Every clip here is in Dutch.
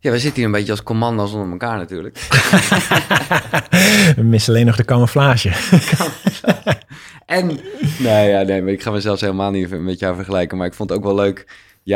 Ja, we zitten hier een beetje als commando's onder elkaar natuurlijk. We missen alleen nog de camouflage. En, nee, maar ik ga mezelf helemaal niet met jou vergelijken. Maar ik vond het ook wel leuk,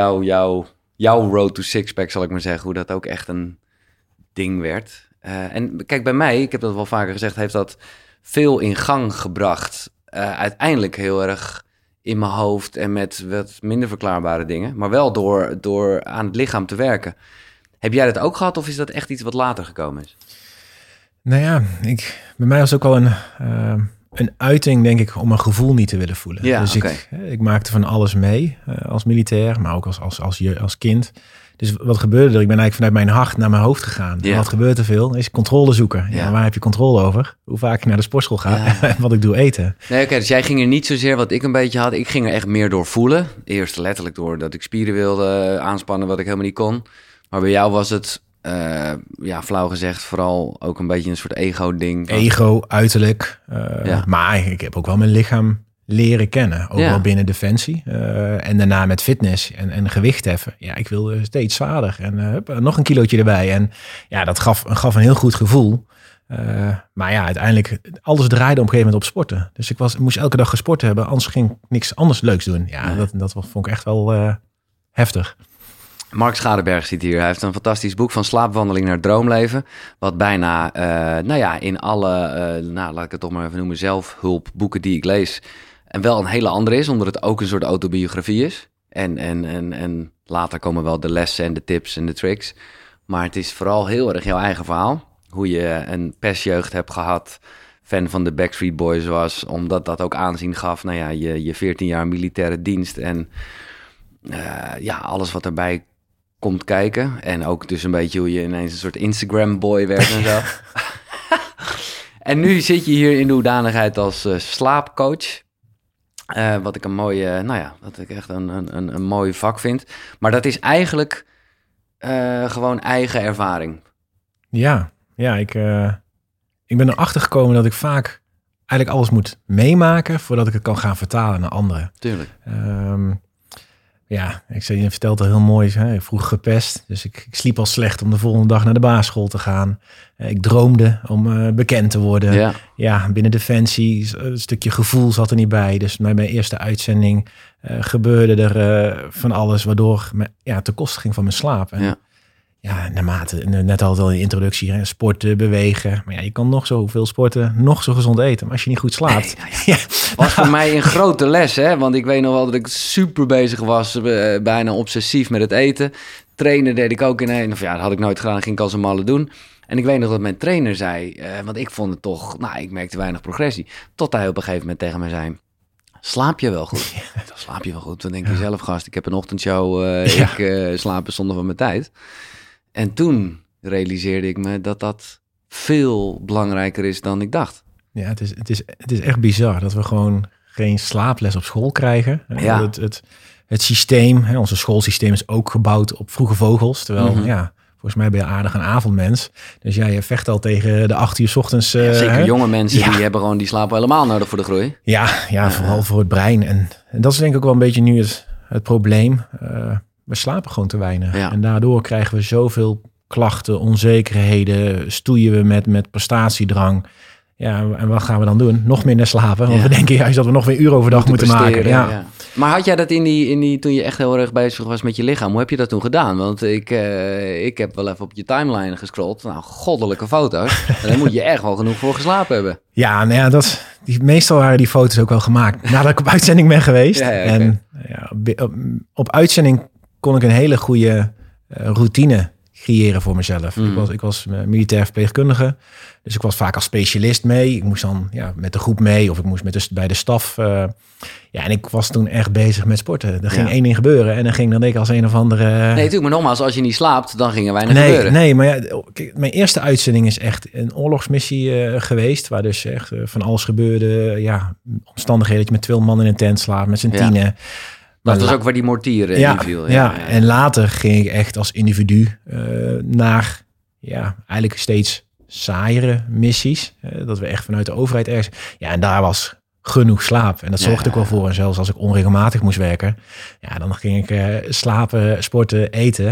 jouw road to sixpack, zal ik maar zeggen. Hoe dat ook echt een ding werd. En kijk, bij mij, ik heb dat wel vaker gezegd, heeft dat veel in gang gebracht. Uiteindelijk heel erg in mijn hoofd en met wat minder verklaarbare dingen. Maar wel door aan het lichaam te werken. Heb jij dat ook gehad of is dat echt iets wat later gekomen is? Nou ja, bij mij was het ook wel een uiting, denk ik, om een gevoel niet te willen voelen. Ja, dus ik maakte van alles mee als militair, maar ook als kind. Dus wat gebeurde er? Ik ben eigenlijk vanuit mijn hart naar mijn hoofd gegaan. Ja. En wat gebeurt er veel? Is controle zoeken. Ja, waar heb je controle over? Hoe vaak ik naar de sportschool ga en wat ik doe eten. Nee, oké, dus jij ging er niet zozeer wat ik een beetje had. Ik ging er echt meer door voelen. Eerst letterlijk door dat ik spieren wilde aanspannen wat ik helemaal niet kon. Maar bij jou was het, flauw gezegd, vooral ook een beetje een soort ego-ding. Ego, uiterlijk. Maar ik heb ook wel mijn lichaam leren kennen. Ook wel binnen Defensie. En daarna met fitness en gewicht heffen. Ja, ik wilde steeds zwaarder. En nog een kilootje erbij. En ja, dat gaf een heel goed gevoel. Maar ja, uiteindelijk, alles draaide op een gegeven moment op sporten. Dus ik moest elke dag gesport hebben. Anders ging ik niks anders leuks doen. Ja, dat vond ik echt wel heftig. Mark Schadeberg zit hier. Hij heeft een fantastisch boek van slaapwandeling naar droomleven. Wat bijna, in alle, laat ik het toch maar even noemen, zelfhulpboeken die ik lees. En wel een hele andere is, omdat het ook een soort autobiografie is. En later komen wel de lessen en de tips en de tricks. Maar het is vooral heel erg jouw eigen verhaal. Hoe je een persjeugd hebt gehad, fan van de Backstreet Boys was. Omdat dat ook aanzien gaf, je 14 jaar militaire dienst. En alles wat erbij komt kijken. En ook dus een beetje hoe je ineens een soort Instagram-boy werd en zo. En nu zit je hier in de hoedanigheid als slaapcoach. Wat ik een mooie, wat ik echt een mooi vak vind. Maar dat is eigenlijk gewoon eigen ervaring. Ja, ik ben erachter gekomen dat ik vaak eigenlijk alles moet meemaken voordat ik het kan gaan vertalen naar anderen. Tuurlijk. Je vertelt al heel mooi, hè? Vroeg gepest. Dus ik sliep al slecht om de volgende dag naar de basisschool te gaan. Ik droomde om bekend te worden. Ja, binnen Defensie, een stukje gevoel zat er niet bij. Dus bij mijn eerste uitzending gebeurde er van alles, waardoor me ten koste ging van mijn slaap. En, naarmate, net al in de introductie, hè, sporten, bewegen. Maar je kan nog zoveel sporten, nog zo gezond eten. Maar als je niet goed slaapt... Was voor mij een grote les, hè? Want ik weet nog wel dat ik super bezig was, bijna obsessief met het eten. Trainen deed ik ook dat had ik nooit gedaan, ging ik als een malle doen. En ik weet nog dat mijn trainer zei, want ik vond het toch, ik merkte weinig progressie. Tot hij op een gegeven moment tegen mij zei, slaap je wel goed? Dan slaap je wel goed. Dan denk je zelf, gast, ik heb een ochtendshow, ik slaap zonder van mijn tijd. En toen realiseerde ik me dat dat veel belangrijker is dan ik dacht. Ja, het is echt bizar dat we gewoon geen slaaples op school krijgen. Ja. Het systeem, hè, onze schoolsysteem is ook gebouwd op vroege vogels. Terwijl, volgens mij ben je aardig een avondmens. Dus je vecht al tegen de 8 uur 's ochtends. Zeker jonge mensen, die slapen helemaal nodig voor de groei. Ja, vooral voor het brein. En dat is denk ik ook wel een beetje nu het probleem. We slapen gewoon te weinig. Ja. En daardoor krijgen we zoveel klachten, onzekerheden. Stoeien we met prestatiedrang. Ja, en wat gaan we dan doen? Nog minder slapen. Want we denken juist dat we nog weer uur overdag moeten maken. Ja. Maar had jij dat in die toen je echt heel erg bezig was met je lichaam? Hoe heb je dat toen gedaan? Want ik heb wel even op je timeline gescrolld. Nou, goddelijke foto's. En daar moet je echt wel genoeg voor geslapen hebben. Ja, meestal waren die foto's ook wel gemaakt nadat ik op uitzending ben geweest. En op uitzending kon ik een hele goede routine creëren voor mezelf. Ik was militair verpleegkundige, dus ik was vaak als specialist mee. Ik moest dan met de groep mee of ik moest bij de staf. En ik was toen echt bezig met sporten. Er ging één ding gebeuren en dan ging dan ik als een of andere... Nee, natuurlijk, maar nogmaals, als je niet slaapt, dan ging er weinig gebeuren. Nee, maar kijk, mijn eerste uitzending is echt een oorlogsmissie geweest, waar dus echt van alles gebeurde. Omstandigheden dat je met 2 man in een tent slaapt, met z'n 10. Dat was ook waar die mortier in viel. Ja, en later ging ik echt als individu naar eigenlijk steeds saaiere missies. Dat we echt vanuit de overheid ergens... Ja, en daar was genoeg slaap. En dat zorgde ik wel voor. En zelfs als ik onregelmatig moest werken, dan ging ik slapen, sporten, eten. En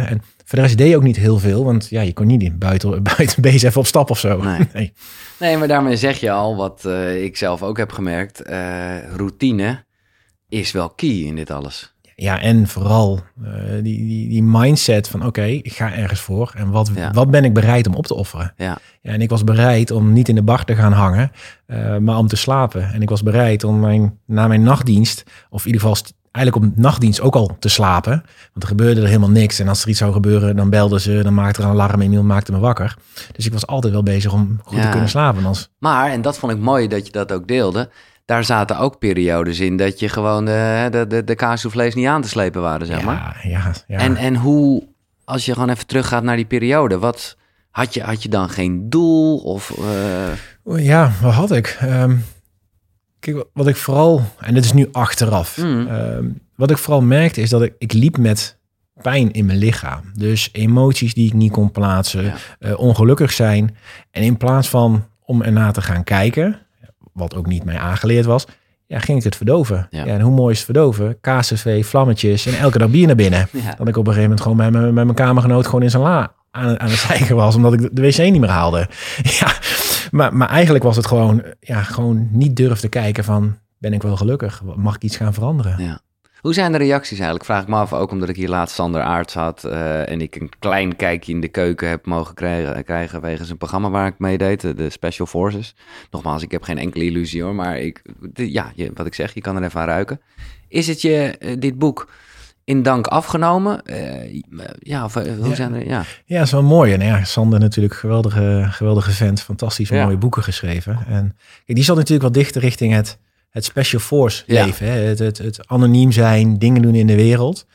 Voor de rest deed je ook niet heel veel, want ja, je kon niet buiten bezig even op stap of zo. Nee, maar daarmee zeg je al, wat ik zelf ook heb gemerkt, routine is wel key in dit alles. Ja, en vooral die mindset van oké, ik ga ergens voor en wat ben ik bereid om op te offeren? Ja. Ja, en ik was bereid om niet in de bar te gaan hangen, maar om te slapen. En ik was bereid om na mijn nachtdienst, of in ieder geval eigenlijk op nachtdienst ook al te slapen. Want er gebeurde er helemaal niks. En als er iets zou gebeuren, dan belden ze, dan maakte er een alarm en iemand maakte me wakker. Dus ik was altijd wel bezig om goed te kunnen slapen. Maar, en dat vond ik mooi dat je dat ook deelde, daar zaten ook periodes in dat je gewoon de kaassoufflés niet aan te slepen waren, zeg maar. Ja. En hoe, als je gewoon even teruggaat naar die periode, wat had je dan geen doel? Of, Ja, wat had ik? Kijk, wat ik vooral, en dit is nu achteraf, wat ik vooral merkte is dat ik liep met pijn in mijn lichaam. Dus emoties die ik niet kon plaatsen, ongelukkig zijn. En in plaats van om ernaar te gaan kijken, wat ook niet mij aangeleerd was, ging ik het verdoven. Ja. En hoe mooi is het verdoven? KCV, vlammetjes en elke dag bier naar binnen. Ja. Dat ik op een gegeven moment gewoon met mijn kamergenoot gewoon in zijn la aan het zeiken was, omdat ik de wc niet meer haalde. Ja, maar eigenlijk was het gewoon niet durven te kijken van, ben ik wel gelukkig? Mag ik iets gaan veranderen? Ja. Hoe zijn de reacties eigenlijk? Vraag ik me af, ook omdat ik hier laatst Sander Aarts had en ik een klein kijkje in de keuken heb mogen krijgen wegens een programma waar ik meedeed, de Special Forces. Nogmaals, ik heb geen enkele illusie hoor, maar wat ik zeg, je kan er even aan ruiken. Is het je, dit boek, in dank afgenomen? Zijn er? Ja, dat is wel mooi. En Sander natuurlijk geweldige vent, fantastisch mooie boeken geschreven. En die zat natuurlijk wat dichter richting het special force leven. Hè? Het anoniem zijn, dingen doen in de wereld.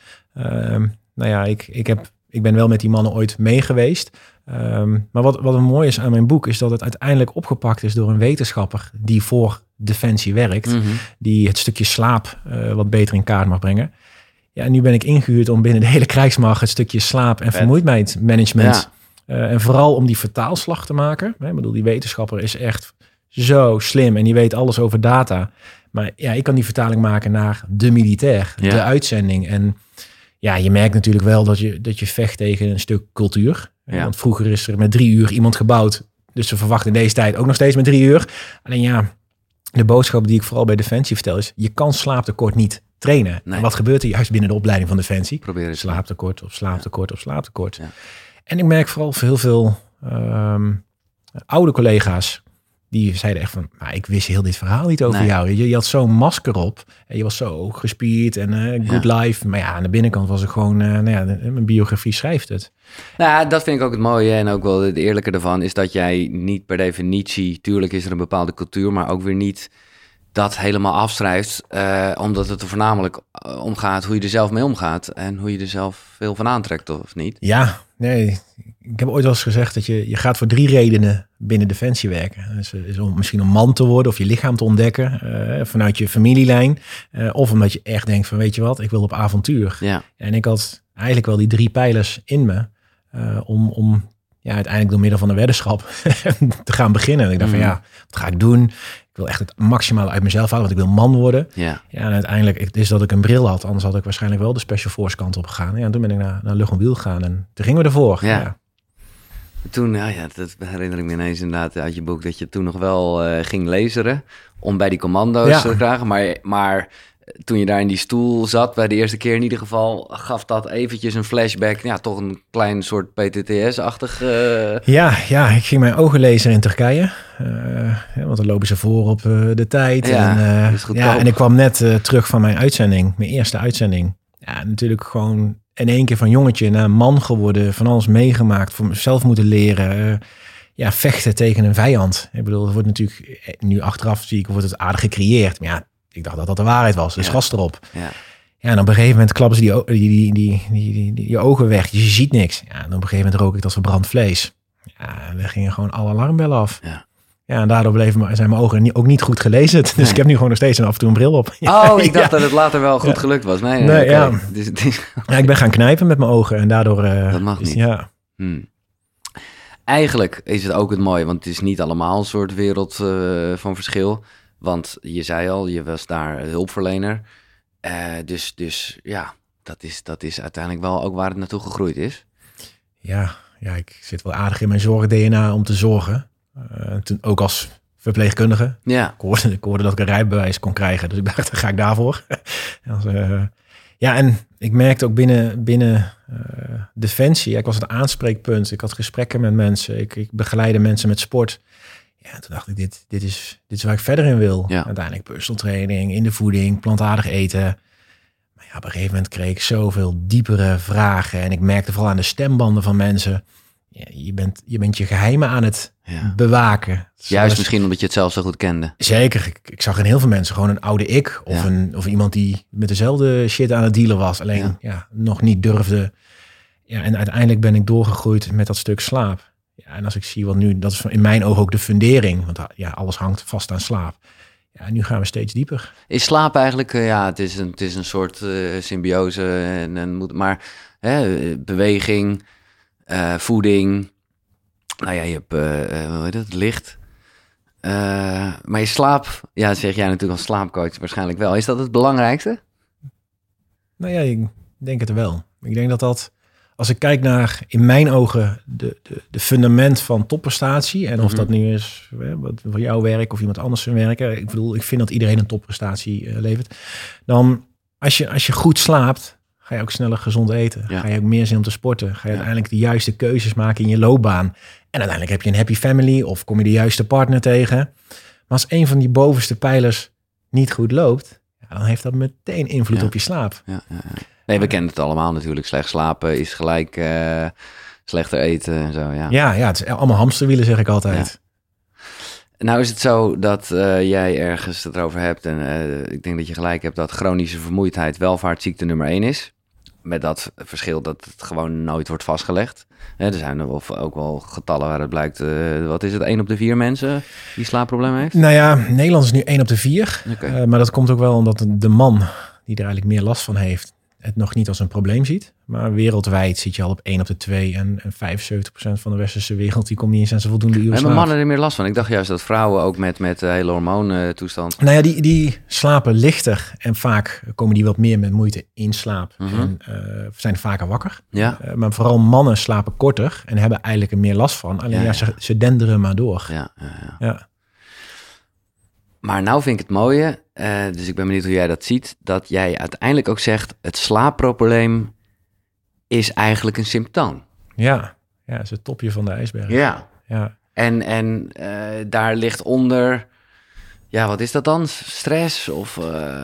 Ik ben wel met die mannen ooit mee geweest. Maar wat een mooi is aan mijn boek, is dat het uiteindelijk opgepakt is door een wetenschapper die voor Defensie werkt. Mm-hmm. Die het stukje slaap wat beter in kaart mag brengen. Ja, en nu ben ik ingehuurd om binnen de hele krijgsmacht het stukje slaap en vermoeidheidsmanagement. En vooral om die vertaalslag te maken. Ik bedoel, die wetenschapper is echt zo slim en die weet alles over data. Maar ik kan die vertaling maken naar de militair, de uitzending. En je merkt natuurlijk wel dat je vecht tegen een stuk cultuur. Ja. Want vroeger is er met 3 uur iemand gebouwd. Dus ze verwachten in deze tijd ook nog steeds met 3 uur. Alleen de boodschap die ik vooral bij Defensie vertel is, je kan slaaptekort niet trainen. Nee. En wat gebeurt er juist binnen de opleiding van Defensie? Probeer slaaptekort op slaaptekort op slaaptekort. Ja. En ik merk vooral voor heel veel oude collega's, die zeiden echt van, maar ik wist heel dit verhaal niet over jou. Je had zo'n masker op. En je was zo gespierd en good life. Maar aan de binnenkant was ik gewoon, mijn biografie schrijft het. Nou, dat vind ik ook het mooie en ook wel het eerlijke ervan, is dat jij niet per definitie, tuurlijk is er een bepaalde cultuur, maar ook weer niet dat helemaal afschrijft, omdat het er voornamelijk om gaat hoe je er zelf mee omgaat en hoe je er zelf veel van aantrekt, of niet? Ja, nee. Ik heb ooit wel eens gezegd dat je gaat voor 3 redenen binnen Defensie werken. Dus is om misschien een man te worden of je lichaam te ontdekken vanuit je familielijn. Of omdat je echt denkt van, weet je wat, ik wil op avontuur. Ja. En ik had eigenlijk wel die 3 pijlers in me om uiteindelijk door middel van een weddenschap te gaan beginnen. En ik dacht van wat ga ik doen? Ik wil echt het maximale uit mezelf halen, want ik wil man worden. Ja. En uiteindelijk is dat ik een bril had. Anders had ik waarschijnlijk wel de Special Force kant op gegaan. Ja, en toen ben ik naar Lucht en Wiel gegaan en toen gingen we ervoor. Ja. Toen, dat herinner ik me ineens inderdaad uit je boek, dat je toen nog wel ging laseren om bij die commando's te krijgen. Maar toen je daar in die stoel zat, bij de eerste keer in ieder geval, gaf dat eventjes een flashback. Ja, toch een klein soort PTTS-achtig. Ja, ik ging mijn ogen lezen in Turkije. Want dan lopen ze voor op de tijd. En ik kwam net terug van mijn uitzending, mijn eerste uitzending. Ja, natuurlijk gewoon in één keer van jongetje naar man geworden, van alles meegemaakt, voor mezelf moeten leren. Vechten tegen een vijand. Ik bedoel, het wordt natuurlijk, nu achteraf zie ik, wordt het aardig gecreëerd. Maar ja, ik dacht dat dat de waarheid was. Dus gas erop. Ja, en op een gegeven moment klappen ze die ogen weg. Je ziet niks. Ja, en op een gegeven moment rook ik dat verbrand vlees. Ja, en er gingen gewoon alle alarmbellen af. Ja, en daardoor zijn mijn ogen ook niet goed gelezen. Dus ik heb nu gewoon nog steeds af en toe een bril op. Ik dacht dat het later wel goed gelukt was. Nee, ik ben gaan knijpen met mijn ogen en daardoor... dat mag niet. Ja. Eigenlijk is het ook het mooie, want het is niet allemaal een soort wereld van verschil. Want je zei al, je was daar hulpverlener. Dus dat is uiteindelijk wel ook waar het naartoe gegroeid is. Ja, ik zit wel aardig in mijn zorg-DNA om te zorgen. Toen ook als verpleegkundige. Ja. Ik hoorde dat ik een rijbewijs kon krijgen. Dus ik dacht, dan ga ik daarvoor. En ik merkte ook binnen Defensie. Ik was het aanspreekpunt. Ik had gesprekken met mensen. Ik begeleide mensen met sport. Ja, toen dacht ik, dit is waar ik verder in wil. Ja. Uiteindelijk personal training, in de voeding, plantaardig eten. Maar ja, op een gegeven moment kreeg ik zoveel diepere vragen. En ik merkte vooral aan de stembanden van mensen. Ja, je bent je geheimen aan het bewaken. Juist misschien omdat je het zelf zo goed kende. Zeker. Ik zag in heel veel mensen gewoon een oude ik. Of iemand die met dezelfde shit aan het dealen was. Alleen nog niet durfde. Ja, en uiteindelijk ben ik doorgegroeid met dat stuk slaap. Ja, en als ik zie wat nu, dat is in mijn ogen ook de fundering. Want alles hangt vast aan slaap. Ja, nu gaan we steeds dieper. Is slaap eigenlijk, het is een soort symbiose. Maar beweging, voeding. Nou ja, je hebt, hoe heet het, licht. Maar je slaap, zeg jij natuurlijk als slaapcoach waarschijnlijk wel. Is dat het belangrijkste? Nou ja, ik denk het wel. Ik denk dat... Als ik kijk naar, in mijn ogen, de fundament van topprestatie. En of dat nu is voor jouw werk of iemand anders zijn werk. Ik bedoel, ik vind dat iedereen een topprestatie levert. Dan, als je goed slaapt, ga je ook sneller gezond eten. Ja. Ga je ook meer zin om te sporten. Ga je uiteindelijk de juiste keuzes maken in je loopbaan. En uiteindelijk heb je een happy family of kom je de juiste partner tegen. Maar als een van die bovenste pijlers niet goed loopt, dan heeft dat meteen invloed op je slaap. Ja. Nee, we kennen het allemaal natuurlijk. Slecht slapen is gelijk slechter eten en zo, Ja, het is allemaal hamsterwielen, zeg ik altijd. Ja. Nou is het zo dat jij ergens het erover hebt... en ik denk dat je gelijk hebt dat chronische vermoeidheid welvaartsziekte nummer 1 is. Met dat verschil dat het gewoon nooit wordt vastgelegd. Er zijn ook wel getallen waar het blijkt... wat is het, 1 op de 4 mensen die slaapproblemen heeft? Nou ja, Nederland is nu 1 op de 4. Okay. Maar dat komt ook wel omdat de man die er eigenlijk meer last van heeft... het nog niet als een probleem ziet. Maar wereldwijd zit je al op 1 op de 2... en 75% van de westerse wereld... die komt niet eens aan zijn voldoende uren slaap. Hebben mannen er meer last van? Ik dacht juist dat vrouwen ook met de hele hormoontoestand... Nou ja, die slapen lichter... en vaak komen die wat meer met moeite in slaap... en zijn vaker wakker. Ja. Maar vooral mannen slapen korter... en hebben eigenlijk er meer last van. Alleen ze denderen maar door. Ja. Maar nou vind ik het mooie, dus ik ben benieuwd hoe jij dat ziet, dat jij uiteindelijk ook zegt, het slaapprobleem is eigenlijk een symptoom. Ja, het is het topje van de ijsberg. Ja. En daar ligt onder, wat is dat dan? Stress of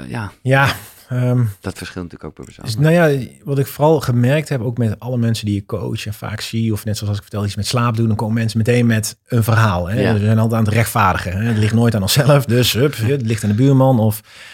dat verschilt natuurlijk ook per persoon. Dus, nou ja, wat ik vooral gemerkt heb, ook met alle mensen die ik coach en vaak zie, of net zoals ik vertel, iets met slaap doen, dan komen mensen meteen met een verhaal. Hè? We zijn altijd aan het rechtvaardigen. Hè? Het ligt nooit aan onszelf, dus het ligt aan de buurman.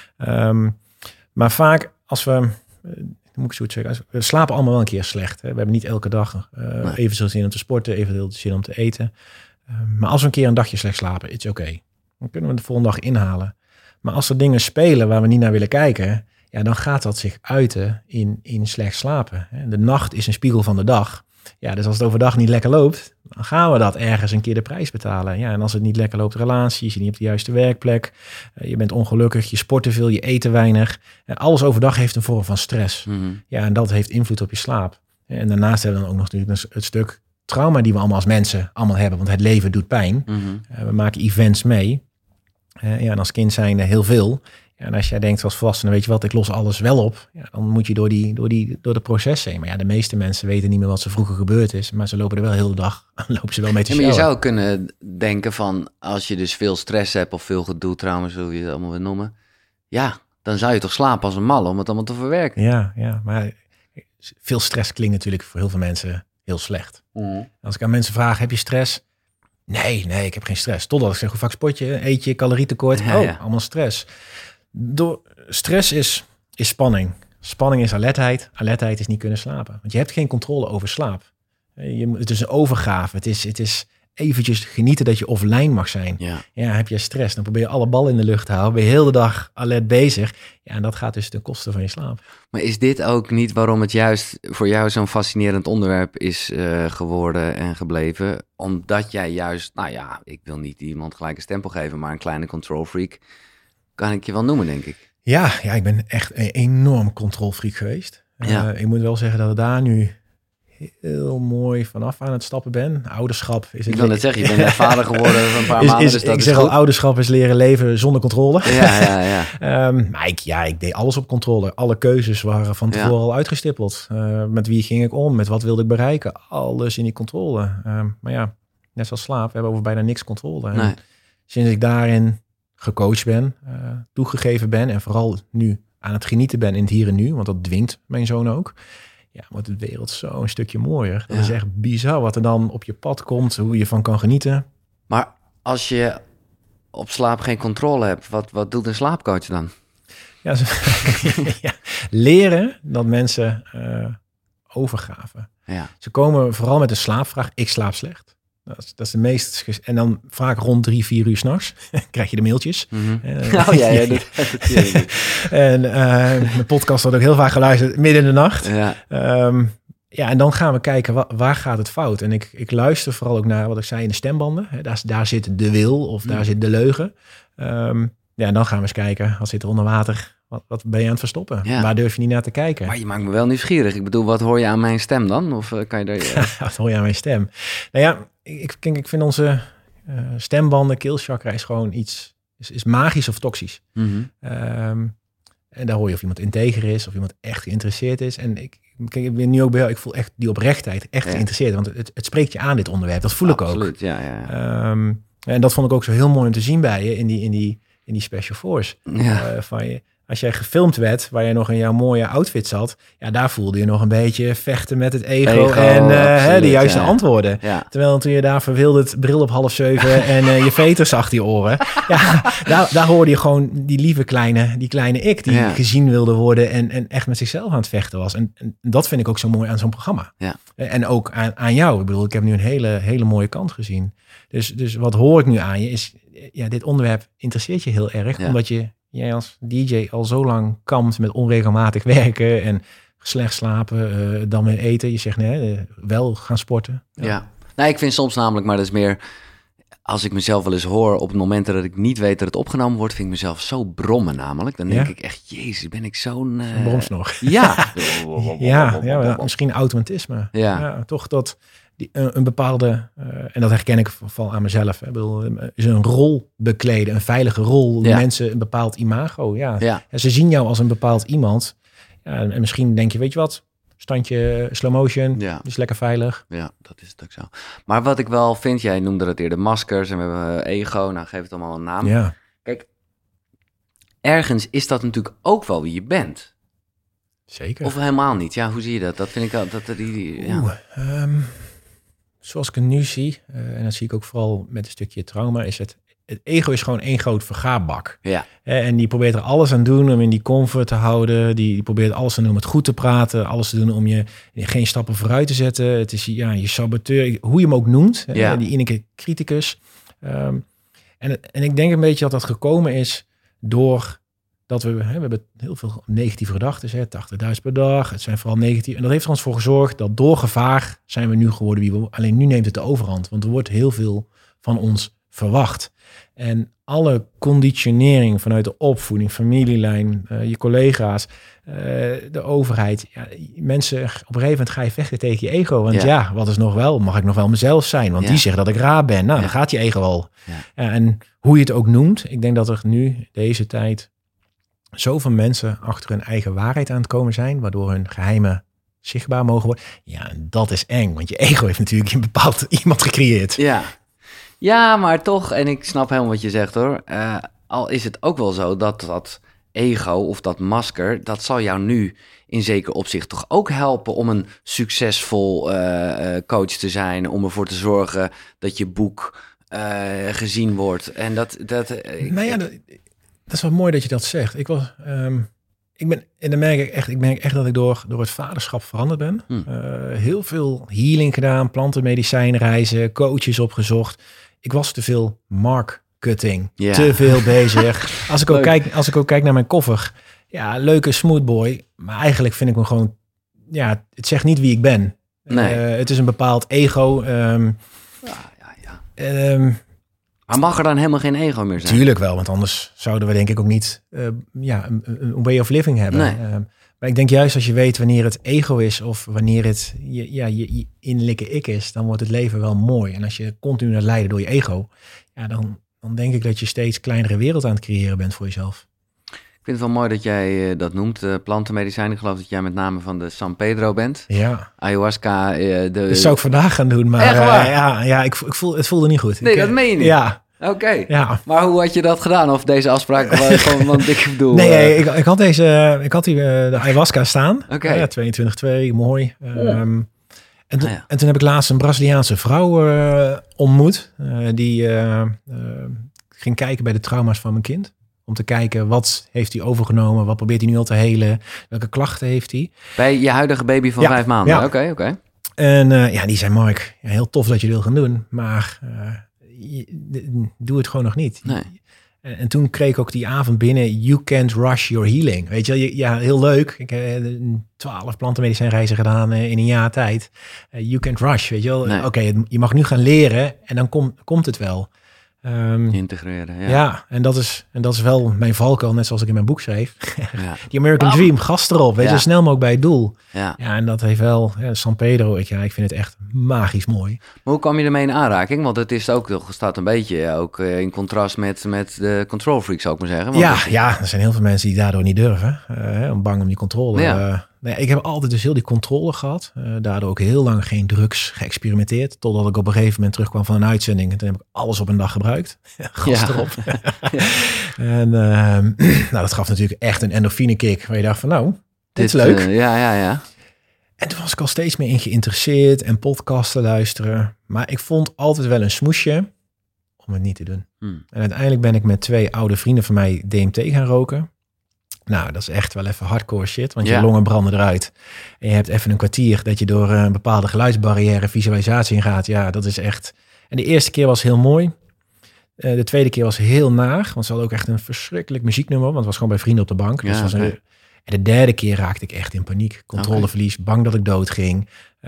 Maar vaak als we, moet ik zo zeggen, we slapen allemaal wel een keer slecht. Hè? We hebben niet elke dag even zo zin om te sporten, even veel zin om te eten. Maar als we een keer een dagje slecht slapen, is oké. Dan kunnen we de volgende dag inhalen. Maar als er dingen spelen waar we niet naar willen kijken, dan gaat dat zich uiten in slecht slapen. De nacht is een spiegel van de dag. Ja, dus als het overdag niet lekker loopt, dan gaan we dat ergens een keer de prijs betalen. Ja, en als het niet lekker loopt, relatie, je zit niet op de juiste werkplek, je bent ongelukkig, je sport te veel, je eet te weinig. Alles overdag heeft een vorm van stress. Ja, en dat heeft invloed op je slaap. En daarnaast hebben we dan ook nog natuurlijk het stuk trauma die we allemaal als mensen allemaal hebben, want het leven doet pijn. We maken events mee. En als kind zijn er heel veel. Ja, en als jij denkt als volwassene, weet je wat, ik los alles wel op. Ja, dan moet je door de proces heen. Maar de meeste mensen weten niet meer wat er vroeger gebeurd is. Maar ze lopen er wel heel de dag, lopen ze wel mee te sjouwen. Maar je zou kunnen denken van, als je dus veel stress hebt of veel gedoe, trauma's, hoe je het allemaal wil noemen. Ja, dan zou je toch slapen als een malle om het allemaal te verwerken. Ja, maar veel stress klinkt natuurlijk voor heel veel mensen heel slecht. Als ik aan mensen vraag, heb je stress? Nee, ik heb geen stress. Totdat ik zeg, hoe vaak sport je? Eet je, calorietekort? Allemaal stress. Stress is spanning. Spanning is alertheid. Alertheid is niet kunnen slapen. Want je hebt geen controle over slaap. Het is een overgave. Het is eventjes genieten dat je offline mag zijn. Ja, heb je stress, dan probeer je alle ballen in de lucht te houden. Ben je heel de dag alert bezig. Ja, en dat gaat dus ten koste van je slaap. Maar is dit ook niet waarom het juist voor jou zo'n fascinerend onderwerp is geworden en gebleven? Omdat jij juist, ik wil niet iemand gelijk een stempel geven, maar een kleine control freak kan ik je wel noemen, denk ik. Ja, ik ben echt een enorm control freak geweest. Ik moet wel zeggen dat het daar nu heel mooi vanaf aan het stappen ben. Ouderschap is het. Ik wil net zeggen, je bent net vader geworden van een paar maanden. Dus dat ik is zeg goed. al, ouderschap is leren leven zonder controle. Ja. Maar ik deed alles op controle. Alle keuzes waren van tevoren al uitgestippeld. Met wie ging ik om? Met wat wilde ik bereiken? Alles in die controle. Maar ja, net zoals slaap, we hebben over bijna niks controle. Nee. En sinds ik daarin gecoacht ben, toegegeven ben en vooral nu aan het genieten ben in het hier en nu, want dat dwingt mijn zoon ook. Ja, wordt de wereld zo een stukje mooier. Dat is echt bizar wat er dan op je pad komt, hoe je van kan genieten. Maar als je op slaap geen controle hebt, wat doet een slaapcoach dan? Ja, leren dat mensen overgaven. Ja. Ze komen vooral met een slaapvraag. Ik slaap slecht. Dat is de meest... En dan vaak rond 3-4 uur 's nachts krijg je de mailtjes. Mm-hmm. Dat En mijn podcast had ook heel vaak geluisterd midden in de nacht. Ja. En dan gaan we kijken, waar gaat het fout? En ik luister vooral ook naar wat ik zei in de stembanden. Daar zit de wil of daar zit de leugen. En dan gaan we eens kijken, wat zit er onder water? Wat ben je aan het verstoppen? Ja. Waar durf je niet naar te kijken? Maar je maakt me wel nieuwsgierig. Ik bedoel, wat hoor je aan mijn stem dan? Of kan je daar... Wat hoor je aan mijn stem? Nou ja, ik vind onze stembanden, keelchakra is gewoon iets... is magisch of toxisch. Mm-hmm. En daar hoor je of iemand integer is, of iemand echt geïnteresseerd is. En ik ben nu ook bij jou, ik voel echt die oprechtheid, echt geïnteresseerd. Want het spreekt je aan, dit onderwerp. Dat voel ik ook. Absoluut, ja. En dat vond ik ook zo heel mooi om te zien bij je in die Special Force. Van je. Als jij gefilmd werd, waar je nog in jouw mooie outfit zat, daar voelde je nog een beetje vechten met het ego en de juiste antwoorden. Ja. Terwijl toen je daar verwilderd bril op 6:30 en je veters achter je oren, daar hoorde je gewoon die kleine ik, die gezien wilde worden en echt met zichzelf aan het vechten was. En dat vind ik ook zo mooi aan zo'n programma. Ja. En ook aan jou. Ik bedoel, ik heb nu een hele mooie kant gezien. Dus wat hoor ik nu aan je is, dit onderwerp interesseert je heel erg, omdat jij als DJ al zo lang kampt met onregelmatig werken en slecht slapen, dan weer eten. Je zegt wel gaan sporten. Ja. Nou, ik vind soms namelijk, maar dat is meer... Als ik mezelf wel eens hoor op het moment dat ik niet weet dat het opgenomen wordt, vind ik mezelf zo brommen namelijk. Dan denk ik echt, jezus, ben ik zo'n... bromsnog. Ja. Misschien automatisme. Ja, toch dat... een bepaalde, en dat herken ik vooral aan mezelf. Ik bedoel, is een rol bekleden, een veilige rol. Mensen een bepaald imago. Ja. Ze zien jou als een bepaald iemand. Ja, en misschien denk je, weet je wat? Standje slow motion, is lekker veilig. Ja, dat is het ook zo. Maar wat ik wel vind, jij noemde het eerder maskers en we hebben ego. Nou, geef het allemaal een naam. Ja. Kijk, ergens is dat natuurlijk ook wel wie je bent. Zeker. Of helemaal niet. Ja, hoe zie je dat? Dat vind ik al... Zoals ik het nu zie, en dat zie ik ook vooral met een stukje trauma, is het ego is gewoon één groot vergaarbak. Ja. En die probeert er alles aan doen om in die comfort te houden. Die probeert alles te doen om het goed te praten. Alles te doen om je geen stappen vooruit te zetten. Het is je saboteur, hoe je hem ook noemt. Die innerlijke criticus. En ik denk een beetje dat gekomen is door... dat we hebben heel veel negatieve gedachten, 80.000 per dag. Het zijn vooral negatief. En dat heeft er ons voor gezorgd dat door gevaar zijn we nu geworden wie we. Alleen nu neemt het de overhand, want er wordt heel veel van ons verwacht. En alle conditionering vanuit de opvoeding, familielijn, je collega's, de overheid. Ja, mensen, op een gegeven moment ga je vechten tegen je ego. Want wat is nog wel? Mag ik nog wel mezelf zijn? Want die zeggen dat ik raar ben. Nou, dan gaat je ego al. Ja. En hoe je het ook noemt, ik denk dat er nu, deze tijd, zoveel mensen achter hun eigen waarheid aan het komen zijn, waardoor hun geheimen zichtbaar mogen worden. Ja, dat is eng, want je ego heeft natuurlijk een bepaald iemand gecreëerd. Ja, maar toch, en ik snap helemaal wat je zegt hoor, al is het ook wel zo dat ego of dat masker, dat zal jou nu in zeker opzicht toch ook helpen om een succesvol coach te zijn, om ervoor te zorgen dat je boek gezien wordt. En dat is wel mooi dat je dat zegt. Ik merk echt dat ik door het vaderschap veranderd ben. Heel veel healing gedaan, plantenmedicijnreizen, coaches opgezocht. Ik was te veel marketing, te veel bezig. Als ik ook kijk naar mijn koffer, leuke smoothboy, maar eigenlijk vind ik me gewoon, het zegt niet wie ik ben. Nee. Het is een bepaald ego. Maar mag er dan helemaal geen ego meer zijn? Tuurlijk wel, want anders zouden we denk ik ook niet een way of living hebben. Nee. Maar ik denk juist als je weet wanneer het ego is of wanneer het je innerlijke ik is, dan wordt het leven wel mooi. En als je continu laat leiden door je ego, dan denk ik dat je steeds kleinere wereld aan het creëren bent voor jezelf. Ik vind het wel mooi dat jij dat noemt, plantenmedicijn. Ik geloof dat jij met name van de San Pedro bent. Ja. Ayahuasca. Dat zou ik vandaag gaan doen, maar ik voel, het voelde niet goed. Nee, dat meen je niet? Ja. Oké, maar hoe had je dat gedaan? Of deze afspraak gewoon, want ik bedoel... Nee, ik had de ayahuasca staan. Oké. Ja, 22-2, mooi. En toen heb ik laatst een Braziliaanse vrouw ontmoet. Die ging kijken bij de trauma's van mijn kind. Om te kijken, wat heeft hij overgenomen? Wat probeert hij nu al te helen? Welke klachten heeft hij? Bij je huidige baby van 5 maanden? Ja. Oké. En die zei, Mark, heel tof dat je wil gaan doen. Maar doe het gewoon nog niet. Nee. En toen kreeg ik ook die avond binnen, you can't rush your healing. Weet je, ja, heel leuk. Ik heb 12 plantenmedicijnreizen gedaan in een jaar tijd. You can't rush, weet je wel. Nee. Oké, je mag nu gaan leren en dan komt het wel. Integreren, ja. Ja, en dat is wel mijn valkuil, net zoals ik in mijn boek schreef. Ja. Die American Dream, gas erop, weet je, snel mogelijk bij het doel. Ja. Ja, en dat heeft wel, San Pedro, ik vind het echt magisch mooi. Maar hoe kwam je ermee in aanraking? Want het is ook, staat een beetje ook in contrast met de control freak, zou ik maar zeggen. Want er zijn heel veel mensen die daardoor niet durven, om bang om die controle. Ja. Ik heb altijd dus heel die controle gehad. Daardoor ook heel lang geen drugs geëxperimenteerd. Totdat ik op een gegeven moment terugkwam van een uitzending. En toen heb ik alles op een dag gebruikt. Gas erop. En dat gaf natuurlijk echt een endorfine kick. Waar je dacht van dit is leuk. Ja. En toen was ik al steeds meer in geïnteresseerd. En podcasten luisteren. Maar ik vond altijd wel een smoesje om het niet te doen. En uiteindelijk ben ik met 2 oude vrienden van mij DMT gaan roken. Nou, dat is echt wel even hardcore shit, want je longen branden eruit. En je hebt even een kwartier dat je door een bepaalde geluidsbarrière visualisatie gaat. Ja, dat is echt... En de eerste keer was heel mooi. De tweede keer was heel naar, want ze hadden ook echt een verschrikkelijk muzieknummer, want het was gewoon bij vrienden op de bank. Dus En de derde keer raakte ik echt in paniek. Controleverlies, bang dat ik dood ging.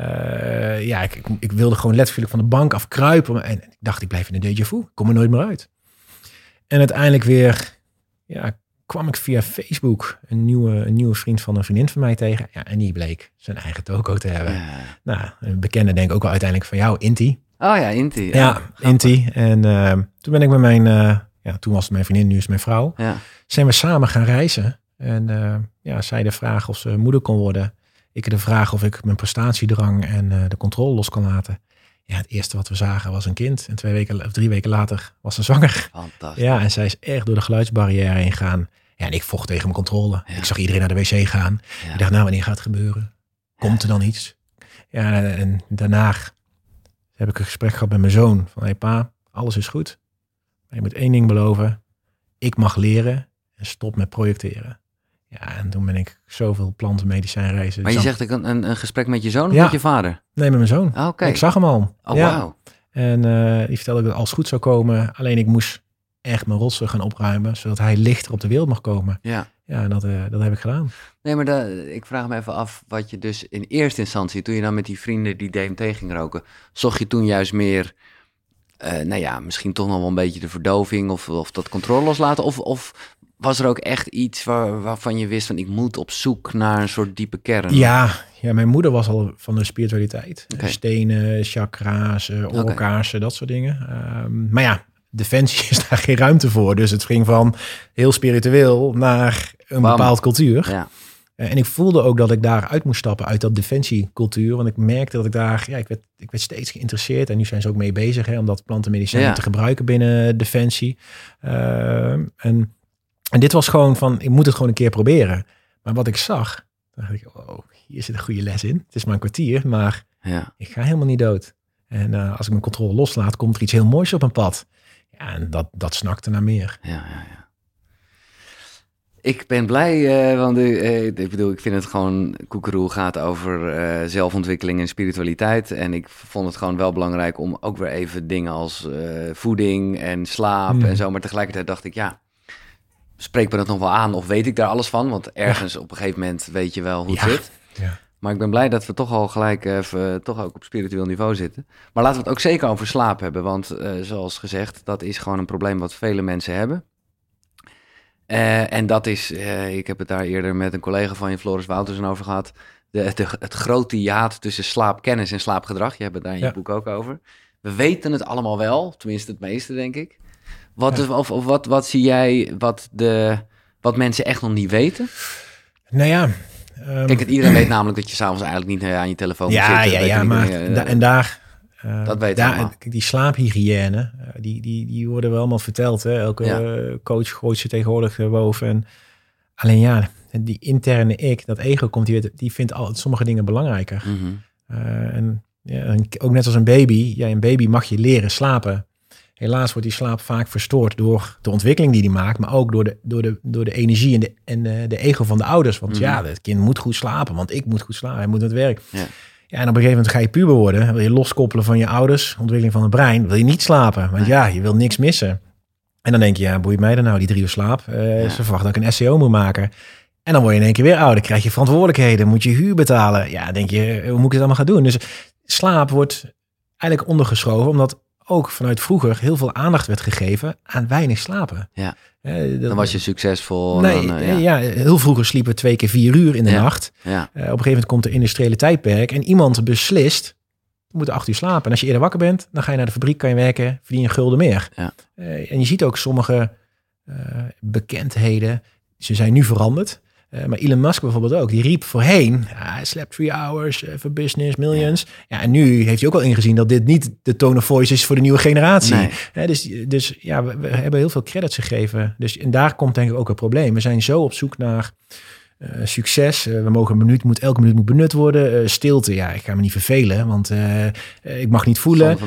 Ik wilde gewoon letterlijk van de bank afkruipen. En ik dacht, ik blijf in een déjà vu. Ik kom er nooit meer uit. En uiteindelijk weer... kwam ik via Facebook een nieuwe vriend van een vriendin van mij tegen. Ja, en die bleek zijn eigen toko te hebben. Ja. Nou, een bekende denk ik ook wel uiteindelijk van jou, Inti. Oh ja, Inti. Ja, Inti. En toen ben ik met mijn... toen was het mijn vriendin, nu is het mijn vrouw. Ja. Zijn we samen gaan reizen. En zij de vraag of ze moeder kon worden. Ik de vraag of ik mijn prestatiedrang en de controle los kon laten. Ja, het eerste wat we zagen was een kind. En 3 weken later was ze zwanger. Fantastisch. Ja, en zij is echt door de geluidsbarrière heen gegaan. Ja, en ik vocht tegen mijn controle. Ja. Ik zag iedereen naar de wc gaan. Ja. Ik dacht, wanneer gaat het gebeuren? Komt er dan iets? Ja, en daarna heb ik een gesprek gehad met mijn zoon. Van, hey pa, alles is goed. Maar je moet 1 ding beloven. Ik mag leren en stop met projecteren. Ja, en toen ben ik zoveel plantenmedicijnreizen. Maar je zegt een gesprek met je zoon of met je vader? Nee, met mijn zoon. Oh, okay. Ik zag hem al. Oh, ja. Wow. En die vertelde dat alles goed zou komen. Alleen ik moest echt mijn rotsen gaan opruimen, zodat hij lichter op de wereld mag komen. Ja. Ja, en dat heb ik gedaan. Nee, maar ik vraag me even af wat je dus in eerste instantie, toen je dan met die vrienden die DMT ging roken, zocht je toen juist meer, misschien toch nog wel een beetje de verdoving of dat controle loslaten? Of was er ook echt iets waarvan je wist van ik moet op zoek naar een soort diepe kern? Ja, mijn moeder was al van de spiritualiteit. Okay. Stenen, chakra's, oorkaarsen, dat soort dingen. Maar ja, Defensie is daar geen ruimte voor. Dus het ging van heel spiritueel naar een bepaald cultuur. Ja. En ik voelde ook dat ik daar uit moest stappen uit dat defensiecultuur. Want ik merkte dat ik daar, ik werd steeds geïnteresseerd. En nu zijn ze ook mee bezig om dat plantenmedicijn te gebruiken binnen defensie. En dit was gewoon van, ik moet het gewoon een keer proberen. Maar wat ik zag, dacht ik, wow, hier zit een goede les in. Het is maar een kwartier, maar ik ga helemaal niet dood. En als ik mijn controle loslaat, komt er iets heel moois op mijn pad. Ja, en dat snakte naar meer. Ja. Ik ben blij, want ik vind het gewoon, Koekeroe gaat over zelfontwikkeling en spiritualiteit. En ik vond het gewoon wel belangrijk om ook weer even dingen als voeding en slaap en zo. Maar tegelijkertijd dacht ik, spreek me dat nog wel aan of weet ik daar alles van? Want ergens op een gegeven moment weet je wel hoe het zit. Ja. Maar ik ben blij dat we toch al gelijk even toch ook op spiritueel niveau zitten. Maar laten we het ook zeker over slaap hebben. Want zoals gezegd, dat is gewoon een probleem wat vele mensen hebben. En dat is, ik heb het daar eerder met een collega van je, Floris Woutersen, over gehad. Het grote hiaat tussen slaapkennis en slaapgedrag. Je hebt het daar in je boek ook over. We weten het allemaal wel, tenminste het meeste, denk ik. Wat zie jij wat mensen echt nog niet weten? Nou ja... Kijk, iedereen weet namelijk dat je s'avonds eigenlijk niet aan je telefoon moet zitten. Ja, maar en daar... dat weten we allemaal. Die slaaphygiëne, die worden wel allemaal verteld. Hè? Elke coach gooit ze tegenwoordig boven. En alleen ja, die interne ik, dat ego komt, die vindt sommige dingen belangrijker. Mm-hmm. En ook net als een baby. Ja, een baby mag je leren slapen. Helaas wordt die slaap vaak verstoord door de ontwikkeling die maakt, maar ook door de energie en de ego van de ouders. Want het kind moet goed slapen, want ik moet goed slapen, hij moet aan het werk. Ja, en op een gegeven moment ga je puber worden, wil je loskoppelen van je ouders, ontwikkeling van het brein, wil je niet slapen, want je wil niks missen. En dan denk je, boeit mij dan nou die 3 uur slaap? Ze verwachten dat ik een SEO moet maken. En dan word je in één keer weer ouder, krijg je verantwoordelijkheden, moet je huur betalen. Ja, denk je, hoe moet ik het allemaal gaan doen? Dus slaap wordt eigenlijk ondergeschoven, omdat ook vanuit vroeger heel veel aandacht werd gegeven aan weinig slapen. Ja. Dan was je succesvol. Heel vroeger sliepen we 2 keer 4 uur in de nacht. Ja. Op een gegeven moment komt de industriële tijdperk en iemand beslist, je moet 8 uur slapen. En als je eerder wakker bent, dan ga je naar de fabriek, kan je werken, verdien je gulden meer. Ja. En je ziet ook sommige bekendheden, ze zijn nu veranderd. Maar Elon Musk bijvoorbeeld ook, die riep voorheen, slept 3 hours for business, millions. Ja, en nu heeft hij ook al ingezien dat dit niet de tone of voice is voor de nieuwe generatie. Nee. Dus we hebben heel veel credits gegeven. Dus en daar komt denk ik ook het probleem. We zijn zo op zoek naar succes. We mogen elke minuut moet benut worden. Stilte, ik ga me niet vervelen, want ik mag niet voelen.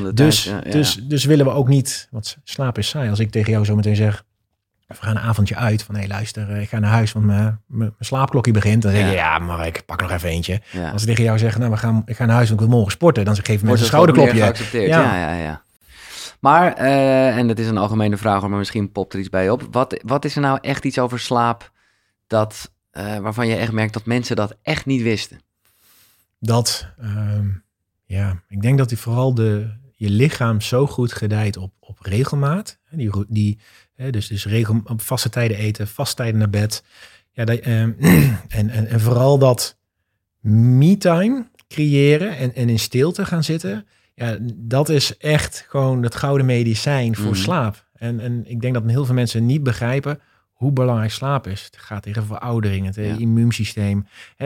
Dus willen we ook niet, want slaap is saai. Als ik tegen jou zo meteen zeg, we gaan een avondje uit van, luister, ik ga naar huis, want mijn slaapklokje begint. Dan zeg je, maar ik pak nog even eentje. Ja. Als ik tegen jou zeg, ik ga naar huis, want ik wil morgen sporten. Dan geef je mensen een schouderklopje. Geaccepteerd. Ja. Maar, en dat is een algemene vraag, maar misschien popt er iets bij je op. Wat is er nou echt iets over slaap waarvan je echt merkt dat mensen dat echt niet wisten? Ik denk dat vooral je lichaam zo goed gedijt op regelmaat. Dus op vaste tijden eten, vaste tijden naar bed. Ja, en vooral dat me-time creëren en in stilte gaan zitten. Ja, dat is echt gewoon het gouden medicijn voor slaap. En ik denk dat heel veel mensen niet begrijpen hoe belangrijk slaap is. Het gaat tegen veroudering, het immuunsysteem.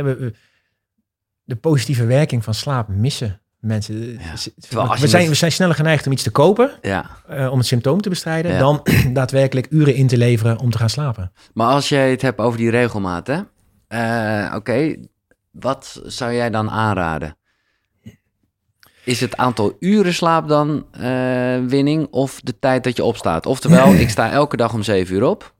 De positieve werking van slaap missen mensen. We zijn sneller geneigd om iets te kopen, om het symptoom te bestrijden, dan daadwerkelijk uren in te leveren om te gaan slapen. Maar als je het hebt over die regelmaat, oké, wat zou jij dan aanraden? Is het aantal uren slaap dan winning of de tijd dat je opstaat? Oftewel, ik sta elke dag om 7 uur op.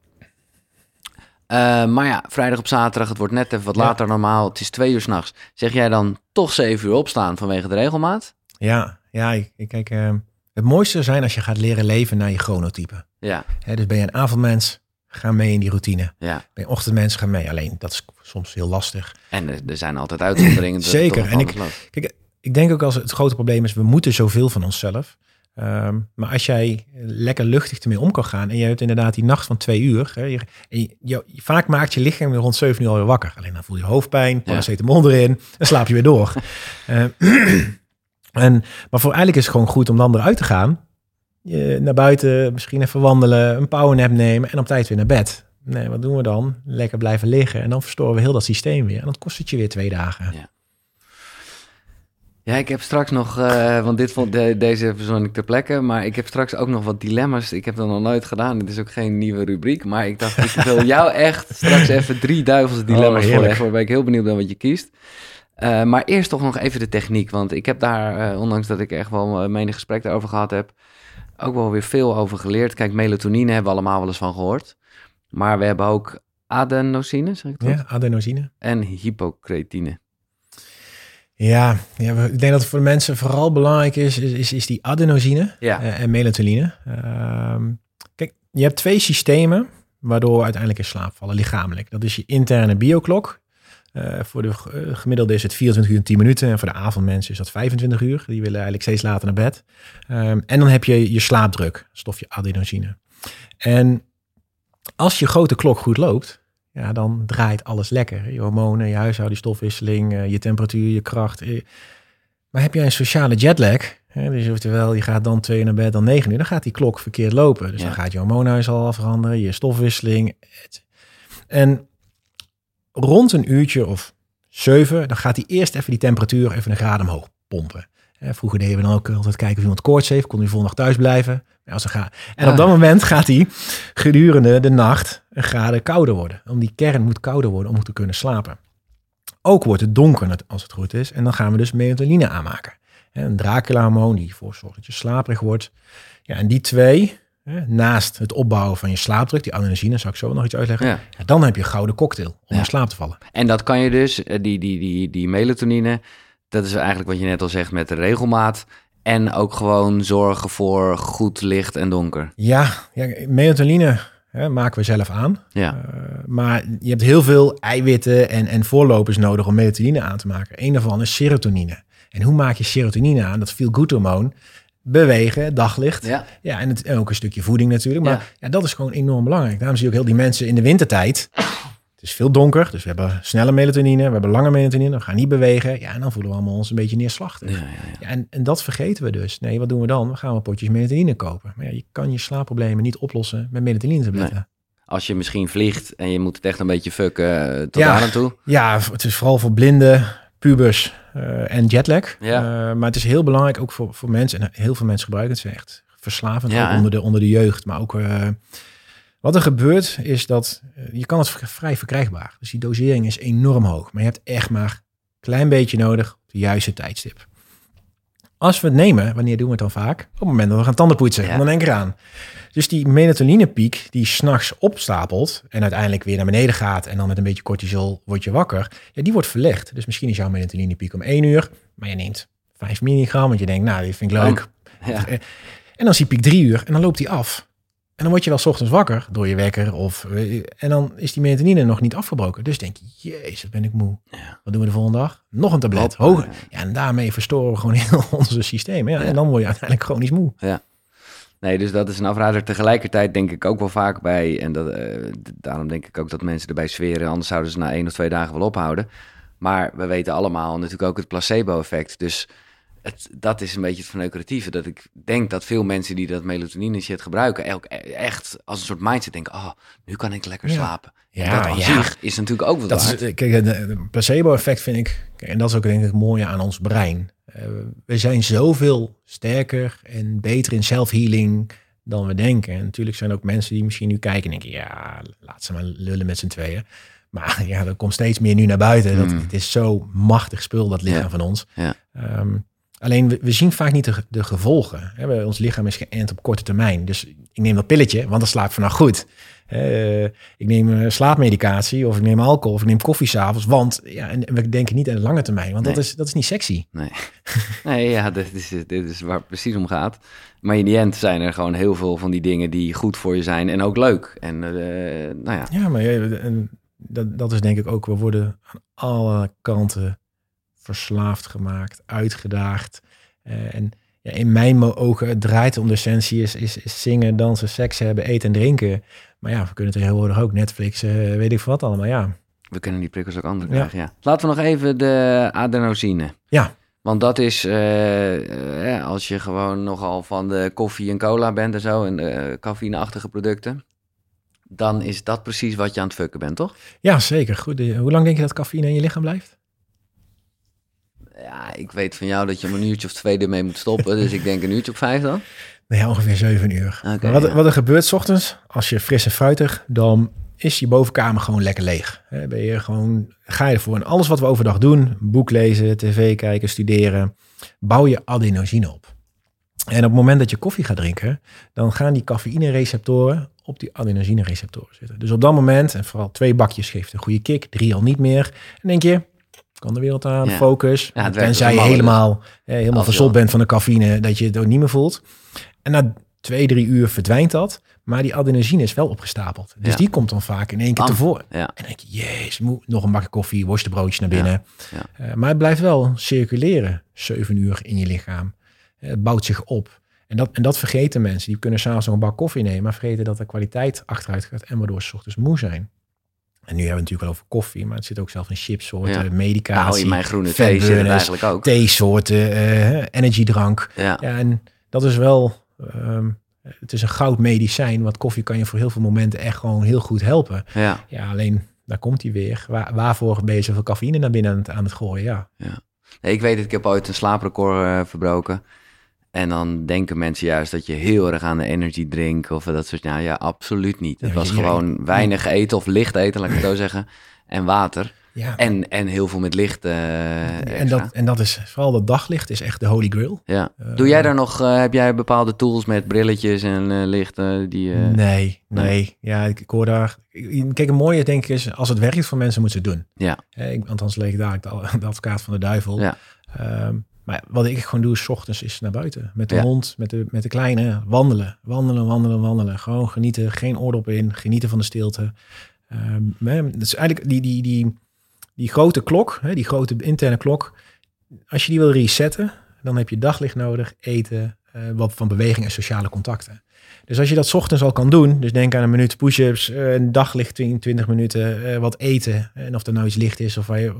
Maar vrijdag op zaterdag, het wordt net even wat later normaal. Het is 2 uur 's nachts. Zeg jij dan toch 7 uur opstaan vanwege de regelmaat? Kijk, het mooiste zou zijn als je gaat leren leven naar je chronotype. Ja. Dus ben je een avondmens, ga mee in die routine. Ja. Ben je ochtendmens, ga mee. Alleen, dat is soms heel lastig. En er zijn altijd uitzonderingen. Zeker. En ik denk ook als het grote probleem is, we moeten zoveel van onszelf. Maar als jij lekker luchtig ermee om kan gaan en je hebt inderdaad die nacht van 2 uur. Vaak maakt je lichaam weer rond 7 uur alweer wakker. Alleen dan voel je hoofdpijn, paracetamol erin en slaap je weer door. Maar eigenlijk is het gewoon goed om dan eruit te gaan. Naar buiten, misschien even wandelen, een powernap nemen en op tijd weer naar bed. Nee, wat doen we dan? Lekker blijven liggen en dan verstoren we heel dat systeem weer. En dan kost het je weer 2 dagen. Ja, ik heb straks nog, want deze verzon ik ter plekke, maar ik heb straks ook nog wat dilemma's. Ik heb dat nog nooit gedaan, dit is ook geen nieuwe rubriek, maar ik dacht, ik wil jou echt straks even 3 duivelse dilemma's voorleggen, waarbij ik heel benieuwd ben wat je kiest. Maar eerst toch nog even de techniek, want ik heb daar, ondanks dat ik echt wel menig gesprek daarover gehad heb, ook wel weer veel over geleerd. Kijk, melatonine hebben we allemaal wel eens van gehoord, maar we hebben ook adenosine, zeg ik het goed? Ja, adenosine. En hypocretine. Ja, ik denk dat het voor de mensen vooral belangrijk is die adenosine en melatonine. Kijk, je hebt 2 systemen waardoor we uiteindelijk in slaap vallen, lichamelijk. Dat is je interne bioklok. Voor de gemiddelde is het 24 uur en 10 minuten. En voor de avondmensen is dat 25 uur. Die willen eigenlijk steeds later naar bed. En dan heb je slaapdruk, stofje adenosine. En Als je grote klok goed loopt, ja, dan draait alles lekker. Je hormonen, je huishouden, je stofwisseling, je temperatuur, je kracht. Maar heb jij een sociale jetlag, dus oftewel je gaat dan 2 uur naar bed, dan 9 uur, dan gaat die klok verkeerd lopen. Dus dan gaat je hormoonhuishouden al veranderen, je stofwisseling. En rond een uurtje of 7, dan gaat hij eerst even die temperatuur even een graad omhoog pompen. Vroeger deden we dan ook altijd kijken of iemand koorts heeft, kon hij volgende dag thuis blijven. En op dat moment gaat hij gedurende de nacht een graden kouder worden. Om die kern moet kouder worden om te kunnen slapen. Ook wordt het donker als het goed is. En dan gaan we dus melatonine aanmaken. Een Dracula-hormoon die ervoor zorgt dat je slaperig wordt. Ja, en die twee, naast het opbouwen van je slaapdruk, die adenosine, zal ik zo nog iets uitleggen. Ja, dan heb je een gouden cocktail om in slaap te vallen. En dat kan je dus, die melatonine, dat is eigenlijk wat je net al zegt met de regelmaat. En ook gewoon zorgen voor goed licht en donker. Ja, melatonine maken we zelf aan. Ja. Maar je hebt heel veel eiwitten en voorlopers nodig om melatonine aan te maken. Een daarvan is serotonine. En hoe maak je serotonine aan? Dat feel-good hormoon. Bewegen, daglicht. Ja, en ook een stukje voeding natuurlijk. Maar dat is gewoon enorm belangrijk. Daarom zie je ook heel die mensen in de wintertijd. Het is veel donker, dus we hebben snelle melatonine, we hebben lange melatonine, we gaan niet bewegen. Ja, en dan voelen we allemaal ons een beetje neerslachtig. Ja, en dat vergeten we dus. Nee, wat doen we dan? We gaan wel potjes melatonine kopen. Maar ja, je kan je slaapproblemen niet oplossen met melatonine-tabletten. Nee. Als je misschien vliegt en je moet het echt een beetje fucken tot daar aan toe. Ja, het is vooral voor blinden, pubers en jetlag. Ja. Maar het is heel belangrijk ook voor mensen, en heel veel mensen gebruiken het, echt verslavend onder de jeugd, maar ook... Wat er gebeurt is dat je kan het vrij verkrijgbaar. Dus die dosering is enorm hoog. Maar je hebt echt maar een klein beetje nodig op de juiste tijdstip. Als we het nemen, wanneer doen we het dan vaak? Op het moment dat we gaan tanden poetsen. Ja. Dan denk ik eraan. Dus die melatoninepiek die 's nachts opstapelt en uiteindelijk weer naar beneden gaat en dan met een beetje cortisol word je wakker. Ja, die wordt verlegd. Dus misschien is jouw melatoninepiek om 1 uur, maar je neemt 5 milligram, want je denkt, nou, dit vind ik leuk. Ja. En dan is die piek 3 uur en dan loopt die af. En dan word je wel 's ochtends wakker door je wekker. En dan is die melatonine nog niet afgebroken. Dus denk je, jezus, ben ik moe. Ja. Wat doen we de volgende dag? Nog een tablet, hoger. Ja, en daarmee verstoren we gewoon heel ons systeem. Ja, en dan word je uiteindelijk chronisch moe. Ja. Nee, dus dat is een afrader. Tegelijkertijd denk ik ook wel vaak bij... en daarom denk ik ook dat mensen erbij zweren. Anders zouden ze na 1 of 2 dagen wel ophouden. Maar we weten allemaal natuurlijk ook het placebo-effect. Dus... dat is een beetje het verneukeratieve. Dat ik denk dat veel mensen die dat melatonine shit gebruiken... ook echt als een soort mindset denken... oh, nu kan ik lekker slapen. Ja, dat zich is natuurlijk ook wel waard. Kijk, het placebo-effect vind ik... en dat is ook denk ik het mooie aan ons brein. We zijn zoveel sterker en beter in self-healing dan we denken. En natuurlijk zijn er ook mensen die misschien nu kijken en denken... ja, laat ze maar lullen met z'n tweeën. Maar ja, er komt steeds meer nu naar buiten. Dat het is zo machtig spul, dat lichaam van ons. Ja. Alleen we zien vaak niet de gevolgen. Ons lichaam is geënt op korte termijn. Dus ik neem dat pilletje, want dan slaap ik vannacht goed. Ik neem slaapmedicatie of ik neem alcohol of ik neem koffie 's avonds. Want en we denken niet aan de lange termijn, want dat is niet sexy. Nee, ja, dit is waar het precies om gaat. Maar in die end zijn er gewoon heel veel van die dingen die goed voor je zijn en ook leuk. En nou ja. Ja, maar dat is denk ik ook, we worden aan alle kanten verslaafd gemaakt, uitgedaagd. En in mijn ogen, het draait om de essentie is zingen, dansen, seks hebben, eten en drinken. Maar ja, we kunnen tegenwoordig ook Netflix, weet ik veel wat allemaal, ja. We kunnen die prikkels ook anders krijgen, ja. Laten we nog even de adenosine. Ja. Want dat is, als je gewoon nogal van de koffie en cola bent en zo, en de cafeïneachtige producten, dan is dat precies wat je aan het fucken bent, toch? Ja, zeker. Goed. Hoe lang denk je dat cafeïne in je lichaam blijft? Ja, ik weet van jou dat je om een uurtje of 2 ermee moet stoppen. Dus ik denk een uurtje of 5 dan? Nee, ongeveer 7 uur. Okay, wat er gebeurt 's ochtends, als je fris en fruitig, dan is je bovenkamer gewoon lekker leeg. Ga je ervoor. En alles wat we overdag doen, boek lezen, tv kijken, studeren, bouw je adenosine op. En op het moment dat je koffie gaat drinken, dan gaan die cafeïne-receptoren op die adenosine-receptoren zitten. Dus op dat moment, en vooral 2 bakjes geeft een goede kick, 3 al niet meer. En denk je, kan de wereld aan, focus. Ja, tenzij je helemaal verzot bent van de cafeïne, dat je het ook niet meer voelt. En na 2-3 uur verdwijnt dat, maar die adenosine is wel opgestapeld. Dus die komt dan vaak in 1 keer tevoren. Ja. En dan denk je, jezus, nog een bakje koffie, worstenbroodjes naar binnen. Ja. Maar het blijft wel circuleren 7 uur in je lichaam. Het bouwt zich op. En dat vergeten mensen. Die kunnen s'avonds nog een bak koffie nemen, maar vergeten dat de kwaliteit achteruit gaat en waardoor ze 's ochtends moe zijn. En nu hebben we het natuurlijk wel over koffie, maar het zit ook zelf in chipsoorten, medicatie. Nou, in mijn groene thee zit het eigenlijk ook. Theesoorten, energiedrank. Ja, en dat is wel... het is een goud medicijn, want koffie kan je voor heel veel momenten echt gewoon heel goed helpen. Ja, alleen daar komt hij weer. Waarvoor ben je zoveel cafeïne naar binnen aan het gooien? Ja. Nee, ik weet het, ik heb ooit een slaaprecord verbroken. En dan denken mensen juist dat je heel erg aan de energy drink of dat soort... Nou ja, absoluut niet. Het was gewoon weinig eten of licht eten, laat ik het zo zeggen. En water. Ja. En heel veel met licht. En dat is vooral dat daglicht is echt de holy grail. Ja. Doe jij daar nog, heb jij bepaalde tools met brilletjes en lichten? Nee. Ja, ik hoor daar... Kijk, een mooie denk ik is, als het werkt voor mensen, moeten ze het doen. Ja. Althans leeg daar de advocaat van de duivel. Ja. Maar wat ik gewoon doe, is 's ochtends is naar buiten. Met de hond, met de kleine. Wandelen. Gewoon genieten, geen oordop in, genieten van de stilte. Dat is eigenlijk die grote klok, die grote interne klok. Als je die wil resetten, dan heb je daglicht nodig, eten, wat van beweging en sociale contacten. Dus als je dat 's ochtends al kan doen, dus denk aan een minuut push-ups, een daglicht 20 minuten, wat eten, en of er nou iets licht is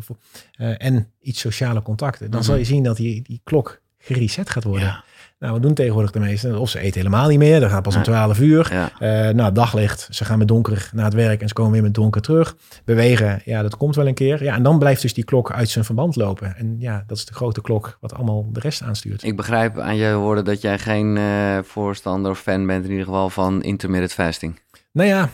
en iets sociale contacten, dan zal je zien dat die klok gereset gaat worden. Ja. Nou, we doen tegenwoordig de meesten. Of ze eten helemaal niet meer. Dan gaat pas om 12 uur. Ja. Daglicht. Ze gaan met donker naar het werk en ze komen weer met donker terug. Bewegen, ja, dat komt wel een keer. Ja, en dan blijft dus die klok uit zijn verband lopen. En ja, dat is de grote klok wat allemaal de rest aanstuurt. Ik begrijp aan je woorden dat jij geen voorstander of fan bent in ieder geval van intermittent fasting. Nou ja,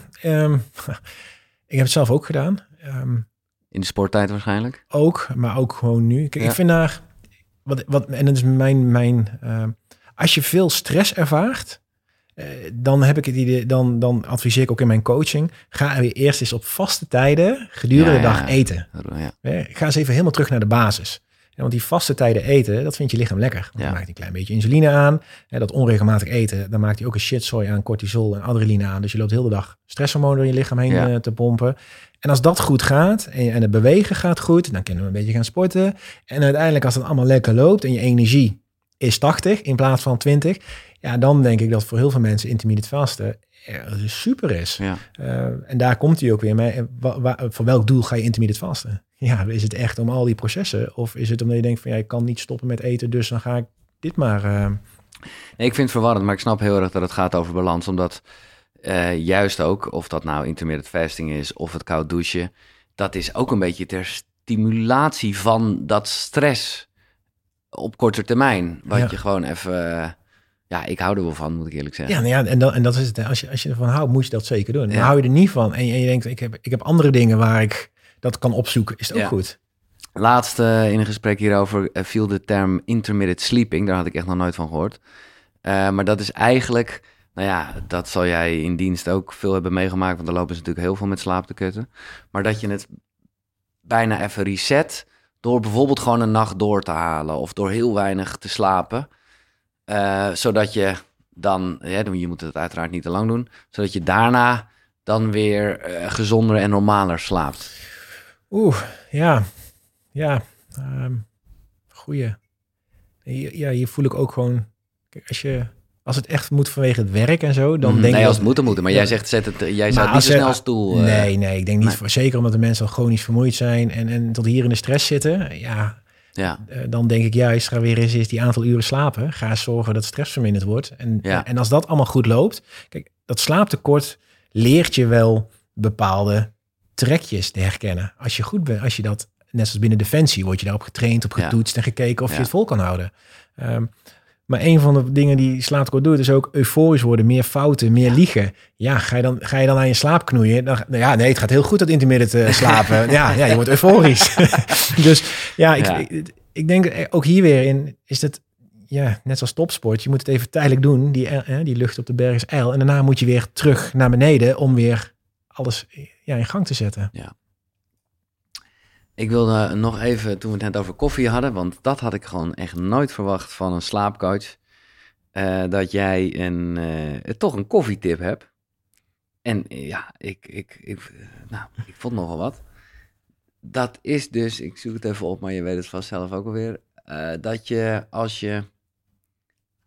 ik heb het zelf ook gedaan. In de sporttijd waarschijnlijk? Ook, maar ook gewoon nu. Kijk, ik vind daar... en dat is mijn als je veel stress ervaart, dan heb ik het idee, dan adviseer ik ook in mijn coaching, ga weer eerst eens op vaste tijden gedurende de dag eten. Ja. Ga eens even helemaal terug naar de basis. Ja, want die vaste tijden eten, dat vindt je lichaam lekker. Dan maakt hij een klein beetje insuline aan. Dat onregelmatig eten, dan maakt hij ook een shitzooi aan cortisol en adrenaline aan. Dus je loopt heel de dag stresshormonen door je lichaam heen te pompen. En als dat goed gaat en het bewegen gaat goed, dan kunnen we een beetje gaan sporten. En uiteindelijk als het allemaal lekker loopt en je energie is 80 in plaats van 20, ja, dan denk ik dat voor heel veel mensen intermittent vasten super is. Ja. En daar komt hij ook weer mee. Voor welk doel ga je intermittent vasten? Ja, is het echt om al die processen? Of is het omdat je denkt van, ik kan niet stoppen met eten, dus dan ga ik dit maar... Nee, ik vind het verwarrend, maar ik snap heel erg dat het gaat over balans. Omdat juist ook, of dat nou intermittent fasting is of het koud douchen, dat is ook een beetje ter stimulatie van dat stress op korte termijn. Wat je gewoon even... ik hou er wel van, moet ik eerlijk zeggen. Ja, en dat is het. Als je ervan houdt, moet je dat zeker doen. Dan hou je er niet van. En je denkt, ik heb andere dingen waar ik dat kan opzoeken. Is het ook goed? Laatst in een gesprek hierover viel de term intermittent sleeping. Daar had ik echt nog nooit van gehoord. Maar dat is eigenlijk... Nou ja, dat zal jij in dienst ook veel hebben meegemaakt. Want daar lopen ze natuurlijk heel veel met slaap te kutten. Maar dat je het bijna even reset door bijvoorbeeld gewoon een nacht door te halen. Of door heel weinig te slapen. Zodat je dan, je moet het uiteraard niet te lang doen, zodat je daarna dan weer gezonder en normaler slaapt. Goeie. Ja, hier voel ik ook gewoon, kijk, als het echt moet vanwege het werk en zo, dan denk ik... Nee, als het moet. Maar jij zegt, jij zou het niet zo snel als stoel... Nee, ik denk niet. Zeker omdat de mensen al chronisch vermoeid zijn en tot hier in de stress zitten. Ja. Dan denk ik juist, ga weer eens die aantal uren slapen. Ga eens zorgen dat stress verminderd wordt. En als dat allemaal goed loopt... Kijk, dat slaaptekort leert je wel bepaalde trekjes te herkennen. Als je goed bent, als je dat... Net zoals binnen Defensie word je daarop getraind, op getoetst en gekeken of je het vol kan houden. Maar een van de dingen die slaaptekort doet, is ook euforisch worden, meer fouten, meer liegen. Ja, ga je dan aan je slaap knoeien? Nee, het gaat heel goed dat intermittent slapen. je wordt euforisch. Dus ik denk ook hier weer in, is het, net zoals topsport, je moet het even tijdelijk doen, die lucht op de berg is ijl. En daarna moet je weer terug naar beneden om weer alles in gang te zetten. Ja. Ik wilde nog even, toen we het net over koffie hadden, want dat had ik gewoon echt nooit verwacht van een slaapcoach, dat jij toch een koffietip hebt. En ik vond nogal wat. Dat is dus, ik zoek het even op, maar je weet het vast zelf ook alweer, dat je als je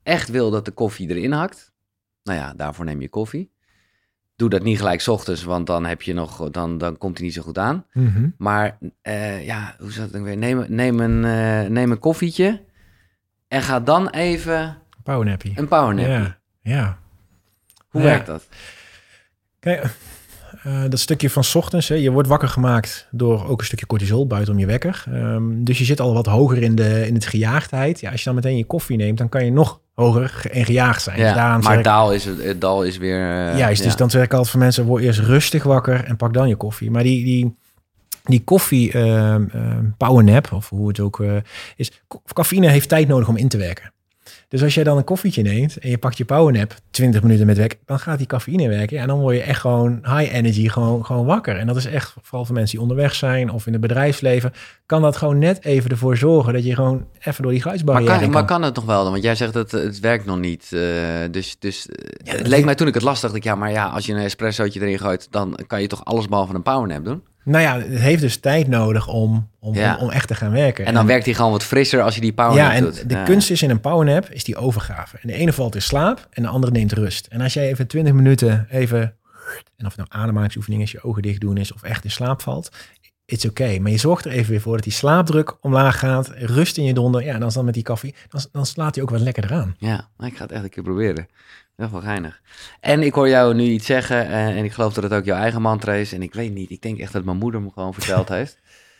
echt wil dat de koffie erin hakt, nou ja, daarvoor neem je koffie. Doe dat niet gelijk 's ochtends, want dan heb je nog, dan komt hij niet zo goed aan. Mm-hmm. Maar hoe zat het dan weer? Neem een koffietje en ga dan even Powernappie. een powernappie. Ja. Hoe werkt dat? Kijk, dat stukje van 's ochtends, hè, je wordt wakker gemaakt door ook een stukje cortisol buitenom je wekker. Dus je zit al wat hoger in het gejaagdheid. Ja, als je dan meteen je koffie neemt, dan kan je nog hoger en gejaagd zijn. Ja, dus maar dal is weer... juist, dus dan zeg ik altijd voor mensen, word eerst rustig wakker en pak dan je koffie. Maar die koffie powernap, of hoe het ook is, cafeïne heeft tijd nodig om in te werken. Dus als jij dan een koffietje neemt en je pakt je powernap 20 minuten met weg, dan gaat die cafeïne werken. Ja, en dan word je echt gewoon high energy, gewoon wakker. En dat is echt, vooral voor mensen die onderweg zijn of in het bedrijfsleven, kan dat gewoon net even ervoor zorgen dat je gewoon even door die geluidsbarrière maar kan het nog wel dan? Want jij zegt dat het werkt nog niet. Het leek mij toen ik het las, dacht ik, als je een espressootje erin gooit, dan kan je toch alles behalve een powernap doen? Nou ja, het heeft dus tijd nodig om echt te gaan werken. En dan werkt hij gewoon wat frisser als je die powernap doet. En de kunst is in een powernap, is die overgave. En de ene valt in slaap en de andere neemt rust. En als jij even 20 minuten en of het nou ademhalingsoefening is, je ogen dicht doen is of echt in slaap valt, it's oké. Maar je zorgt er even weer voor dat die slaapdruk omlaag gaat, rust in je donder. Ja, en dan met die koffie, dan slaat hij ook wat lekker eraan. Ja, ik ga het echt een keer proberen. Dat is wel geinig. En ik hoor jou nu iets zeggen en ik geloof dat het ook jouw eigen mantra is. En ik weet niet, ik denk echt dat mijn moeder me gewoon verteld heeft.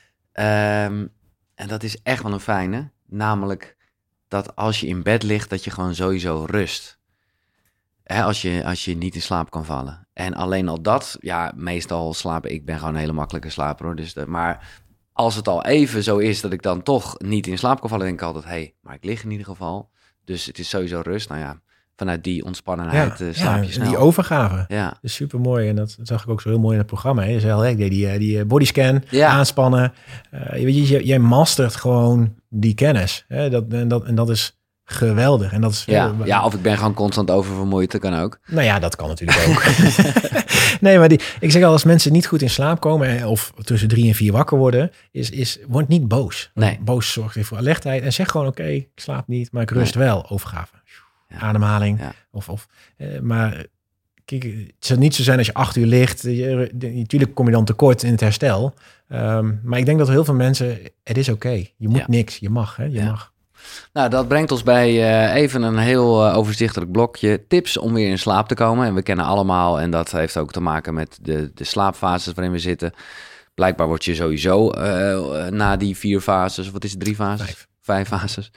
En dat is echt wel een fijne. Namelijk dat als je in bed ligt, dat je gewoon sowieso rust. Als je niet in slaap kan vallen. En alleen al dat, meestal slapen. Ik ben gewoon een hele makkelijke slaper hoor. Maar als het al even zo is dat ik dan toch niet in slaap kan vallen, denk ik altijd, maar ik lig in ieder geval. Dus het is sowieso rust. Nou ja, vanuit die ontspannenheid slaap je snel. Die overgave. Ja. Dat is super mooi. En dat zag ik ook zo heel mooi in het programma. Hè. Dus ik deed die bodyscan, aanspannen. Jij mastert gewoon die kennis. Hè. Dat is geweldig. En dat is of ik ben gewoon constant oververmoeid. Dat kan ook. Nou ja, dat kan natuurlijk ook. Nee, maar ik zeg al, als mensen niet goed in slaap komen of tussen 3 en 4 wakker worden, word niet boos. Nee. Boos zorgt weer voor alertheid. En zeg gewoon, oké, ik slaap niet, maar ik rust wel. Overgave. Ademhaling. Ja. Maar kijk, het zal niet zo zijn als je 8 uur ligt. Natuurlijk kom je dan tekort in het herstel. Maar ik denk dat heel veel mensen, het is oké. Je moet niks. Je mag. Hè? Je mag. Nou, dat brengt ons bij even een heel overzichtelijk blokje tips om weer in slaap te komen. En we kennen allemaal, en dat heeft ook te maken met de slaapfases waarin we zitten. Blijkbaar word je sowieso na die 4 fases, of wat is het, 3 fases? 5 fases.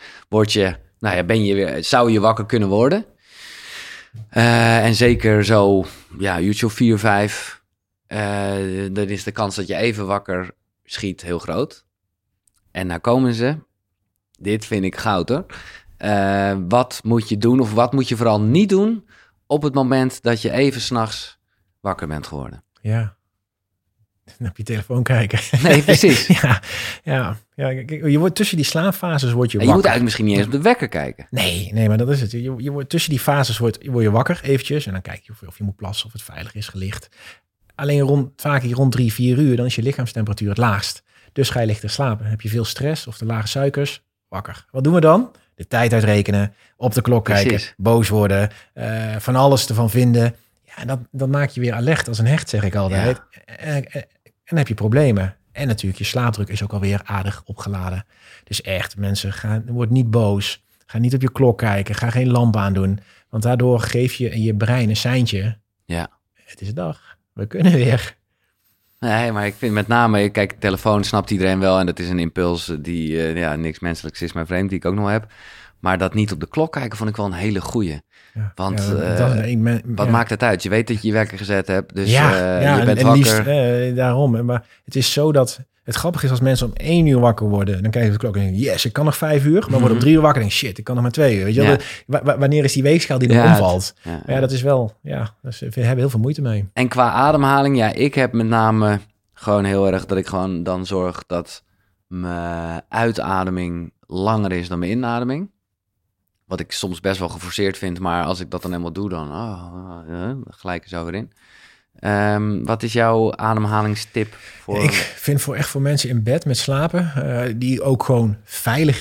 Zou je wakker kunnen worden. En zeker zo, uurtje of 4, 5. Dan is de kans dat je even wakker schiet heel groot. En nou komen ze. Dit vind ik goud hoor. Wat moet je doen of wat moet je vooral niet doen op het moment dat je even 's nachts wakker bent geworden? Ja. Dan op je telefoon kijken. Nee, precies. Je wordt tussen die slaapfases word je wakker. Je moet eigenlijk misschien niet eens op de wekker kijken. Nee, maar dat is het. Je wordt tussen die fases word je wakker eventjes en dan kijk je of je moet plassen of het veilig is gelicht. Alleen vaak rond 3, 4 uur, dan is je lichaamstemperatuur het laagst. Dus ga je lichter slapen. Dan heb je veel stress of de lage suikers, wakker. Wat doen we dan? De tijd uitrekenen, op de klok kijken, boos worden, van alles ervan vinden. Ja, dat maakt je weer alert als een hecht, zeg ik altijd. Ja. En dan heb je problemen. En natuurlijk, je slaapdruk is ook alweer aardig opgeladen. Dus echt, mensen, word niet boos. Ga niet op je klok kijken. Ga geen lamp aandoen. Want daardoor geef je je brein een seintje. Ja. Het is dag. We kunnen weer. Nee, maar ik vind met name, kijk, telefoon snapt iedereen wel. En dat is een impuls die niks menselijks is, maar vreemd, die ik ook nog heb. Maar dat niet op de klok kijken vond ik wel een hele goeie. Ja, want wat maakt het uit? Je weet dat je je wekker gezet hebt, dus je bent wakker. Liefst, daarom. Maar het is zo dat het grappig is als mensen om 1 uur wakker worden. Dan kijken ze de klok en denken, yes, ik kan nog 5 uur. Maar worden om 3 uur wakker en denk shit, ik kan nog maar 2 uur. Weet je? Wanneer is die weegschaal die er omvalt? Dat is wel, we hebben heel veel moeite mee. En qua ademhaling, ik heb met name gewoon heel erg dat ik gewoon dan zorg dat mijn uitademing langer is dan mijn inademing. Wat ik soms best wel geforceerd vind, maar als ik dat dan helemaal doe, dan gelijk er zo weer in. Wat is jouw ademhalingstip? Ik vind voor mensen in bed met slapen, die ook gewoon veilig is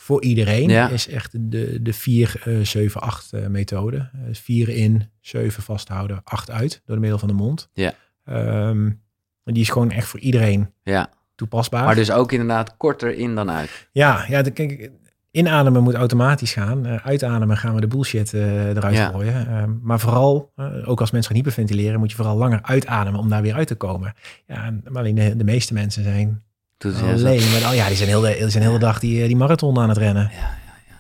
voor iedereen is echt de 4-7-8 methode. 4 in, 7 vasthouden, 8 uit door de middel van de mond. Ja. Die is gewoon echt voor iedereen toepasbaar. Maar dus ook inderdaad korter in dan uit. Ja, kijk, inademen moet automatisch gaan. Uitademen gaan we de bullshit eruit gooien. Maar vooral, ook als mensen gaan hyperventileren, moet je vooral langer uitademen om daar weer uit te komen. Ja, maar alleen de meeste mensen zijn alleen. Maar die zijn heel de dag die marathon aan het rennen. Ja.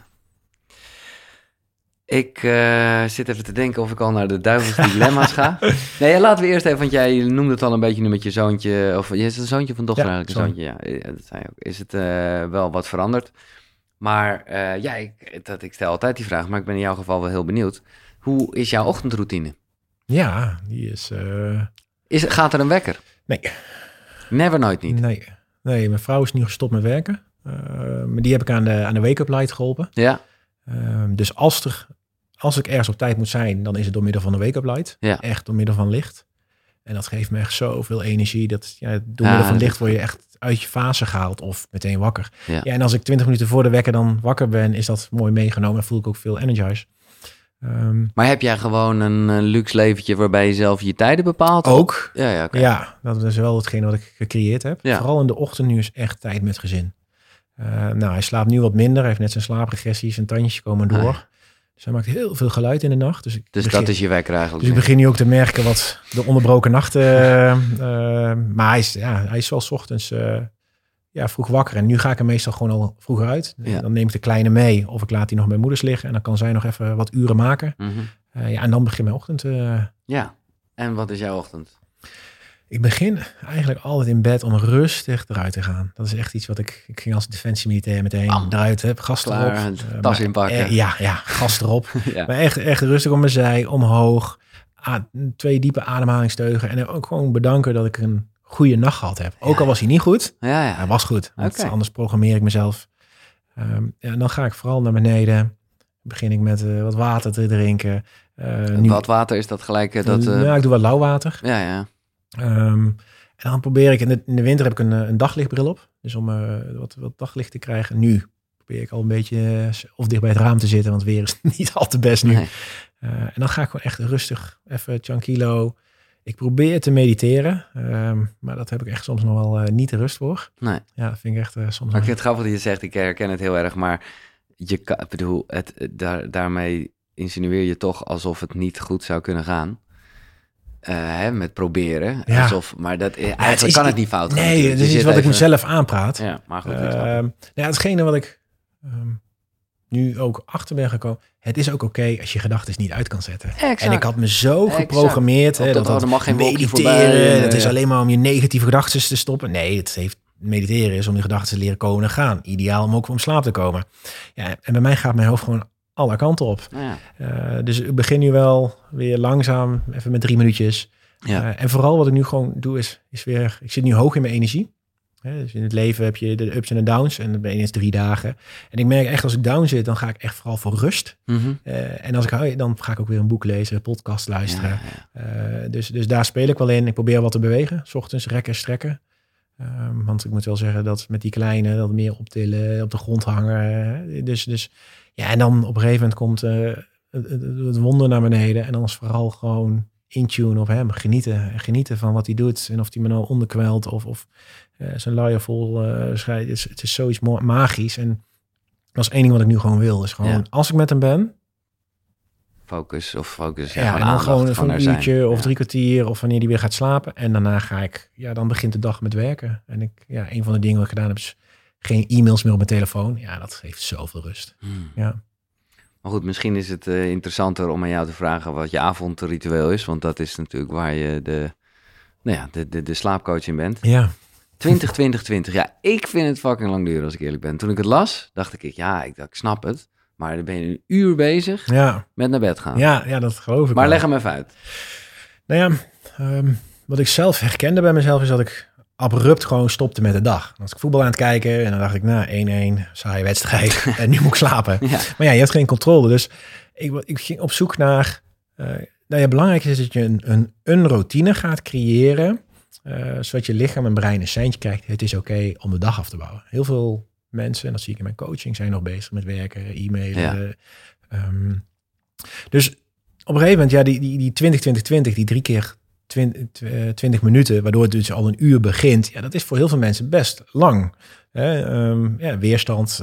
Ik zit even te denken of ik al naar de duivelse dilemma's ga. Nee, laten we eerst even, want jij noemde het al een beetje nu met je zoontje. Of is het een zoontje of een dochter eigenlijk? Een zoontje, ja. Dat zei je ook. Is het wel wat veranderd? Maar ik stel altijd die vraag, maar ik ben in jouw geval wel heel benieuwd. Hoe is jouw ochtendroutine? Ja, die is... Gaat er een wekker? Nee. Never, nooit niet? Nee, mijn vrouw is nu gestopt met werken. Maar die heb ik aan de wake-up light geholpen. Ja. Dus als ik ergens op tijd moet zijn, dan is het door middel van de wake-up light. Ja. Echt door middel van licht. En dat geeft me echt zoveel energie. Door middel van licht word je echt uit je fase gehaald of meteen wakker. Ja, en als ik 20 minuten voor de wekker dan wakker ben, is dat mooi meegenomen. Dan voel ik ook veel energized. Maar heb jij gewoon een luxe leventje waarbij je zelf je tijden bepaalt? Ook. Ja, okay. Ja, dat is wel hetgene wat ik gecreëerd heb. Ja. Vooral in de ochtend nu is echt tijd met gezin. Hij slaapt nu wat minder. Hij heeft net zijn slaapregressie. Zijn tandjes komen door. Dus hij maakt heel veel geluid in de nacht. Dus dat is je wekker eigenlijk. Dus ik begin nu ook te merken wat de onderbroken nachten... maar hij is wel 's ochtends vroeg wakker. En nu ga ik er meestal gewoon al vroeger uit. Ja. Dan neem ik de kleine mee. Of ik laat die nog bij moeders liggen. En dan kan zij nog even wat uren maken. Mm-hmm. En dan begint mijn ochtend. Ja, en wat is jouw ochtend? Ik begin eigenlijk altijd in bed om rustig eruit te gaan. Dat is echt iets wat ik ging als defensiemilitair meteen eruit heb. Gas erop. Tas inpakken. Gas erop. Ja. Maar echt rustig om mijn zij, omhoog. 2 diepe ademhalingsteugen. En ook gewoon bedanken dat ik een goede nacht gehad heb. Ook al was hij niet goed. Ja. Hij was goed. Want anders programmeer ik mezelf. En dan ga ik vooral naar beneden. Begin ik met wat water te drinken. Wat water is dat gelijk? Ik doe wat lauw water. Ja. En dan probeer ik, in de winter heb ik een daglichtbril op. Dus om wat daglicht te krijgen. Nu probeer ik al een beetje of dicht bij het raam te zitten. Want weer is niet al te best nu. Nee. En dan ga ik gewoon echt rustig, even tranquilo. Ik probeer te mediteren. Maar dat heb ik echt soms nog wel niet de rust voor. Nee. Ja, dat vind ik echt soms... Maar ik vind het grappig dat je zegt, ik herken het heel erg. Maar daarmee insinueer je toch alsof het niet goed zou kunnen gaan. Met proberen. Ja. Maar eigenlijk kan het niet fout gaan. Nee, het is iets wat ik mezelf aanpraat. Ja, maar goed. Hetgene wat ik nu ook achter ben gekomen. Het is ook oké als je gedachten niet uit kan zetten. Exact. En ik had me zo geprogrammeerd. Dat er mag geen mediteren, voorbij, dat is alleen maar om je negatieve gedachten te stoppen. Nee, mediteren is om die gedachten te leren komen en gaan. Ideaal om ook om slaap te komen. Ja, en bij mij gaat mijn hoofd gewoon alle kanten op. Ja. Dus ik begin nu wel weer langzaam, even met 3 minuutjes. Ja. En vooral wat ik nu gewoon doe is weer... Ik zit nu hoog in mijn energie. Dus in het leven heb je de ups en de downs. En dan ben je eens 3 dagen. En ik merk echt als ik down zit, dan ga ik echt vooral voor rust. Mm-hmm. En dan ga ik ook weer een boek lezen, een podcast luisteren. Ja. Dus daar speel ik wel in. Ik probeer wat te bewegen. 's Ochtends rekken, strekken. Want ik moet wel zeggen dat met die kleine, dat meer optillen, op de grond hangen. Dus ja, en dan op een gegeven moment komt het wonder naar beneden. En dan is vooral gewoon intune op hem. Genieten van wat hij doet. En of hij me nou onderkwelt of zijn luier vol schrijft. Het is zoiets magisch. En dat is één ding wat ik nu gewoon wil. Is gewoon, als ik met hem ben... Focus. Ja, en dan gewoon een uurtje of 3 kwartier. Of wanneer hij weer gaat slapen. En daarna dan begint de dag met werken. En een van de dingen wat ik gedaan heb is geen e-mails meer op mijn telefoon. Ja, dat geeft zoveel rust. Ja. Maar goed, misschien is het interessanter om aan jou te vragen wat je avondritueel is. Want dat is natuurlijk waar je de slaapcoach in bent. Ja. 20. Ja, ik vind het fucking lang duren als ik eerlijk ben. Toen ik het las, dacht ik, ik snap het. Maar dan ben je een uur bezig met naar bed gaan. Ja, dat geloof ik. Maar leg hem even uit. Nou ja, wat ik zelf herkende bij mezelf is dat ik abrupt gewoon stopte met de dag. Als ik voetbal aan het kijken en dan dacht ik, 1-1, saaie wedstrijd en nu moet ik slapen. Ja. Maar je hebt geen controle. Dus ik ging op zoek naar... belangrijk is dat je een routine gaat creëren, zodat je lichaam en brein een seintje krijgt. Het is oké om de dag af te bouwen. Heel veel mensen, en dat zie ik in mijn coaching, zijn nog bezig met werken, e-mailen. Ja. Dus op een gegeven moment, ja, die 20, die 3 keer 20 minuten, waardoor het dus al een uur begint. Ja, dat is voor heel veel mensen best lang. Weerstand.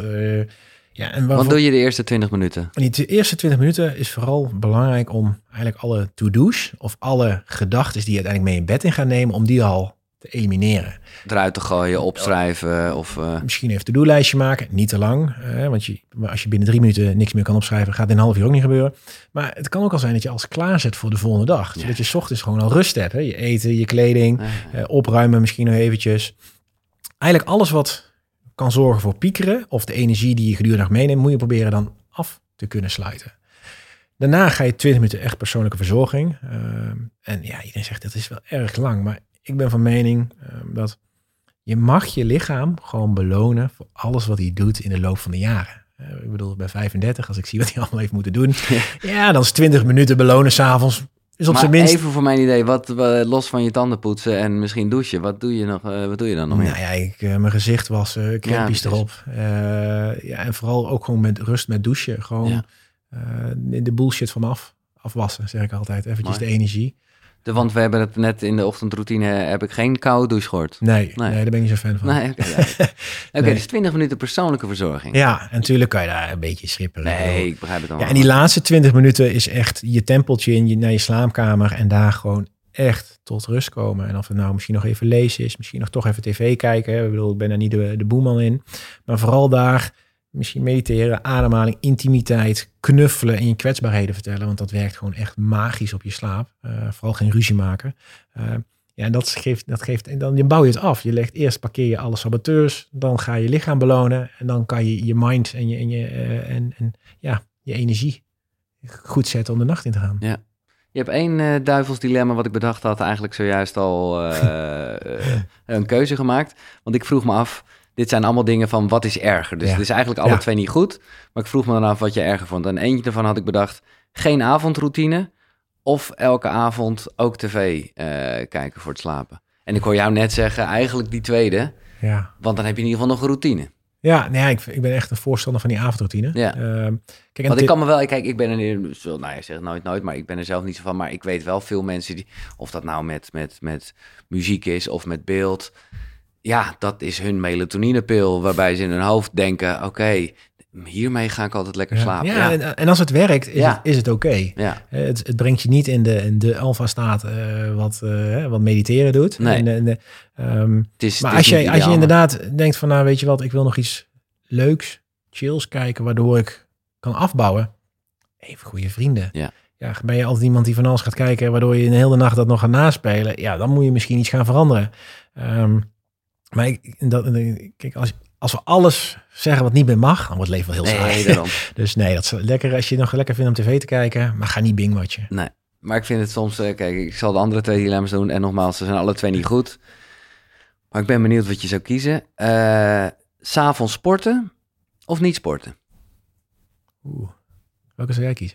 Wat doe je de eerste 20 minuten? Die eerste 20 minuten is vooral belangrijk om eigenlijk alle to-do's of alle gedachten die je uiteindelijk mee in bed in gaat nemen, om die al te elimineren. Eruit te gooien, opschrijven of... Misschien even een to-do-lijstje maken, niet te lang. Want als je binnen 3 minuten niks meer kan opschrijven, gaat in een half uur ook niet gebeuren. Maar het kan ook al zijn dat je alles klaarzet voor de volgende dag. Zodat je 's ochtends gewoon al rust hebt. Hè? Je eten, je kleding, opruimen misschien nog eventjes. Eigenlijk alles wat kan zorgen voor piekeren of de energie die je gedurende dag meeneemt, moet je proberen dan af te kunnen sluiten. Daarna ga je 20 minuten echt persoonlijke verzorging. En ja, iedereen zegt dat is wel erg lang, maar ik ben van mening dat je mag je lichaam gewoon belonen voor alles wat hij doet in de loop van de jaren. Ik bedoel, bij 35, als ik zie wat hij allemaal heeft moeten doen, ja, dan is 20 minuten belonen 's avonds. Is op zijn minst. Even voor mijn idee, wat los van je tanden poetsen en misschien douchen, wat doe je dan nog meer? Nou ja, mijn gezicht wassen, crempjes erop. En vooral ook gewoon met rust met douchen. Gewoon de bullshit van me afwassen, zeg ik altijd. Eventjes de energie. Want we hebben het net in de ochtendroutine, heb ik geen koude douche gehoord. Nee, daar ben ik niet zo fan van. Nee, Oké, dus 20 minuten persoonlijke verzorging. Ja, en natuurlijk kan je daar een beetje schipperen. Nee, ik begrijp het allemaal. Ja, en die laatste 20 minuten is echt je tempeltje naar je slaapkamer en daar gewoon echt tot rust komen. En of het nou misschien nog even lezen is, misschien nog toch even tv kijken. Ik bedoel, ik ben daar niet de boeman in. Maar vooral daar misschien mediteren, ademhaling, intimiteit, knuffelen en je kwetsbaarheden vertellen. Want dat werkt gewoon echt magisch op je slaap. Vooral geen ruzie maken. En dat geeft, en dan bouw je het af. Je legt eerst, parkeer je alle saboteurs, dan ga je lichaam belonen en dan kan je je mind en je energie goed zetten om de nacht in te gaan. Ja. Je hebt 1 duivels dilemma wat ik bedacht had, eigenlijk zojuist al een keuze gemaakt. Want ik vroeg me af, dit zijn allemaal dingen van wat is erger? Dus het is eigenlijk alle twee niet goed. Maar ik vroeg me dan af wat je erger vond. En eentje daarvan had ik bedacht, geen avondroutine of elke avond ook tv kijken voor het slapen. En ik hoor jou net zeggen, eigenlijk die tweede. Ja. Want dan heb je in ieder geval nog een routine. Ja, nee, ik ben echt een voorstander van die avondroutine. Ja. Kijk, want ik kan me wel, kijk, ik ben er, nou je zegt nooit, maar ik ben er zelf niet zo van. Maar ik weet wel veel mensen die, of dat nou met muziek is of met beeld. Ja, dat is hun melatoninepil, waarbij ze in hun hoofd denken, oké, hiermee ga ik altijd lekker slapen. Ja. En als het werkt, is het oké. Ja. Het brengt je niet in de alfa-staat wat mediteren doet. Nee. Maar als je inderdaad denkt van, nou weet je wat, ik wil nog iets leuks, chills kijken, waardoor ik kan afbouwen. Even goede vrienden. Ja, ben je altijd iemand die van alles gaat kijken, waardoor je de hele nacht dat nog gaat naspelen. Ja, dan moet je misschien iets gaan veranderen. Maar kijk, als we alles zeggen wat niet meer mag, dan wordt het leven wel heel saai. Daarom. Dus nee, dat is lekker als je het nog lekker vindt om tv te kijken, maar ga niet bingwatchen. Nee, maar ik vind het soms, kijk, ik zal de andere 2 dilemma's doen en nogmaals, ze zijn alle 2 niet goed. Maar ik ben benieuwd wat je zou kiezen. 's Avonds sporten of niet sporten? Welke zou jij kiezen?